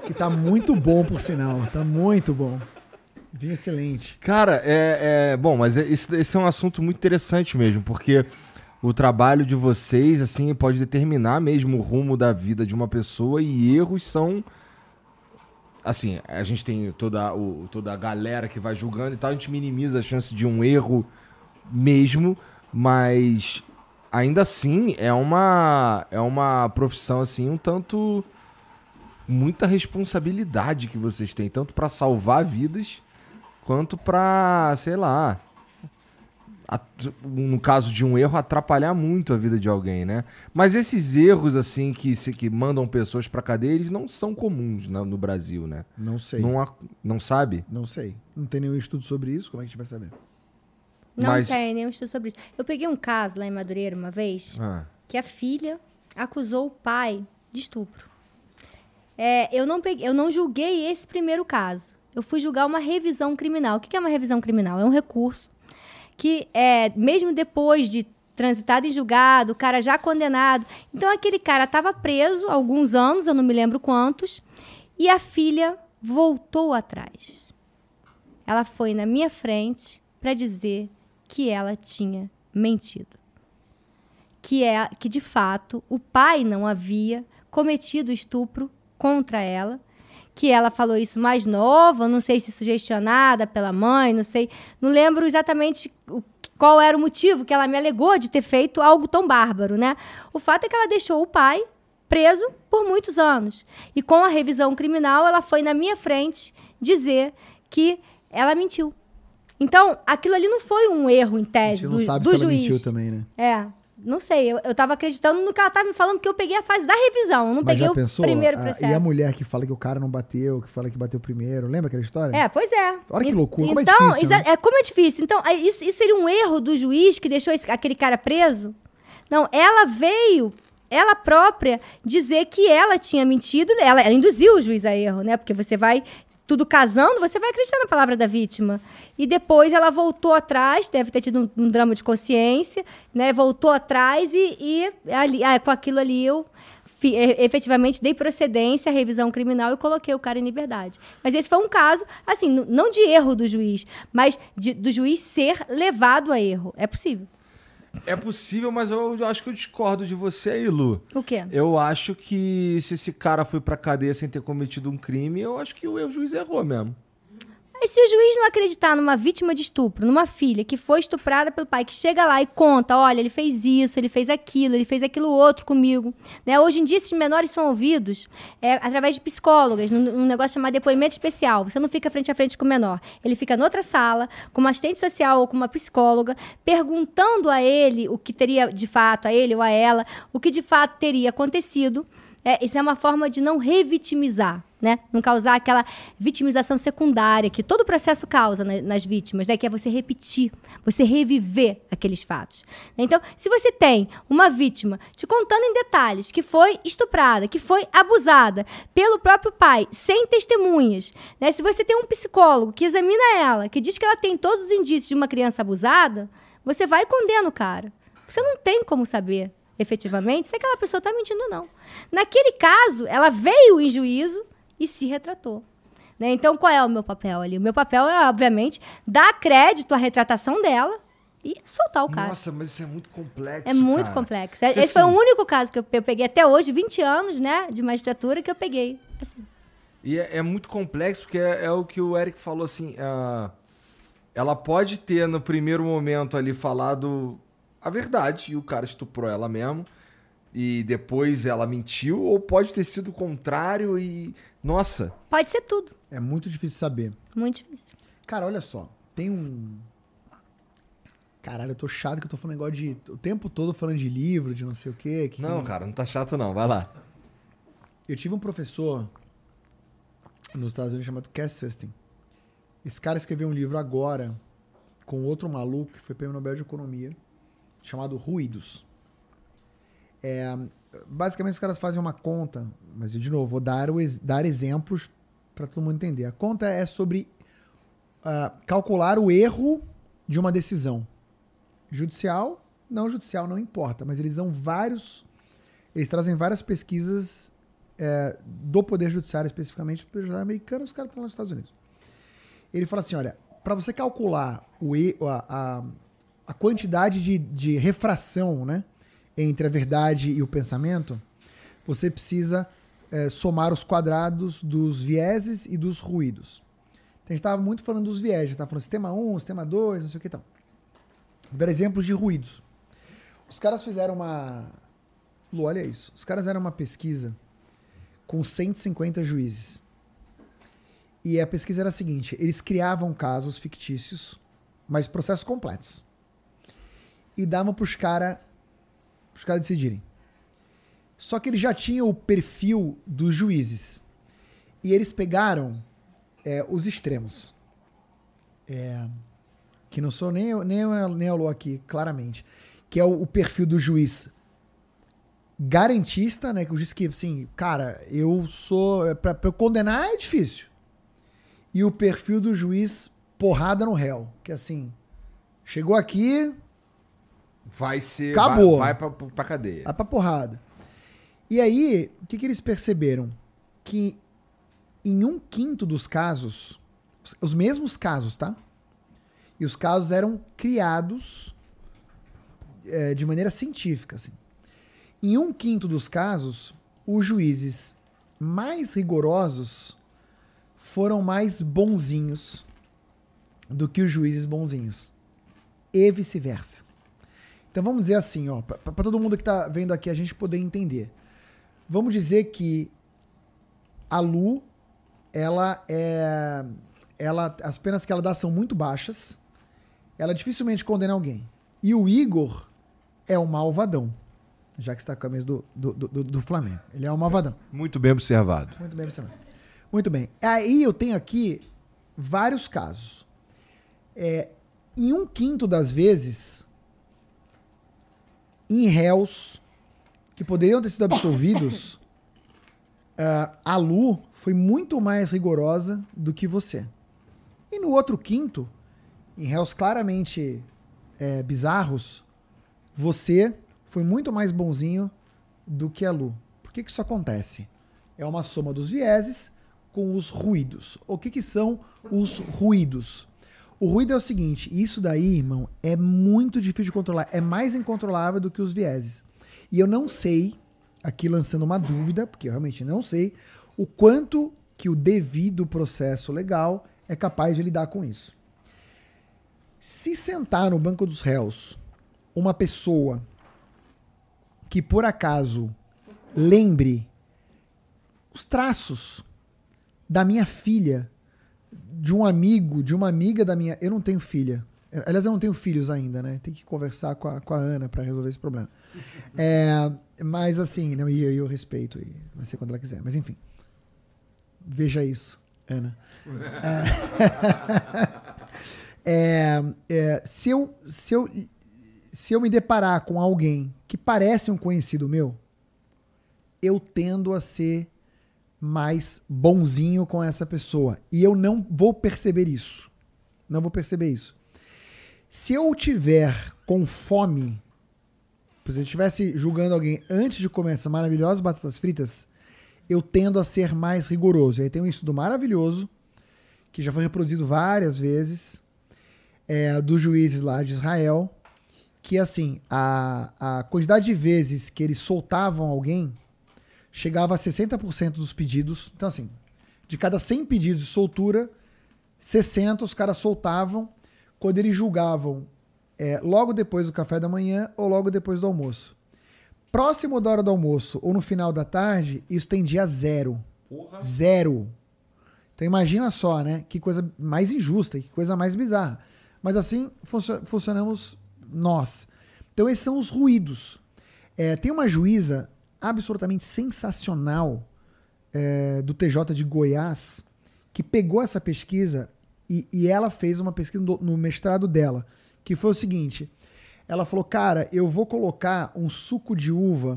Que tá muito bom, por sinal. Tá muito bom. Vinho excelente. Cara, bom, mas esse é um assunto muito interessante mesmo, porque o trabalho de vocês, assim, pode determinar mesmo o rumo da vida de uma pessoa e erros são... Assim, a gente tem toda a galera que vai julgando e tal, a gente minimiza a chance de um erro mesmo, mas ainda assim é uma profissão, assim, um tanto... Muita responsabilidade que vocês têm, tanto pra salvar vidas, quanto pra, sei lá... no caso de um erro, atrapalhar muito a vida de alguém, né? Mas esses erros, assim, que mandam pessoas pra cadeia, eles não são comuns no Brasil, né? Não sei. Não sabe? Não sei. Não tem nenhum estudo sobre isso, como é que a gente vai saber? Não tem nenhum estudo sobre isso. Eu peguei um caso lá em Madureira uma vez, que a filha acusou o pai de estupro. Eu não julguei esse primeiro caso. Eu fui julgar uma revisão criminal. O que é uma revisão criminal? É um recurso que, mesmo depois de transitado em julgado, o cara já condenado... Então, aquele cara estava preso há alguns anos, eu não me lembro quantos, e a filha voltou atrás. Ela foi na minha frente para dizer que ela tinha mentido. Que, de fato, o pai não havia cometido estupro contra ela, que ela falou isso mais nova, não sei se sugestionada pela mãe, não lembro exatamente qual era o motivo que ela me alegou de ter feito algo tão bárbaro, né? O fato é que ela deixou o pai preso por muitos anos. E com a revisão criminal, ela foi na minha frente dizer que ela mentiu. Então, aquilo ali não foi um erro em tese do juiz. A gente não sabe se ela mentiu também, né? Não sei, eu tava acreditando no que ela tava me falando, porque eu peguei a fase da revisão, eu não peguei o primeiro processo. E a mulher que fala que o cara não bateu, que fala que bateu primeiro, lembra aquela história? Pois é. Olha que loucura, como é difícil, né? Como é difícil. Então, isso seria um erro do juiz que deixou aquele cara preso? Não, ela veio, ela própria, dizer que ela tinha mentido, ela induziu o juiz a erro, né? Porque você vai... Tudo casando, você vai acreditar na palavra da vítima. E depois ela voltou atrás, deve ter tido um drama de consciência, né? Voltou atrás e ali, com aquilo ali eu efetivamente dei procedência à revisão criminal e coloquei o cara em liberdade. Mas esse foi um caso, assim, não de erro do juiz, mas do juiz ser levado a erro. É possível. É possível, mas eu acho que eu discordo de você aí, Lu. O quê? Eu acho que se esse cara foi pra cadeia sem ter cometido um crime, eu acho que o juiz errou mesmo. Mas se o juiz não acreditar numa vítima de estupro, numa filha que foi estuprada pelo pai, que chega lá e conta, olha, ele fez isso, ele fez aquilo outro comigo, né? Hoje em dia, esses menores são ouvidos através de psicólogas, num negócio chamado depoimento especial. Você não fica frente a frente com o menor. Ele fica noutra sala, com uma assistente social ou com uma psicóloga, perguntando a ele o que teria de fato, a ele ou a ela, o que de fato teria acontecido. Isso é uma forma de não revitimizar, né? Não causar aquela vitimização secundária que todo processo causa nas vítimas, né? Que é você repetir, você reviver aqueles fatos. Então, se você tem uma vítima te contando em detalhes que foi estuprada, que foi abusada pelo próprio pai, sem testemunhas, né? Se você tem um psicólogo que examina ela, que diz que ela tem todos os indícios de uma criança abusada, você vai e condena o cara. Você não tem como saber efetivamente se aquela pessoa está mentindo ou não. Naquele caso, ela veio em juízo e se retratou. Né? Então, qual é o meu papel ali? O meu papel é, obviamente, dar crédito à retratação dela e soltar o cara. Nossa, mas isso é muito complexo, É muito complexo. Esse foi o único caso que eu peguei até hoje, 20 anos, né, de magistratura, que eu peguei. Assim. E é muito complexo, porque é o que o Eric falou, assim, ela pode ter, no primeiro momento ali, falado a verdade, e o cara estuprou ela mesmo, e depois ela mentiu, ou pode ter sido o contrário e... Nossa! Pode ser tudo. É muito difícil saber. Muito difícil. Cara, olha só, tem um... Caralho, eu tô chato que eu tô falando negócio de... O tempo todo falando de livro, de não sei o quê. Não, cara, não tá chato não, vai lá. Eu tive um professor nos Estados Unidos chamado Cass Sustin. Esse cara escreveu um livro agora com outro maluco que foi prêmio Nobel de Economia, chamado Ruídos. Basicamente, os caras fazem uma conta, mas eu, de novo, vou dar exemplos para todo mundo entender. A conta é sobre calcular o erro de uma decisão. Judicial, não importa, mas eles trazem várias pesquisas do Poder Judiciário, especificamente do Poder Judiciário americano, os caras estão lá nos Estados Unidos. Ele fala assim, olha, para você calcular a quantidade de refração, né, entre a verdade e o pensamento, você precisa somar os quadrados dos vieses e dos ruídos. Então, a gente estava muito falando dos vieses, a gente estava falando sistema 1, sistema 2, não sei o que e tal. Vou dar exemplos de ruídos. Os caras fizeram Lu, olha isso. Os caras fizeram uma pesquisa com 150 juízes. E a pesquisa era a seguinte, eles criavam casos fictícios, mas processos completos. E davam para os caras decidirem. Só que eles já tinham o perfil dos juízes. E eles pegaram os extremos. Que não sou nem eu Lu aqui, claramente. Que é o perfil do juiz garantista, né? Que o juiz que, assim, cara, eu sou... Pra eu condenar é difícil. E o perfil do juiz porrada no réu. Que, assim, chegou aqui... Vai ser... Acabou. Vai pra cadeia. Vai pra porrada. E aí, o que eles perceberam? Que em 1/5 dos casos, os mesmos casos, tá? E os casos eram criados de maneira científica, assim. Em 1/5 dos casos, os juízes mais rigorosos foram mais bonzinhos do que os juízes bonzinhos. E vice-versa. Então vamos dizer assim, ó, para todo mundo que tá vendo aqui a gente poder entender. Vamos dizer que a Lu, as penas que ela dá são muito baixas, ela dificilmente condena alguém. E o Igor é um malvadão, já que está com a camisa do Flamengo. Ele é um malvadão. Muito bem observado. Muito bem observado. Muito bem. Aí eu tenho aqui vários casos. Em 1/5 das vezes, em réus que poderiam ter sido absolvidos, a Lu foi muito mais rigorosa do que você. E no outro 5, em réus claramente bizarros, você foi muito mais bonzinho do que a Lu. Por que isso acontece? É uma soma dos vieses com os ruídos. O que são os ruídos? O ruído é o seguinte, isso daí, irmão, é muito difícil de controlar. É mais incontrolável do que os vieses. E eu não sei, aqui lançando uma dúvida, porque eu realmente não sei, o quanto que o devido processo legal é capaz de lidar com isso. Se sentar no banco dos réus uma pessoa que por acaso lembre os traços da minha filha, de um amigo, de uma amiga da minha... Eu não tenho filha. Aliás, eu não tenho filhos ainda, né? Tem que conversar com a Ana para resolver esse problema. Mas assim, não, e eu respeito, e vai ser quando ela quiser. Mas enfim, veja isso, Ana. Se eu me deparar com alguém que parece um conhecido meu, eu tendo a ser mais bonzinho com essa pessoa. E eu não vou perceber isso. Não vou perceber isso. Se eu tiver com fome, se eu estivesse julgando alguém antes de comer essas maravilhosas batatas fritas, eu tendo a ser mais rigoroso. E aí tem um estudo maravilhoso, que já foi reproduzido várias vezes, dos juízes lá de Israel, que assim, a quantidade de vezes que eles soltavam alguém chegava a 60% dos pedidos. Então assim, de cada 100 pedidos de soltura, 60 os caras soltavam quando eles julgavam logo depois do café da manhã ou logo depois do almoço. Próximo da hora do almoço ou no final da tarde, isso tendia a 0. Porra. 0. Então imagina só, né? Que coisa mais injusta, que coisa mais bizarra. Mas assim funcionamos nós. Então esses são os ruídos. Tem uma juíza absolutamente sensacional do TJ de Goiás que pegou essa pesquisa e ela fez uma pesquisa no mestrado dela, que foi o seguinte: ela falou, cara, eu vou colocar um suco de uva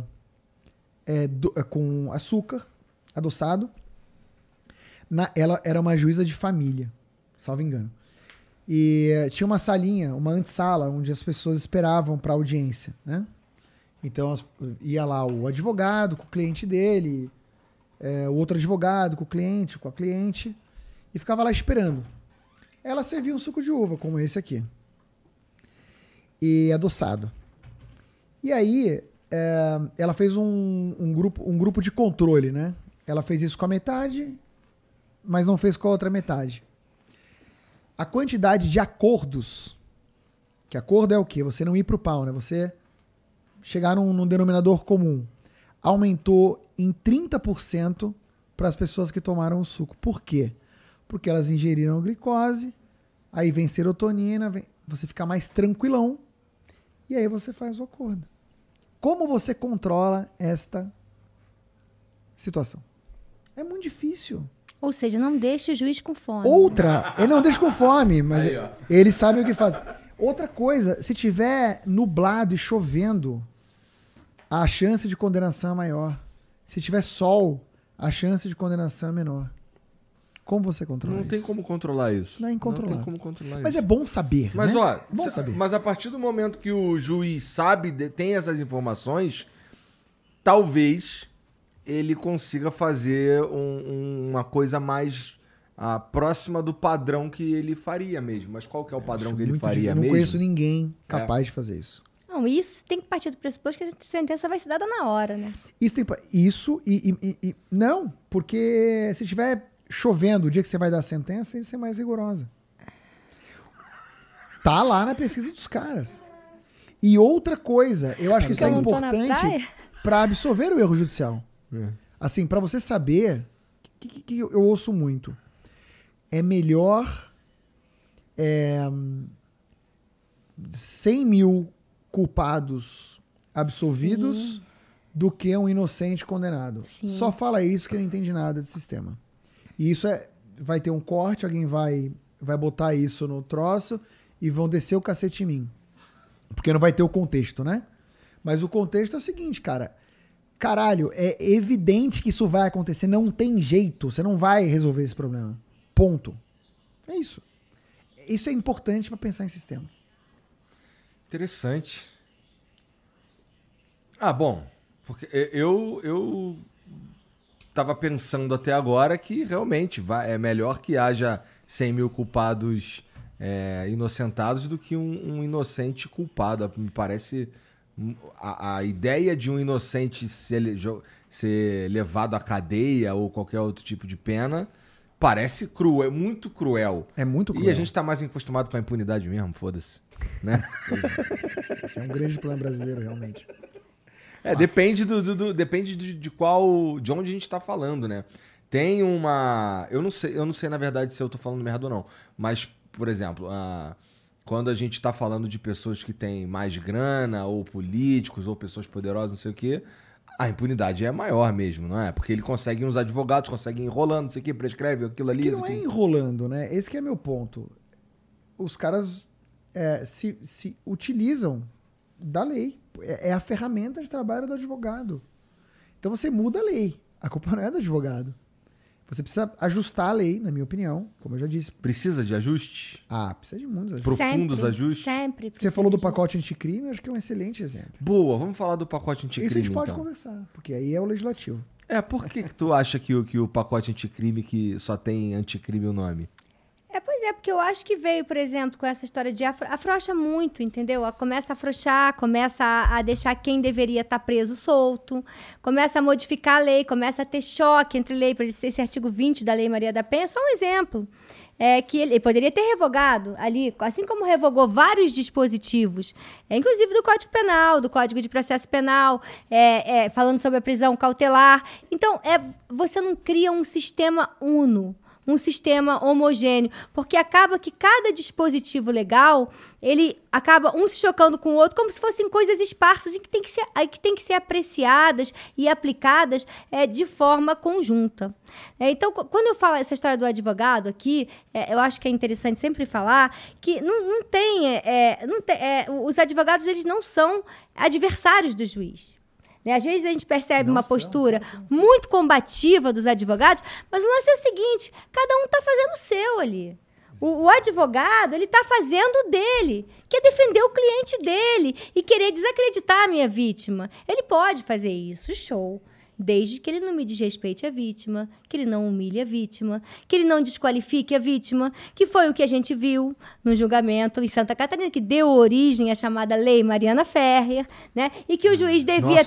com açúcar adoçado. Ela era uma juíza de família, salvo engano. E tinha uma salinha, uma antessala, onde as pessoas esperavam para audiência, né? Então ia lá o advogado com o cliente dele o outro advogado, com o cliente, com a cliente, e ficava lá esperando. Ela servia um suco de uva, como esse aqui. E adoçado. E aí, ela fez um grupo de controle, né? Ela fez isso com a metade, mas não fez com a outra metade. A quantidade de acordos, que acordo é o quê? Você não ir pro pau, né? Você chegar num denominador comum. Aumentou em 30% para as pessoas que tomaram o suco. Por quê? Porque elas ingeriram glicose, aí vem serotonina, você fica mais tranquilão, e aí você faz o acordo. Como você controla esta situação? É muito difícil. Ou seja, não deixe o juiz com fome. Outra, ele não deixa com fome, mas Aí, ó. eles sabem o que fazem. Outra coisa, se tiver nublado e chovendo, a chance de condenação é maior. Se tiver sol, a chance de condenação é menor. Como você controla Não isso? tem como controlar isso. Não é incontrolável. Não tem como controlar Mas isso. é bom saber, Mas, né? ó, É bom saber. mas a partir do momento que o juiz sabe, tem essas informações, talvez ele consiga fazer uma coisa mais próxima do padrão que ele faria mesmo. Mas qual que é o padrão que ele Muito faria difícil. Eu mesmo? não conheço ninguém capaz de fazer isso. Não, isso tem que partir do pressuposto que a sentença vai ser dada na hora, né? Isso não, porque se tiver chovendo o dia que você vai dar a sentença, tem que ser mais rigorosa. Tá lá na pesquisa dos caras. E outra coisa, eu acho que isso é Eu não tô na importante praia? para absorver o erro judicial. Assim, para você saber, que eu ouço muito, é melhor 100 mil culpados absolvidos do que um inocente condenado. Sim. Só fala isso que não entende nada de sistema. E isso vai ter um corte, alguém vai botar isso no troço e vão descer o cacete em mim. Porque não vai ter o contexto, né? Mas o contexto é o seguinte, cara. Caralho, é evidente que isso vai acontecer. Não tem jeito. Você não vai resolver esse problema. Ponto. É isso. Isso é importante para pensar em sistema. Interessante. Bom, porque eu tava pensando até agora que realmente é melhor que haja 100 mil culpados inocentados do que um inocente culpado. Me parece a ideia de um inocente ser levado à cadeia ou qualquer outro tipo de pena parece cruel, muito cruel. É muito cruel. E a gente tá mais acostumado com a impunidade mesmo, foda-se. Né? Esse é um grande problema brasileiro, realmente. Depende depende de onde a gente tá falando, né? Tem uma... Eu não sei na verdade se eu tô falando merda ou não, mas, por exemplo, quando a gente tá falando de pessoas que têm mais grana, ou políticos, ou pessoas poderosas, não sei o quê, a impunidade é maior mesmo, não é? Porque ele consegue uns advogados, consegue enrolando, não sei o quê, prescreve aquilo ali. Que não é enrolando, né? Esse que é meu ponto. Os caras se utilizam da lei. É a ferramenta de trabalho do advogado. Então você muda a lei. A culpa não é do advogado. Você precisa ajustar a lei, na minha opinião, como eu já disse. Precisa de ajuste? Precisa de muitos ajustes. Profundos ajustes? Sempre. Você falou do pacote anticrime, eu acho que é um excelente exemplo. Boa, vamos falar do pacote anticrime, Isso a gente pode então. conversar, porque aí é o legislativo. Por que tu acha que o pacote anticrime que só tem anticrime o nome? Pois é, porque eu acho que veio, por exemplo, com essa história de afrouxa muito, entendeu? Começa a afrouxar, começa a deixar quem deveria estar preso solto, começa a modificar a lei, começa a ter choque entre lei, por exemplo, esse artigo 20 da Lei Maria da Penha é só um exemplo. Que ele poderia ter revogado ali, assim como revogou vários dispositivos, inclusive do Código Penal, do Código de Processo Penal, falando sobre a prisão cautelar. Então, você não cria um sistema uno, um sistema homogêneo, porque acaba que cada dispositivo legal, ele acaba um se chocando com o outro, como se fossem coisas esparsas e que tem que ser apreciadas e aplicadas de forma conjunta. Então, quando eu falo essa história do advogado aqui, eu acho que é interessante sempre falar que os advogados eles não são adversários do juiz. Às vezes a gente percebe uma postura muito combativa dos advogados, mas o lance é o seguinte, cada um está fazendo o seu ali. O advogado, ele está fazendo o dele, que é defender o cliente dele e querer desacreditar a minha vítima. Ele pode fazer isso, show. desde que ele não me desrespeite a vítima, que ele não humilhe a vítima, que ele não desqualifique a vítima, que foi o que a gente viu no julgamento em Santa Catarina, que deu origem à chamada Lei Mariana Ferrer, né? E que o juiz devia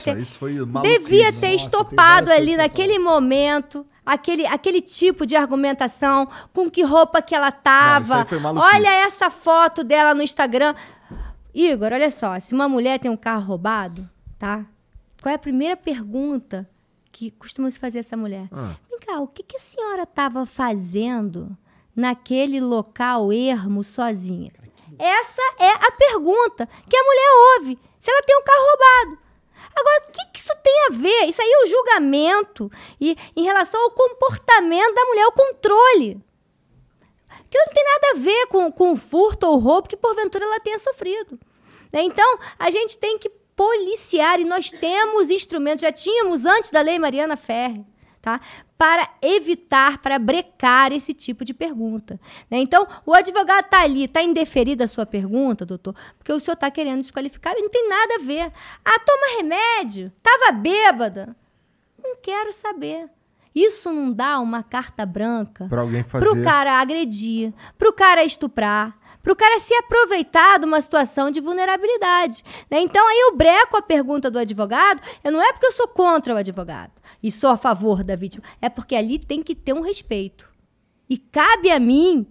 ter estopado ali naquele momento aquele tipo de argumentação, com que roupa que ela tava. Olha essa foto dela no Instagram. Igor, olha só, se uma mulher tem um carro roubado, tá? Qual é a primeira pergunta que costuma se fazer essa mulher? Vem cá, o que a senhora estava fazendo naquele local ermo sozinha? Essa é a pergunta que a mulher ouve, se ela tem um carro roubado. Agora, o que isso tem a ver? Isso aí é o julgamento e em relação ao comportamento da mulher, o controle. Aquilo não tem nada a ver com o furto ou roubo que, porventura, ela tenha sofrido. Então, a gente tem que policiar, e nós temos instrumentos, já tínhamos antes da Lei Mariana Ferrer, tá? Para evitar, para brecar esse tipo de pergunta. Né? Então, o advogado está ali, está indeferida a sua pergunta, doutor, porque o senhor está querendo desqualificar e não tem nada a ver. Toma remédio, estava bêbada. Não quero saber. Isso não dá uma carta branca para alguém fazer, para o cara agredir, para o cara estuprar, para o cara se aproveitar de uma situação de vulnerabilidade. Né? Então, aí eu breco a pergunta do advogado, não é porque eu sou contra o advogado e sou a favor da vítima, é porque ali tem que ter um respeito. E cabe a mim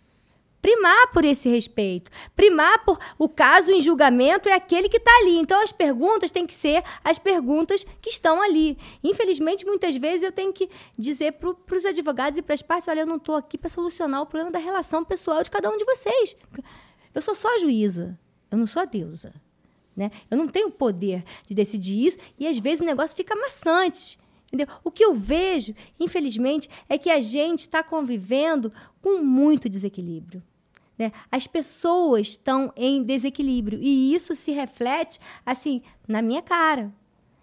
primar por esse respeito, primar por o caso em julgamento é aquele que está ali. Então, as perguntas têm que ser as perguntas que estão ali. Infelizmente, muitas vezes eu tenho que dizer para os advogados e para as partes, olha, eu não estou aqui para solucionar o problema da relação pessoal de cada um de vocês. Eu sou só a juíza, eu não sou a deusa. Né? Eu não tenho poder de decidir isso e, às vezes, o negócio fica maçante. Entendeu? O que eu vejo, infelizmente, é que a gente está convivendo com muito desequilíbrio. Né? As pessoas estão em desequilíbrio e isso se reflete assim na minha cara.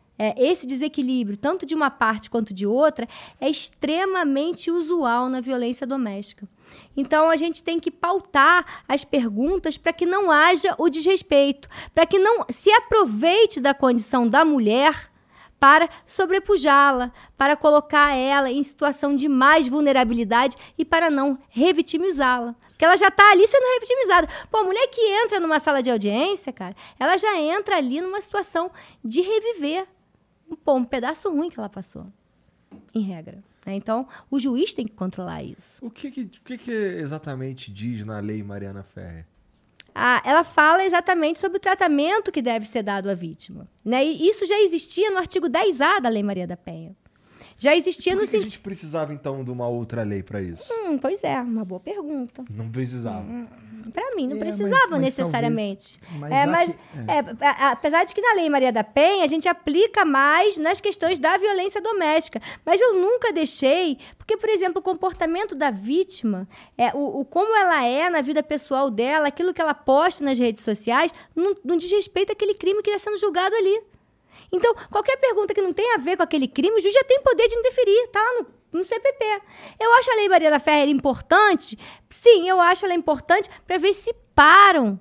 Esse desequilíbrio, tanto de uma parte quanto de outra, é extremamente usual na violência doméstica. Então, a gente tem que pautar as perguntas para que não haja o desrespeito, para que não se aproveite da condição da mulher para sobrepujá-la, para colocar ela em situação de mais vulnerabilidade e para não revitimizá-la. Porque ela já está ali sendo revitimizada. Pô, a mulher que entra numa sala de audiência, cara, ela já entra ali numa situação de reviver um pedaço ruim que ela passou, em regra. Né? Então, o juiz tem que controlar isso. O que exatamente diz na Lei Mariana Ferrer? Ela fala exatamente sobre o tratamento que deve ser dado à vítima. Né? E isso já existia no artigo 10A da Lei Maria da Penha. Já existia no sentido... a gente precisava, então, de uma outra lei para isso? Pois é, uma boa pergunta. Não precisava. Para mim, não precisava mas necessariamente. Talvez, apesar de que na Lei Maria da Penha a gente aplica mais nas questões da violência doméstica. Mas eu nunca deixei... Porque, por exemplo, o comportamento da vítima, como ela é na vida pessoal dela, aquilo que ela posta nas redes sociais, não diz respeito àquele crime que está sendo julgado ali. Então, qualquer pergunta que não tenha a ver com aquele crime, o juiz já tem poder de interferir, está lá no CPP. Eu acho a Lei Maria da Ferrer importante? Sim, eu acho ela importante para ver se param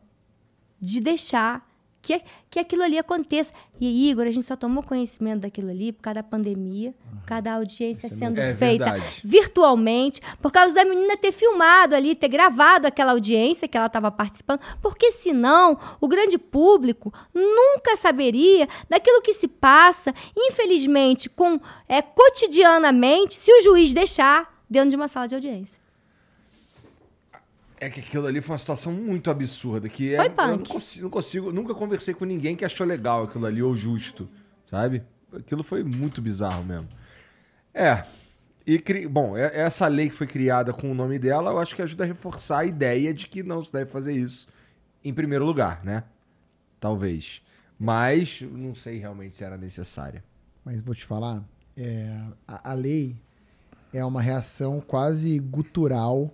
de deixar que aquilo ali aconteça. E, Igor, a gente só tomou conhecimento daquilo ali por causa da pandemia, por causa da audiência sendo feita virtualmente, por causa da menina ter filmado ali, ter gravado aquela audiência que ela estava participando, porque senão o grande público nunca saberia daquilo que se passa, infelizmente, cotidianamente, se o juiz deixar dentro de uma sala de audiência. É que aquilo ali foi uma situação muito absurda. Que foi punk. Eu não consigo, nunca conversei com ninguém que achou legal aquilo ali, ou justo, sabe? Aquilo foi muito bizarro mesmo. Bom, essa lei que foi criada com o nome dela, eu acho que ajuda a reforçar a ideia de que não se deve fazer isso em primeiro lugar, né? Talvez. Mas não sei realmente se era necessária. Mas vou te falar, a lei é uma reação quase gutural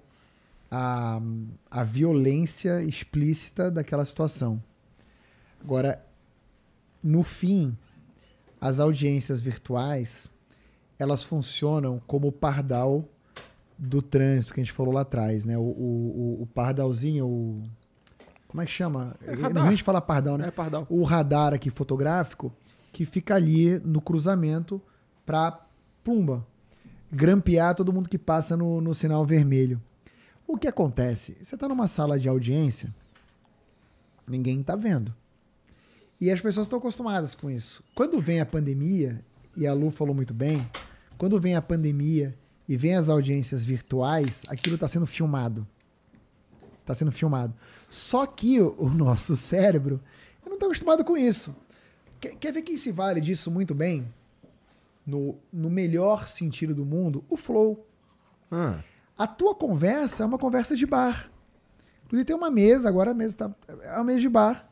a violência explícita daquela situação. Agora, no fim, as audiências virtuais, elas funcionam como o pardal do trânsito que a gente falou lá atrás, né? O pardalzinho, como é que chama? No Rio a gente fala pardal, né? É pardal. O radar aqui fotográfico que fica ali no cruzamento pra, pumba, grampear todo mundo que passa no sinal vermelho. O que acontece? Você tá numa sala de audiência, ninguém tá vendo. E as pessoas estão acostumadas com isso. Quando vem a pandemia, e a Lu falou muito bem, quando vem a pandemia e vem as audiências virtuais, aquilo tá sendo filmado. Tá sendo filmado. Só que o nosso cérebro não tá acostumado com isso. Quer ver quem se vale disso muito bem? No melhor sentido do mundo, o flow. A tua conversa é uma conversa de bar. Inclusive tem uma mesa, agora a mesa é uma mesa de bar.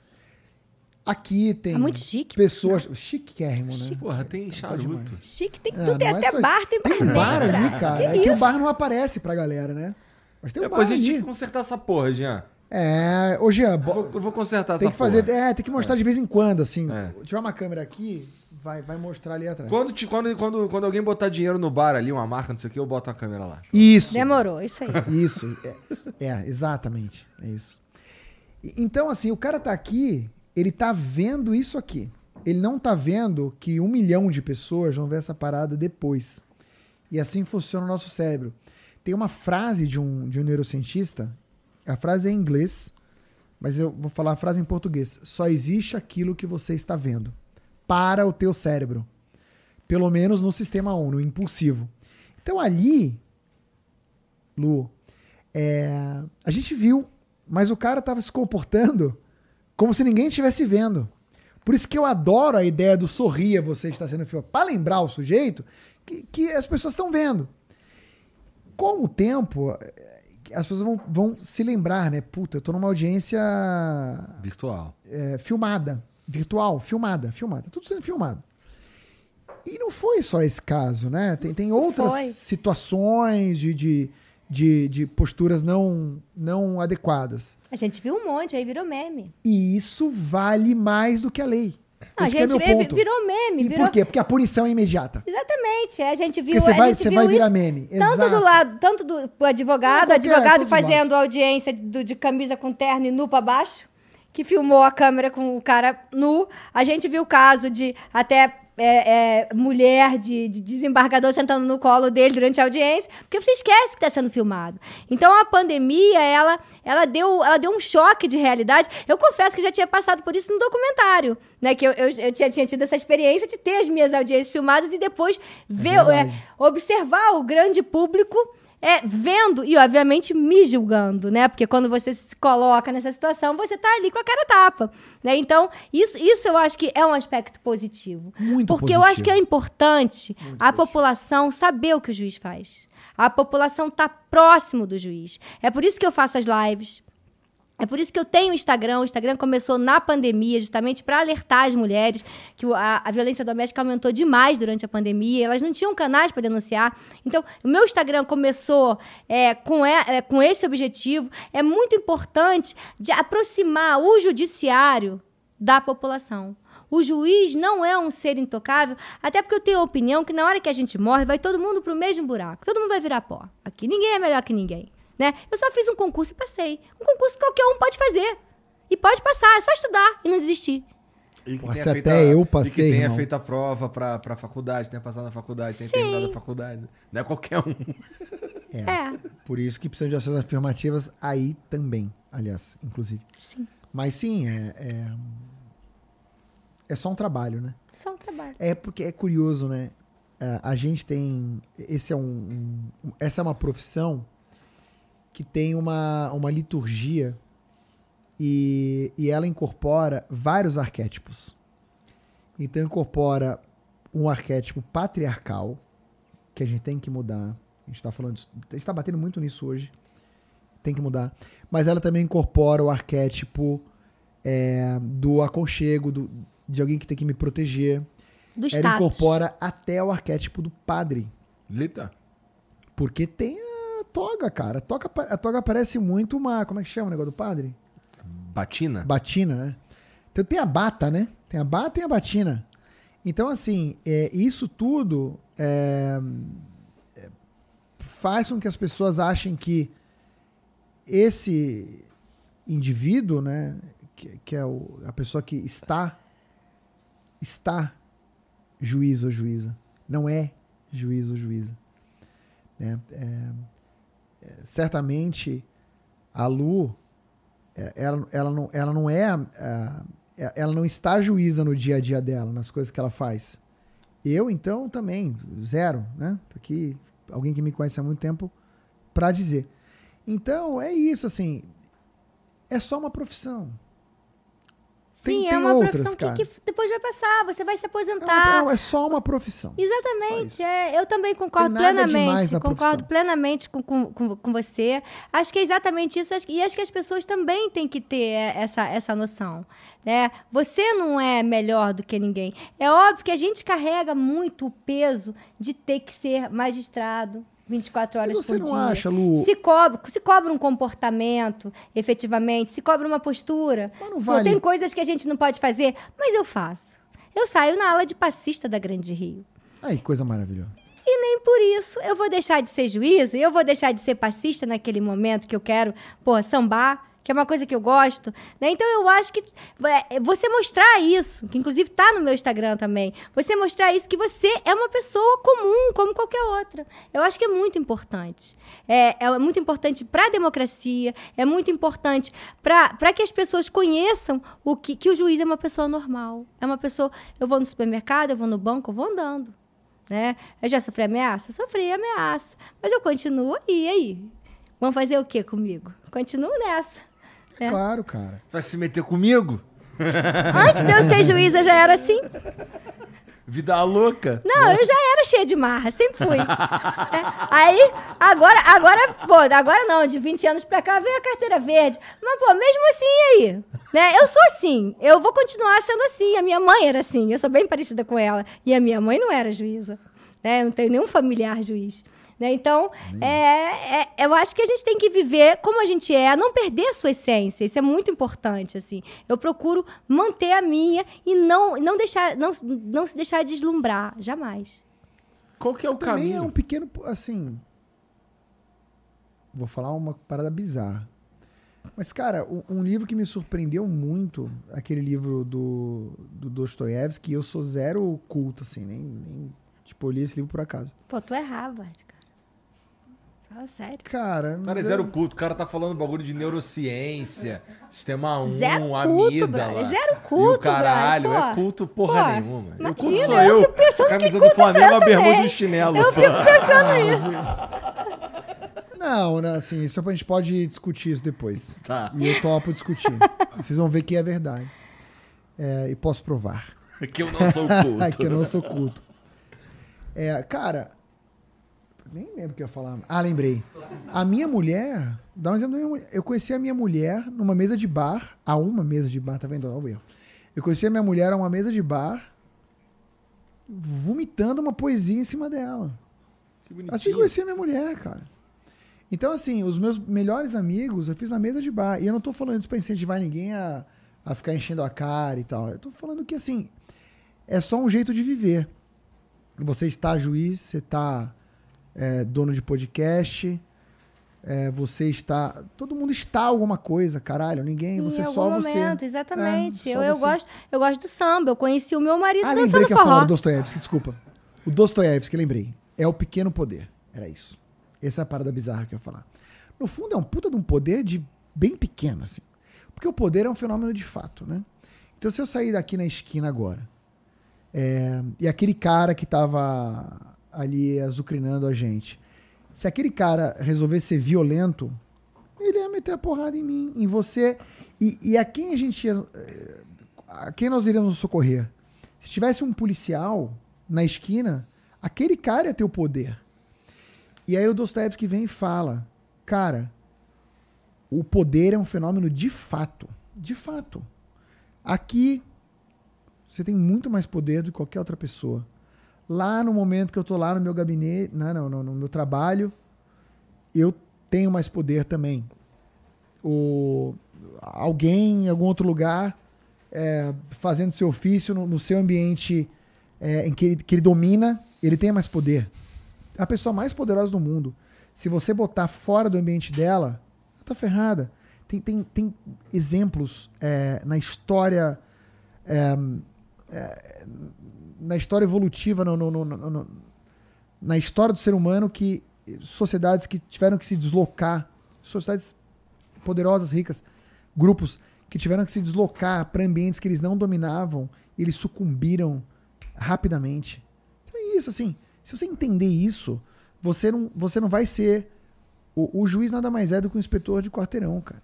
Aqui tem muito chique. Pessoas... Chiquérrimo, né? Chique. Porra, tem charuto. Chique, tem tudo, tem não é até só bar, tem Tem um bar barman. ali, cara. É que o bar não aparece pra galera, né? Mas tem um Depois bar a gente ali. tem que consertar essa porra, Jean. Ô Jean, Eu vou consertar tem essa que fazer, porra. tem que mostrar de vez em quando, assim. É. Se tiver uma câmera aqui, vai mostrar ali atrás. Quando alguém botar dinheiro no bar ali, uma marca, não sei o que, eu boto uma câmera lá. Isso. Demorou, isso aí. Isso. Exatamente. É isso. Então, assim, o cara tá aqui, ele tá vendo isso aqui. Ele não tá vendo que 1 milhão de pessoas vão ver essa parada depois. E assim funciona o nosso cérebro. Tem uma frase de um neurocientista, a frase é em inglês, mas eu vou falar a frase em português. Só existe aquilo que você está vendo para o teu cérebro. Pelo menos no sistema 1, no impulsivo. Então ali, Lu, a gente viu, mas o cara estava se comportando como se ninguém estivesse vendo. Por isso que eu adoro a ideia do sorria você está sendo filmado. Para lembrar o sujeito que as pessoas estão vendo. Com o tempo, as pessoas vão se lembrar, né? Puta, eu tô numa audiência Virtual. filmada. Virtual, filmada. Tudo sendo filmado. E não foi só esse caso, né? Tem outras situações de posturas não adequadas. A gente viu um monte, aí virou meme. E isso vale mais do que a lei. A Esse que é gente meu ponto. virou meme. E por quê? Porque a punição é imediata. Exatamente. A gente viu. Porque a gente você viu vai virar isso meme. Tanto do advogado, todos fazendo audiência de camisa com terno e nu pra baixo, que filmou a câmera com o cara nu. A gente viu o caso de até mulher de desembargador sentando no colo dele durante a audiência, porque você esquece que está sendo filmado. Então a pandemia, ela deu um choque de realidade. Eu confesso que já tinha passado por isso no documentário, né? Que eu tinha tido essa experiência de ter as minhas audiências filmadas e depois observar o grande público vendo e, obviamente, me julgando, né? Porque quando você se coloca nessa situação, você tá ali com a cara tapa, né? Então, isso eu acho que é um aspecto positivo. Muito porque positivo. eu acho que é importante A população saber o que o juiz faz. A população tá próximo do juiz. É por isso que eu faço as lives. É por isso que eu tenho o Instagram. O Instagram começou na pandemia, justamente para alertar as mulheres que a violência doméstica aumentou demais durante a pandemia. Elas não tinham canais para denunciar. Então, o meu Instagram começou com esse objetivo. É muito importante de aproximar o judiciário da população. O juiz não é um ser intocável, até porque eu tenho a opinião que na hora que a gente morre, vai todo mundo pro mesmo buraco. Todo mundo vai virar pó. Aqui ninguém é melhor que ninguém. Né? Eu só fiz um concurso e passei. Um concurso que qualquer um pode fazer. E pode passar, é só estudar e não desistir. E que Nossa, até eu passei, E que tenha irmão. feito a prova pra faculdade, tenha passado na faculdade, tenha terminado a faculdade. Não é qualquer um. Por isso que precisam de ações afirmativas aí também, aliás, inclusive. Sim. Mas sim, é só um trabalho, né? Só um trabalho. É porque é curioso, né? A gente tem... essa é uma profissão que tem uma liturgia e ela incorpora vários arquétipos. Então incorpora um arquétipo patriarcal, que a gente tem que mudar. A gente está batendo muito nisso hoje. Tem que mudar. Mas ela também incorpora o arquétipo do aconchego, de alguém que tem que me proteger. Do Ela status. incorpora até o arquétipo do padre. Lita? Porque tem a toga, cara. A toga parece muito uma... Como é que chama o negócio do padre? Batina? Batina, né? Então tem a bata, né? Tem a bata e a batina. Então, assim, isso tudo faz com que as pessoas achem que esse indivíduo, né? Que é a pessoa que está juiz ou juíza, não é juiz ou juíza. Né? Certamente, a Lu, ela não está juíza no dia a dia dela, nas coisas que ela faz. Eu, então, também, zero, né? Tô aqui, alguém que me conhece há muito tempo, para dizer. Então, é isso, assim, é só uma profissão. Sim, Tem é uma outras, profissão cara. que depois vai passar, você vai se aposentar. Não, é só uma profissão. Exatamente. Eu também concordo Tem nada demais plenamente. na Concordo profissão. plenamente com você. Acho que é exatamente isso. E acho que as pessoas também têm que ter essa noção. Né? Você não é melhor do que ninguém. É óbvio que a gente carrega muito o peso de ter que ser magistrado 24 horas Mas você por não dia. acha, Lu? Se cobra um comportamento, efetivamente, se cobra uma postura. Mas não vale. Tem coisas que a gente não pode fazer, mas eu faço. Eu saio na ala de passista da Grande Rio. Aí, coisa maravilhosa. E nem por isso eu vou deixar de ser juíza, eu vou deixar de ser passista naquele momento que eu quero, sambar, que é uma coisa que eu gosto, né? Então eu acho que você mostrar isso, que inclusive está no meu Instagram também, você mostrar isso, que você é uma pessoa comum, como qualquer outra. Eu acho que é muito importante. É muito importante para a democracia, é muito importante para que as pessoas conheçam que o juiz é uma pessoa normal. É uma pessoa, eu vou no supermercado, eu vou no banco, eu vou andando. Né? Eu já sofri ameaça? Sofri ameaça. Mas eu continuo e aí? Vão fazer o quê comigo? Continuo nessa. Claro, cara. Vai se meter comigo? Antes de eu ser juíza, eu já era assim. Vida louca. Não, eu já era cheia de marra, sempre fui. Aí, agora não, de 20 anos pra cá veio a carteira verde. Mas, mesmo assim, aí? Né? Eu sou assim, eu vou continuar sendo assim. A minha mãe era assim, eu sou bem parecida com ela. E a minha mãe não era juíza. Né? Eu não tenho nenhum familiar juiz. Né? Então, eu acho que a gente tem que viver como a gente é, não perder a sua essência. Isso é muito importante. Assim. Eu procuro manter a minha e não se deixar deslumbrar, jamais. Qual que é o Também caminho? é um pequeno, assim... Vou falar uma parada bizarra. Mas, cara, um livro que me surpreendeu muito, aquele livro do Dostoiévski, eu sou zero culto, assim, nem tipo, eu li esse livro por acaso. Pô, tu é Harvard, cara. Fala sério. Cara... O cara é zero culto, o cara tá falando bagulho de neurociência, sistema 1, Zero culto, amígdala. brother, zero E o culto, caralho, brother, pô. é culto porra Pô, nenhuma. O imagina, culto sou eu eu. fico pensando A camisa que do culto Flamengo, sou eu a bermuda também. e o chinelo. Eu fico pensando nisso. Não, assim, isso a gente pode discutir isso depois. Tá. E eu topo discutir. Vocês vão ver que é verdade. E posso provar. Que eu não sou culto. Que eu não sou culto. Cara, nem lembro o que eu ia falar. Ah, lembrei. A minha mulher, dá um exemplo da minha mulher. Eu conheci a minha mulher numa mesa de bar, tá vendo? Olha o erro. Eu conheci a minha mulher a uma mesa de bar, vomitando uma poesia em cima dela. Que bonitinho. Assim que eu conheci a minha mulher, cara. Então, assim, os meus melhores amigos eu fiz na mesa de bar. E eu não tô falando isso pra incentivar ninguém a ficar enchendo a cara e tal. Eu tô falando que, assim, é só um jeito de viver. Você está juiz, você está dono de podcast, você está... Todo mundo está alguma coisa, caralho. Ninguém, você só algum você. Momento, exatamente. Só Eu gosto do samba. Eu conheci o meu marido dançando lembrei que eu ia forró. falar do Dostoiévski, desculpa. O Dostoiévski, lembrei. É o pequeno poder. Era isso. Essa é a parada bizarra que eu ia falar. No fundo, é um puta de um poder bem pequeno, assim. Porque o poder é um fenômeno de fato, né? Então, se eu sair daqui na esquina agora, e aquele cara que tava ali azucrinando a gente, se aquele cara resolver ser violento, ele ia meter a porrada em mim, em você, e a quem a quem nós iríamos socorrer? Se tivesse um policial na esquina, aquele cara ia ter o poder. E aí o Dostoiévski vem e fala, cara, o poder é um fenômeno de fato. De fato. Aqui, você tem muito mais poder do que qualquer outra pessoa. Lá no momento que eu tô lá no meu gabinete, no meu trabalho, eu tenho mais poder também. Alguém em algum outro lugar, fazendo seu ofício no seu ambiente em que ele domina, ele tem mais poder. A pessoa mais poderosa do mundo, se você botar fora do ambiente dela, tá ferrada. Tem exemplos na história na história evolutiva, na história do ser humano, que sociedades que tiveram que se deslocar, sociedades poderosas, ricas, grupos que tiveram que se deslocar para ambientes que eles não dominavam, e eles sucumbiram rapidamente. Então é isso, assim, se você entender isso, você não vai ser... O juiz nada mais é do que um inspetor de quarteirão, cara.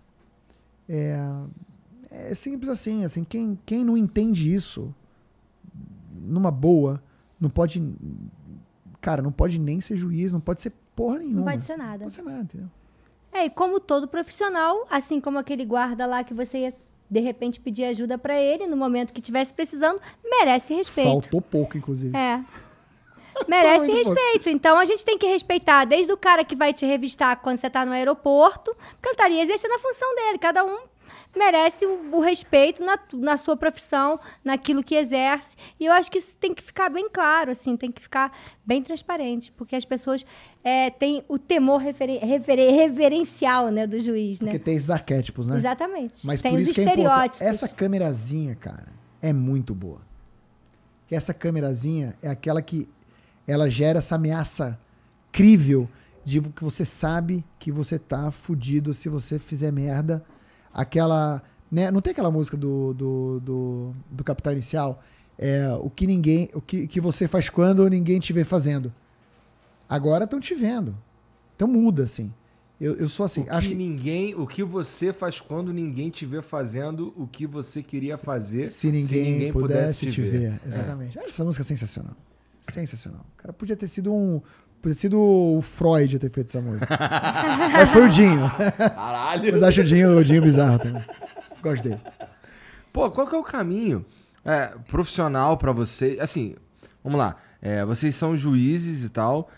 É simples assim, quem não entende isso, numa boa, não pode... Cara, não pode nem ser juiz, não pode ser porra nenhuma. Não pode ser nada. Não pode ser nada, entendeu? E como todo profissional, assim como aquele guarda lá que você ia, de repente, pedir ajuda pra ele, no momento que estivesse precisando, merece respeito. Faltou pouco, inclusive. Merece respeito. Então, a gente tem que respeitar desde o cara que vai te revistar quando você tá no aeroporto, porque ele estaria exercendo a função dele. Cada um merece o respeito na sua profissão, naquilo que exerce. E eu acho que isso tem que ficar bem claro, assim, tem que ficar bem transparente, porque as pessoas têm o temor reverencial, né, do juiz, né? Porque tem esses arquétipos, né? Exatamente. Mas tem por os isso que é importante. estereótipos. Essa câmerazinha, cara, é muito boa. Porque essa câmerazinha é aquela que ela gera essa ameaça crível de que você sabe que você tá fudido se você fizer merda. Aquela... Né? Não tem aquela música do Capital Inicial? O que você faz quando ninguém te vê fazendo. Agora estão te vendo. Então muda, assim. Eu sou assim. O que você faz quando ninguém te vê fazendo o que você queria fazer se ninguém pudesse te ver. É. Exatamente. Essa música é sensacional. Sensacional. O cara podia ter sido o Freud a ter feito essa música. Mas foi o Dinho. Caralho. Mas acho o Dinho bizarro também. Gosto dele. Pô, qual que é o caminho profissional pra você? Assim, vamos lá. Vocês são juízes e tal.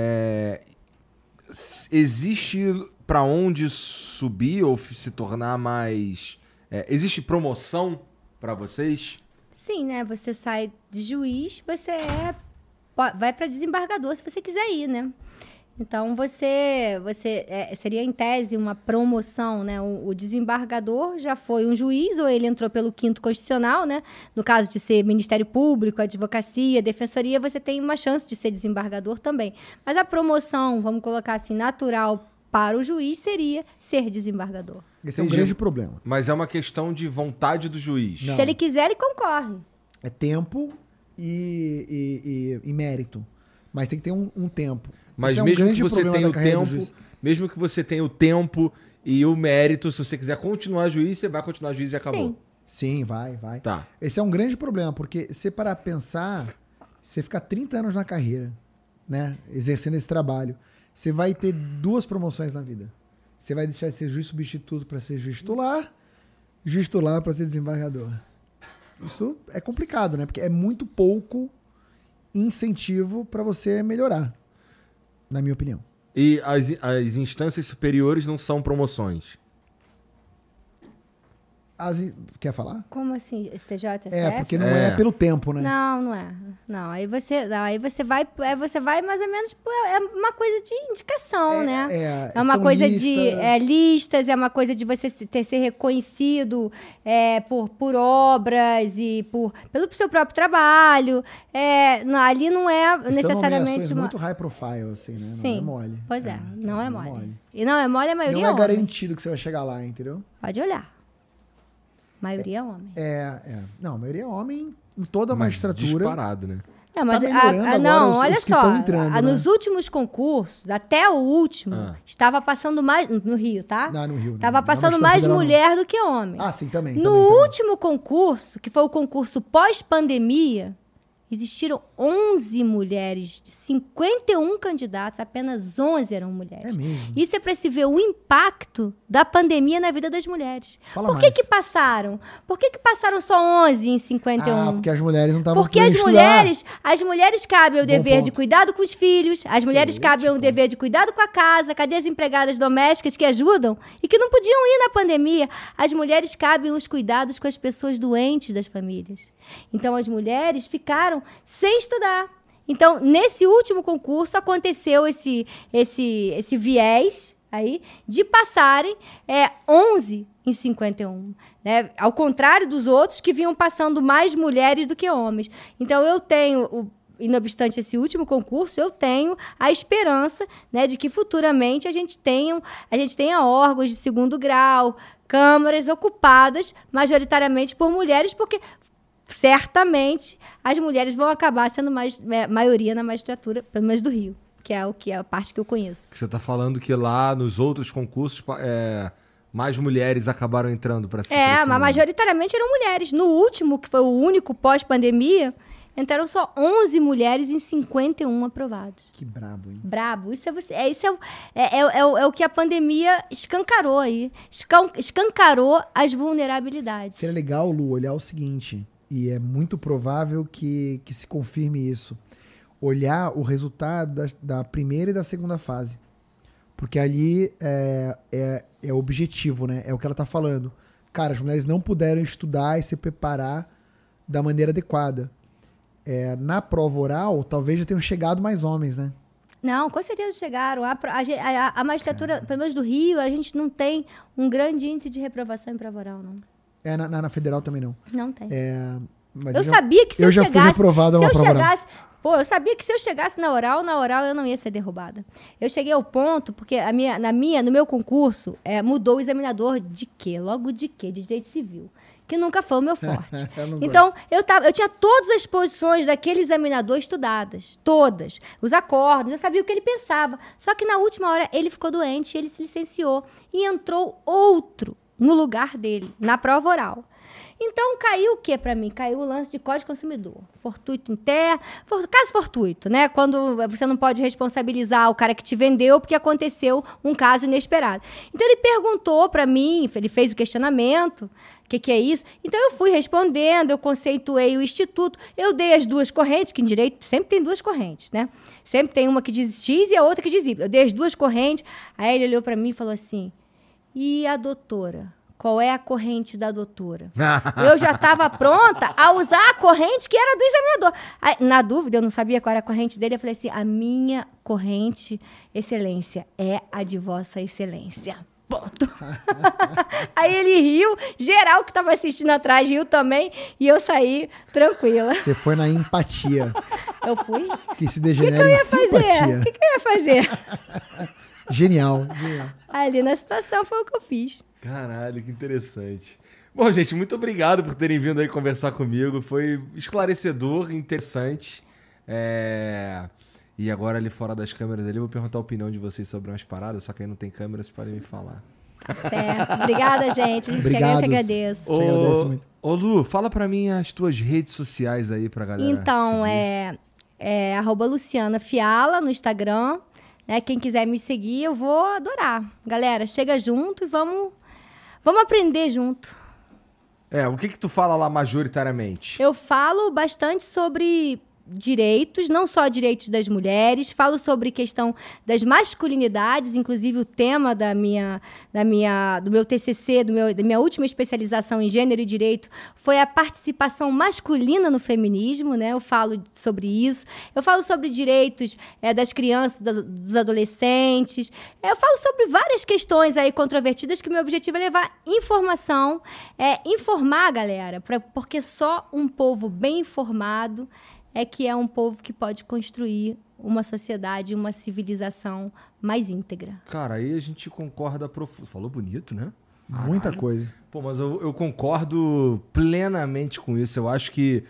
Existe pra onde subir ou se tornar mais... existe promoção pra vocês? Sim, né? Você sai de juiz, você vai para desembargador se você quiser ir, né? Então, você seria, em tese, uma promoção, né? O desembargador já foi um juiz, ou ele entrou pelo 5º Constitucional, né? No caso de ser Ministério Público, Advocacia, Defensoria, você tem uma chance de ser desembargador também. Mas a promoção, vamos colocar assim, natural para o juiz seria ser desembargador. Esse é um grande problema. Mas é uma questão de vontade do juiz. Não. Se ele quiser, ele concorre. É tempo e mérito. Mas tem que ter um tempo. Mas mesmo que você tenha o tempo, mesmo que você tenha o tempo e o mérito, se você quiser continuar juiz, você vai continuar juiz e acabou. Sim, vai. Tá. Esse é um grande problema, porque se parar pra pensar, você ficar 30 anos na carreira, né, exercendo esse trabalho, você vai ter 2 promoções na vida. Você vai deixar de ser juiz substituto para ser juiz titular para ser desembargador. Isso é complicado, né? Porque é muito pouco incentivo para você melhorar, na minha opinião. E as instâncias superiores não são promoções? Quer falar? Como assim? STJ? Porque não é pelo tempo, né? Não é. Não, aí você vai mais ou menos, é uma coisa de indicação, né? É uma coisa listas. De listas, é uma coisa de você ser reconhecido por obras e pelo seu próprio trabalho. Ali não é necessariamente muito high profile, assim, né? Sim. Não é mole. Pois não é mole. E não é mole, a maioria não é garantido que você vai chegar lá, entendeu? Pode olhar. A maioria é homem. Não, a maioria é homem em toda a magistratura. Disparado, né? Não, mas olha só. Nos últimos concursos, até o último, estava passando mais... No Rio, tá? Não, no Rio. Estava passando mais mulher do que homem. Sim, também. No último concurso, que foi o concurso pós-pandemia, existiram 11 mulheres, de 51 candidatos, apenas 11 eram mulheres. É mesmo? Isso é para se ver o impacto da pandemia na vida das mulheres. Por que passaram? Por que passaram só 11 em 51? Porque as mulheres não estavam Porque as mulheres cabem o dever de cuidado com os filhos, as mulheres cabem o dever de cuidado com a casa, cadê as empregadas domésticas que ajudam e que não podiam ir na pandemia? As mulheres cabem os cuidados com as pessoas doentes das famílias. Então, as mulheres ficaram sem estudar. Então, nesse último concurso, aconteceu esse viés, aí de passarem 11 em 51. Né? Ao contrário dos outros que vinham passando mais mulheres do que homens. Então, eu tenho... E, não obstante esse último concurso, eu tenho a esperança, né, de que futuramente a gente tenha órgãos de segundo grau, câmaras ocupadas majoritariamente por mulheres, porque certamente as mulheres vão acabar sendo maioria na magistratura, pelo menos do Rio, que é a parte que eu conheço. Você está falando que lá nos outros concursos mais mulheres acabaram entrando para esse mas majoritariamente eram mulheres. No último, que foi o único pós-pandemia, entraram só 11 mulheres em 51 aprovados. Que brabo, hein? Brabo. Isso é o que a pandemia escancarou aí. Escancarou as vulnerabilidades. Seria legal, Lu, olhar o seguinte, e é muito provável que se confirme isso. Olhar o resultado da primeira e da segunda fase. Porque ali é o objetivo, né? É o que ela tá falando. Cara, as mulheres não puderam estudar e se preparar da maneira adequada. Na prova oral, talvez já tenham chegado mais homens, né? Não, com certeza chegaram. A magistratura, pelo menos do Rio, a gente não tem um grande índice de reprovação em prova oral, não. Na federal também não. Não tem. Mas eu sabia que se eu chegasse... fui reprovado a uma prova oral. Eu sabia que se eu chegasse na oral eu não ia ser derrubada. Eu cheguei ao ponto, porque no meu concurso, mudou o examinador de quê? Logo de quê? De direito civil. Que nunca foi o meu forte. Então, eu tinha todas as posições daquele examinador estudadas. Todas. Os acordos, eu sabia o que ele pensava. Só que na última hora ele ficou doente, ele se licenciou. E entrou outro no lugar dele, na prova oral. Então, caiu o que para mim? Caiu o lance de Código Consumidor. Fortuito interno. Caso fortuito, né? Quando você não pode responsabilizar o cara que te vendeu porque aconteceu um caso inesperado. Então, ele perguntou para mim, ele fez o questionamento, o que é isso? Então, eu fui respondendo, eu conceituei o instituto, eu dei as duas correntes, que em direito sempre tem duas correntes, né? Sempre tem uma que diz X e a outra que diz Y. Eu dei as duas correntes, aí ele olhou para mim e falou assim, e a doutora? Qual é a corrente da doutora? Eu já estava pronta a usar a corrente que era do examinador. Aí, na dúvida, eu não sabia qual era a corrente dele, eu falei assim, a minha corrente, excelência, é a de vossa excelência. Ponto. Aí ele riu, geral que estava assistindo atrás riu também, e eu saí tranquila. Você foi na empatia. Eu fui? Que se degenera em simpatia. O que eu ia fazer? Genial. Ali na situação foi o que eu fiz. Caralho, que interessante. Bom, gente, muito obrigado por terem vindo aí conversar comigo. Foi esclarecedor, interessante. E agora ali fora das câmeras ali, eu vou perguntar a opinião de vocês sobre umas paradas, só que aí não tem câmera, vocês podem me falar. Certo. Obrigada, gente. Eu que agradeço. Te agradeço muito. Ô, Lu, fala pra mim as tuas redes sociais aí pra galera. Então, @Luciana Fiala no Instagram. Né? Quem quiser me seguir, eu vou adorar. Galera, chega junto e vamos aprender junto. O que tu fala lá majoritariamente? Eu falo bastante sobre direitos, não só direitos das mulheres, falo sobre questão das masculinidades, inclusive o tema do meu TCC, da minha última especialização em gênero e direito, foi a participação masculina no feminismo, né? Eu falo sobre isso. Eu falo sobre direitos das crianças, dos adolescentes. Eu falo sobre várias questões aí controvertidas que meu objetivo é levar informação, informar a galera, porque só um povo bem informado que é um povo que pode construir uma sociedade, uma civilização mais íntegra. Cara, aí a gente concorda Falou bonito, né? Muita coisa. Pô, mas eu concordo plenamente com isso. Eu acho que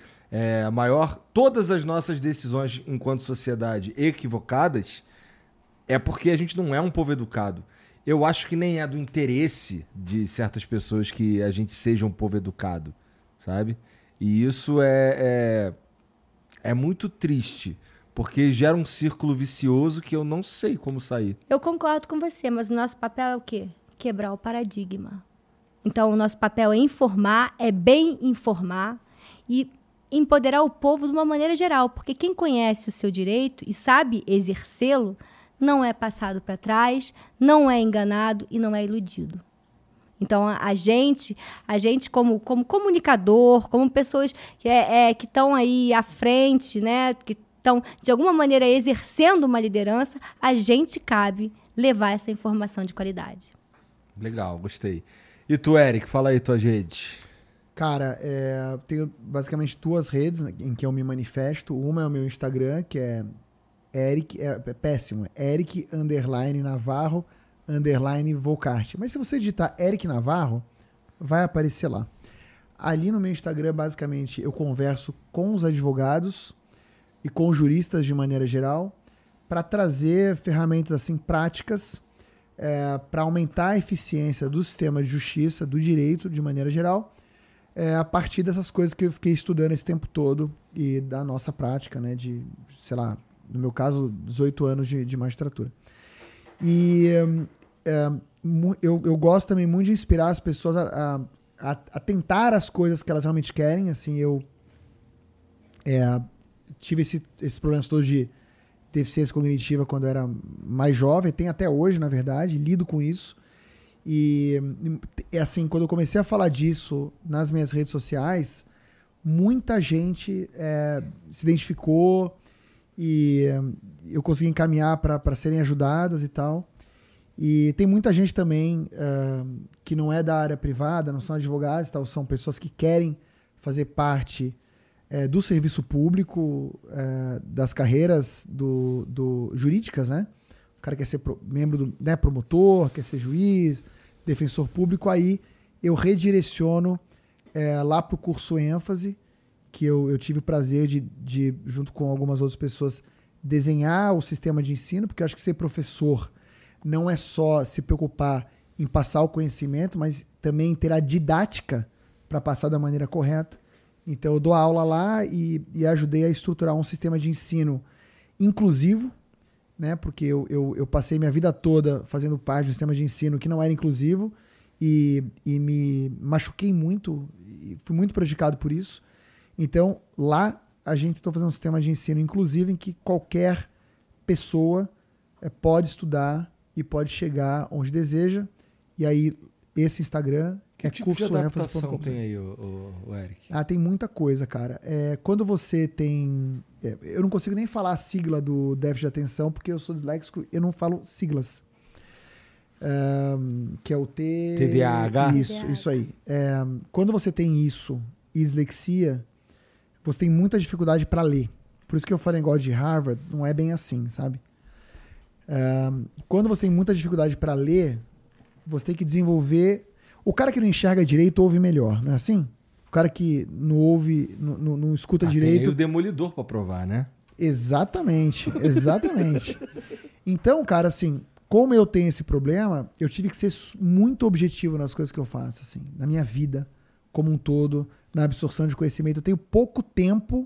todas as nossas decisões enquanto sociedade equivocadas é porque a gente não é um povo educado. Eu acho que nem é do interesse de certas pessoas que a gente seja um povo educado, sabe? E isso é muito triste, porque gera um círculo vicioso que eu não sei como sair. Eu concordo com você, mas o nosso papel é o quê? Quebrar o paradigma. Então, o nosso papel é informar, bem informar e empoderar o povo de uma maneira geral, porque quem conhece o seu direito e sabe exercê-lo, não é passado para trás, não é enganado e não é iludido. Então, a gente como comunicador, como pessoas que estão aí à frente, né, que estão, de alguma maneira, exercendo uma liderança, a gente cabe levar essa informação de qualidade. Legal, gostei. E tu, Eric, fala aí tuas redes. Cara, eu tenho basicamente 2 redes em que eu me manifesto. Uma é o meu Instagram, que é Eric, é péssimo, Eric _Navarro _Volcart. Mas se você digitar Eric Navarro, vai aparecer lá. Ali no meu Instagram, basicamente, eu converso com os advogados e com os juristas de maneira geral para trazer ferramentas assim práticas para aumentar a eficiência do sistema de justiça, do direito de maneira geral, a partir dessas coisas que eu fiquei estudando esse tempo todo e da nossa prática, né, de, sei lá, no meu caso, 18 anos de magistratura. E eu gosto também muito de inspirar as pessoas a tentar as coisas que elas realmente querem. Assim, eu tive esses problemas todos de deficiência cognitiva quando eu era mais jovem, tem até hoje, na verdade, lido com isso. E assim, quando eu comecei a falar disso nas minhas redes sociais, muita gente se identificou e eu consegui encaminhar para serem ajudadas e tal. E tem muita gente também que não é da área privada, não são advogados e tal, são pessoas que querem fazer parte do serviço público, das carreiras jurídicas, né? O cara quer ser membro do promotor, quer ser juiz, defensor público, aí eu redireciono lá para o curso ênfase, que eu tive o prazer de, junto com algumas outras pessoas, desenhar o sistema de ensino, porque eu acho que ser professor não é só se preocupar em passar o conhecimento, mas também ter a didática para passar da maneira correta. Então eu dou aula lá e ajudei a estruturar um sistema de ensino inclusivo, né? Porque eu passei minha vida toda fazendo parte de um sistema de ensino que não era inclusivo e me machuquei muito, e fui muito prejudicado por isso. Então lá a gente está fazendo um sistema de ensino inclusivo em que qualquer pessoa pode estudar e pode chegar onde deseja. E aí esse Instagram que tipo de adaptação tem aí, o Eric? Tem muita coisa, cara. Quando você tem... eu não consigo nem falar a sigla do déficit de atenção, porque eu sou disléxico, eu não falo siglas. Que é o TDAH? Isso aí. Quando você tem isso e dislexia, você tem muita dificuldade para ler. Por isso que eu falo igual de Harvard, não é bem assim, sabe? Quando você tem muita dificuldade para ler, você tem que desenvolver... O cara que não enxerga direito ouve melhor, não é assim? O cara que não ouve, não escuta direito... Tem o Demolidor para provar, né? Exatamente, exatamente. Então, cara, assim, como eu tenho esse problema, eu tive que ser muito objetivo nas coisas que eu faço, assim, na minha vida como um todo, na absorção de conhecimento. Eu tenho pouco tempo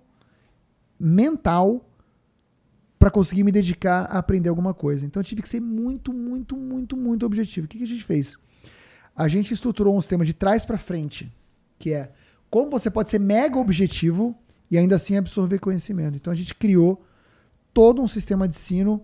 mental para conseguir me dedicar a aprender alguma coisa. Então eu tive que ser muito, muito, muito, muito objetivo. O que a gente fez? A gente estruturou um sistema de trás para frente, que é como você pode ser mega objetivo e ainda assim absorver conhecimento. Então a gente criou todo um sistema de ensino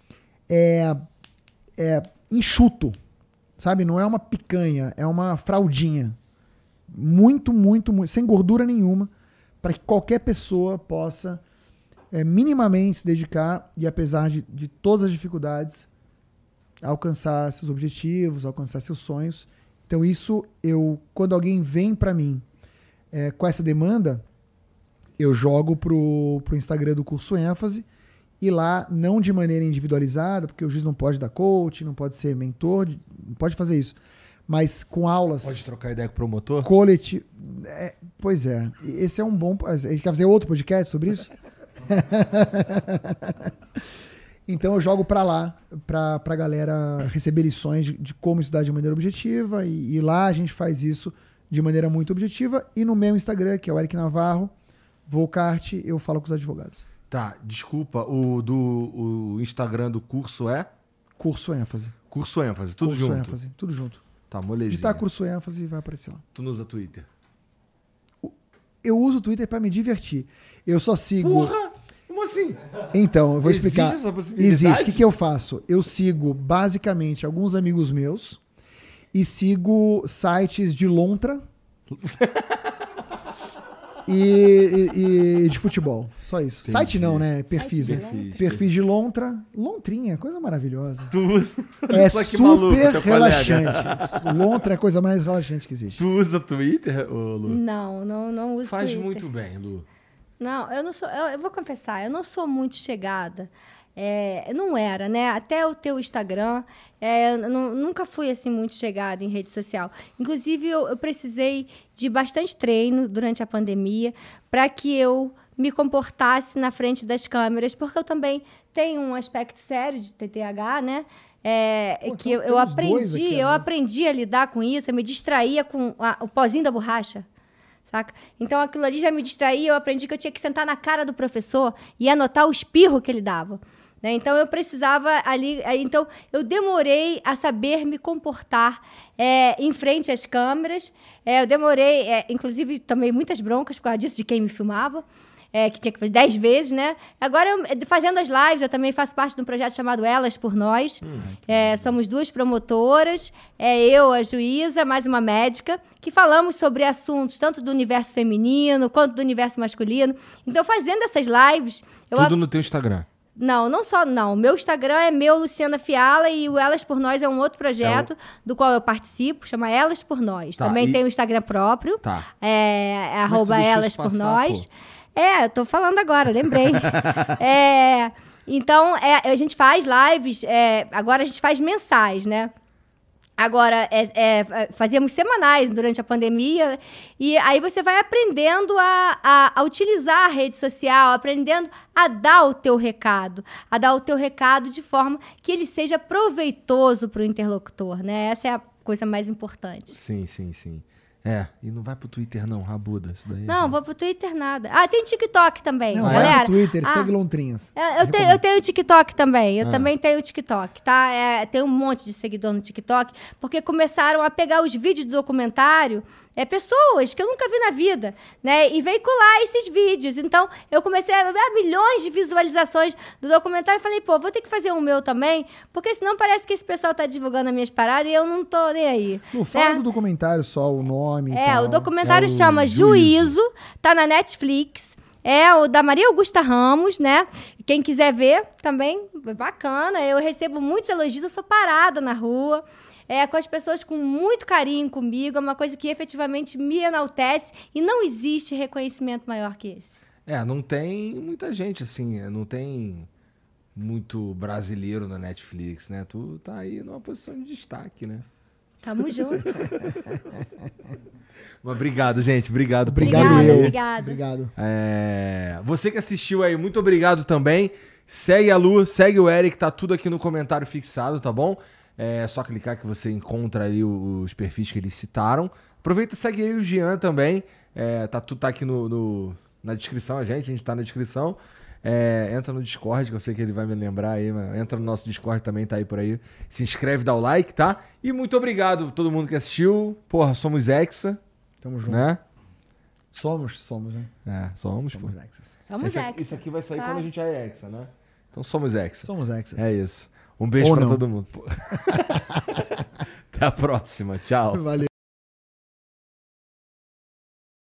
enxuto, sabe? Não é uma picanha, é uma fraldinha. Muito, muito, muito, sem gordura nenhuma, para que qualquer pessoa possa minimamente se dedicar e, apesar de todas as dificuldades, alcançar seus objetivos, alcançar seus sonhos. Então isso, quando alguém vem para mim com essa demanda, eu jogo pro Instagram do curso ênfase, e lá, não de maneira individualizada, porque o juiz não pode dar coach, não pode ser mentor, não pode fazer isso, mas com aulas... Pode trocar ideia com o promotor? Coletivo. Pois é. Esse é um bom... A gente quer fazer outro podcast sobre isso? Então eu jogo pra lá, pra galera receber lições de como estudar de maneira objetiva, e lá a gente faz isso de maneira muito objetiva. E no meu Instagram, que é o Eric Navarro Volcart, eu falo com os advogados. Tá, desculpa, o Instagram do curso é? Curso ênfase. Curso ênfase, tudo junto? Curso ênfase, tudo junto. Tá, molezinha. Digitar curso ênfase e vai aparecer lá. Tu não usa Twitter? Eu uso o Twitter pra me divertir. Eu só sigo... Porra! Como assim? Então, eu vou explicar. Existe essa possibilidade? Existe. O que eu faço? Eu sigo, basicamente, alguns amigos meus e sigo sites de lontra E de futebol. Só isso. Entendi. Site não, né? Perfis, Site né? de lontra. Perfis de lontra. Lontrinha, coisa maravilhosa. Tu usa... É Só que super maluco, teu relaxante. Lontra é a coisa mais relaxante que existe. Tu usa Twitter, ô, Lu? Não uso Faz Twitter. muito bem, Lu. Não, eu não sou. Eu vou confessar, eu não sou muito chegada. Não era, né? Até o teu Instagram, nunca fui assim muito chegada em rede social. Inclusive, eu precisei de bastante treino durante a pandemia para que eu me comportasse na frente das câmeras, porque eu também tenho um aspecto sério de TDAH, né? Pô, Que então eu temos dois aprendi, aqui, eu né? aprendi a lidar com isso, eu me distraía com o pozinho da borracha. Saca? Então, aquilo ali já me distraía, eu aprendi que eu tinha que sentar na cara do professor e anotar o espirro que ele dava. Né? Então, eu precisava ali... Então, eu demorei a saber me comportar em frente às câmeras. Eu demorei... inclusive, tomei muitas broncas por causa disso, de quem me filmava. Que tinha que fazer 10 vezes, né? Agora, fazendo as lives, eu também faço parte de um projeto chamado Elas por Nós. Somos 2 promotoras, eu, a juíza, mais uma médica, que falamos sobre assuntos tanto do universo feminino quanto do universo masculino. Então, fazendo essas lives... Tudo no teu Instagram. Não. O meu Instagram é meu, Luciana Fiala, e o Elas por Nós é um outro projeto do qual eu participo, chama Elas por Nós. Tá, Também tem o Instagram próprio, Tá. @ Elas por Nós. Eu tô falando agora, lembrei. Então, a gente faz lives, agora a gente faz mensais, né? Agora, fazíamos semanais durante a pandemia, e aí você vai aprendendo a utilizar a rede social, aprendendo a dar o teu recado, de forma que ele seja proveitoso para o interlocutor, né? Essa é a coisa mais importante. Sim. E não vai pro Twitter não, rabuda. Isso daí Não, vou pro Twitter nada. Tem TikTok também, Não, vai galera. no Twitter, segue Lontrinhas. Eu tenho TikTok também. Eu também tenho TikTok, tá? Tem um monte de seguidor no TikTok, porque começaram a pegar os vídeos do documentário, pessoas que eu nunca vi na vida, né? E veicular esses vídeos. Então, eu comecei a ver milhões de visualizações do documentário e falei, pô, vou ter que fazer o meu também, porque senão parece que esse pessoal tá divulgando as minhas paradas e eu não tô nem aí. Não fala do documentário só, o nome e tal. O documentário o chama Juízo, tá na Netflix. O da Maria Augusta Ramos, né? Quem quiser ver também, bacana. Eu recebo muitos elogios, eu sou parada na rua. Com as pessoas com muito carinho comigo, é uma coisa que efetivamente me enaltece e não existe reconhecimento maior que esse. Não tem muita gente, assim, não tem muito brasileiro na Netflix, né? Tu tá aí numa posição de destaque, né? Tamo junto. Mas obrigado, gente. Obrigado. Obrigado. Você que assistiu aí, muito obrigado também. Segue a Lu, segue o Eric, tá tudo aqui no comentário fixado, tá bom? É só clicar que você encontra ali os perfis que eles citaram. Aproveita e segue aí o Jean também. Tudo tá aqui na descrição, a gente tá na descrição. Entra no Discord, que eu sei que ele vai me lembrar aí, mas entra no nosso Discord também, tá aí por aí. Se inscreve, dá o like, tá? E muito obrigado a todo mundo que assistiu. Porra, somos Hexa. Tamo junto. Né? Somos, né? Somos, pô. Hexas. Somos Hexa. Isso aqui vai sair Claro. quando a gente é Hexa, né? Então somos Hexa. Somos Hexas. É isso. Um beijo Ou pra não. todo mundo. Pô. Até a próxima. Tchau. Valeu.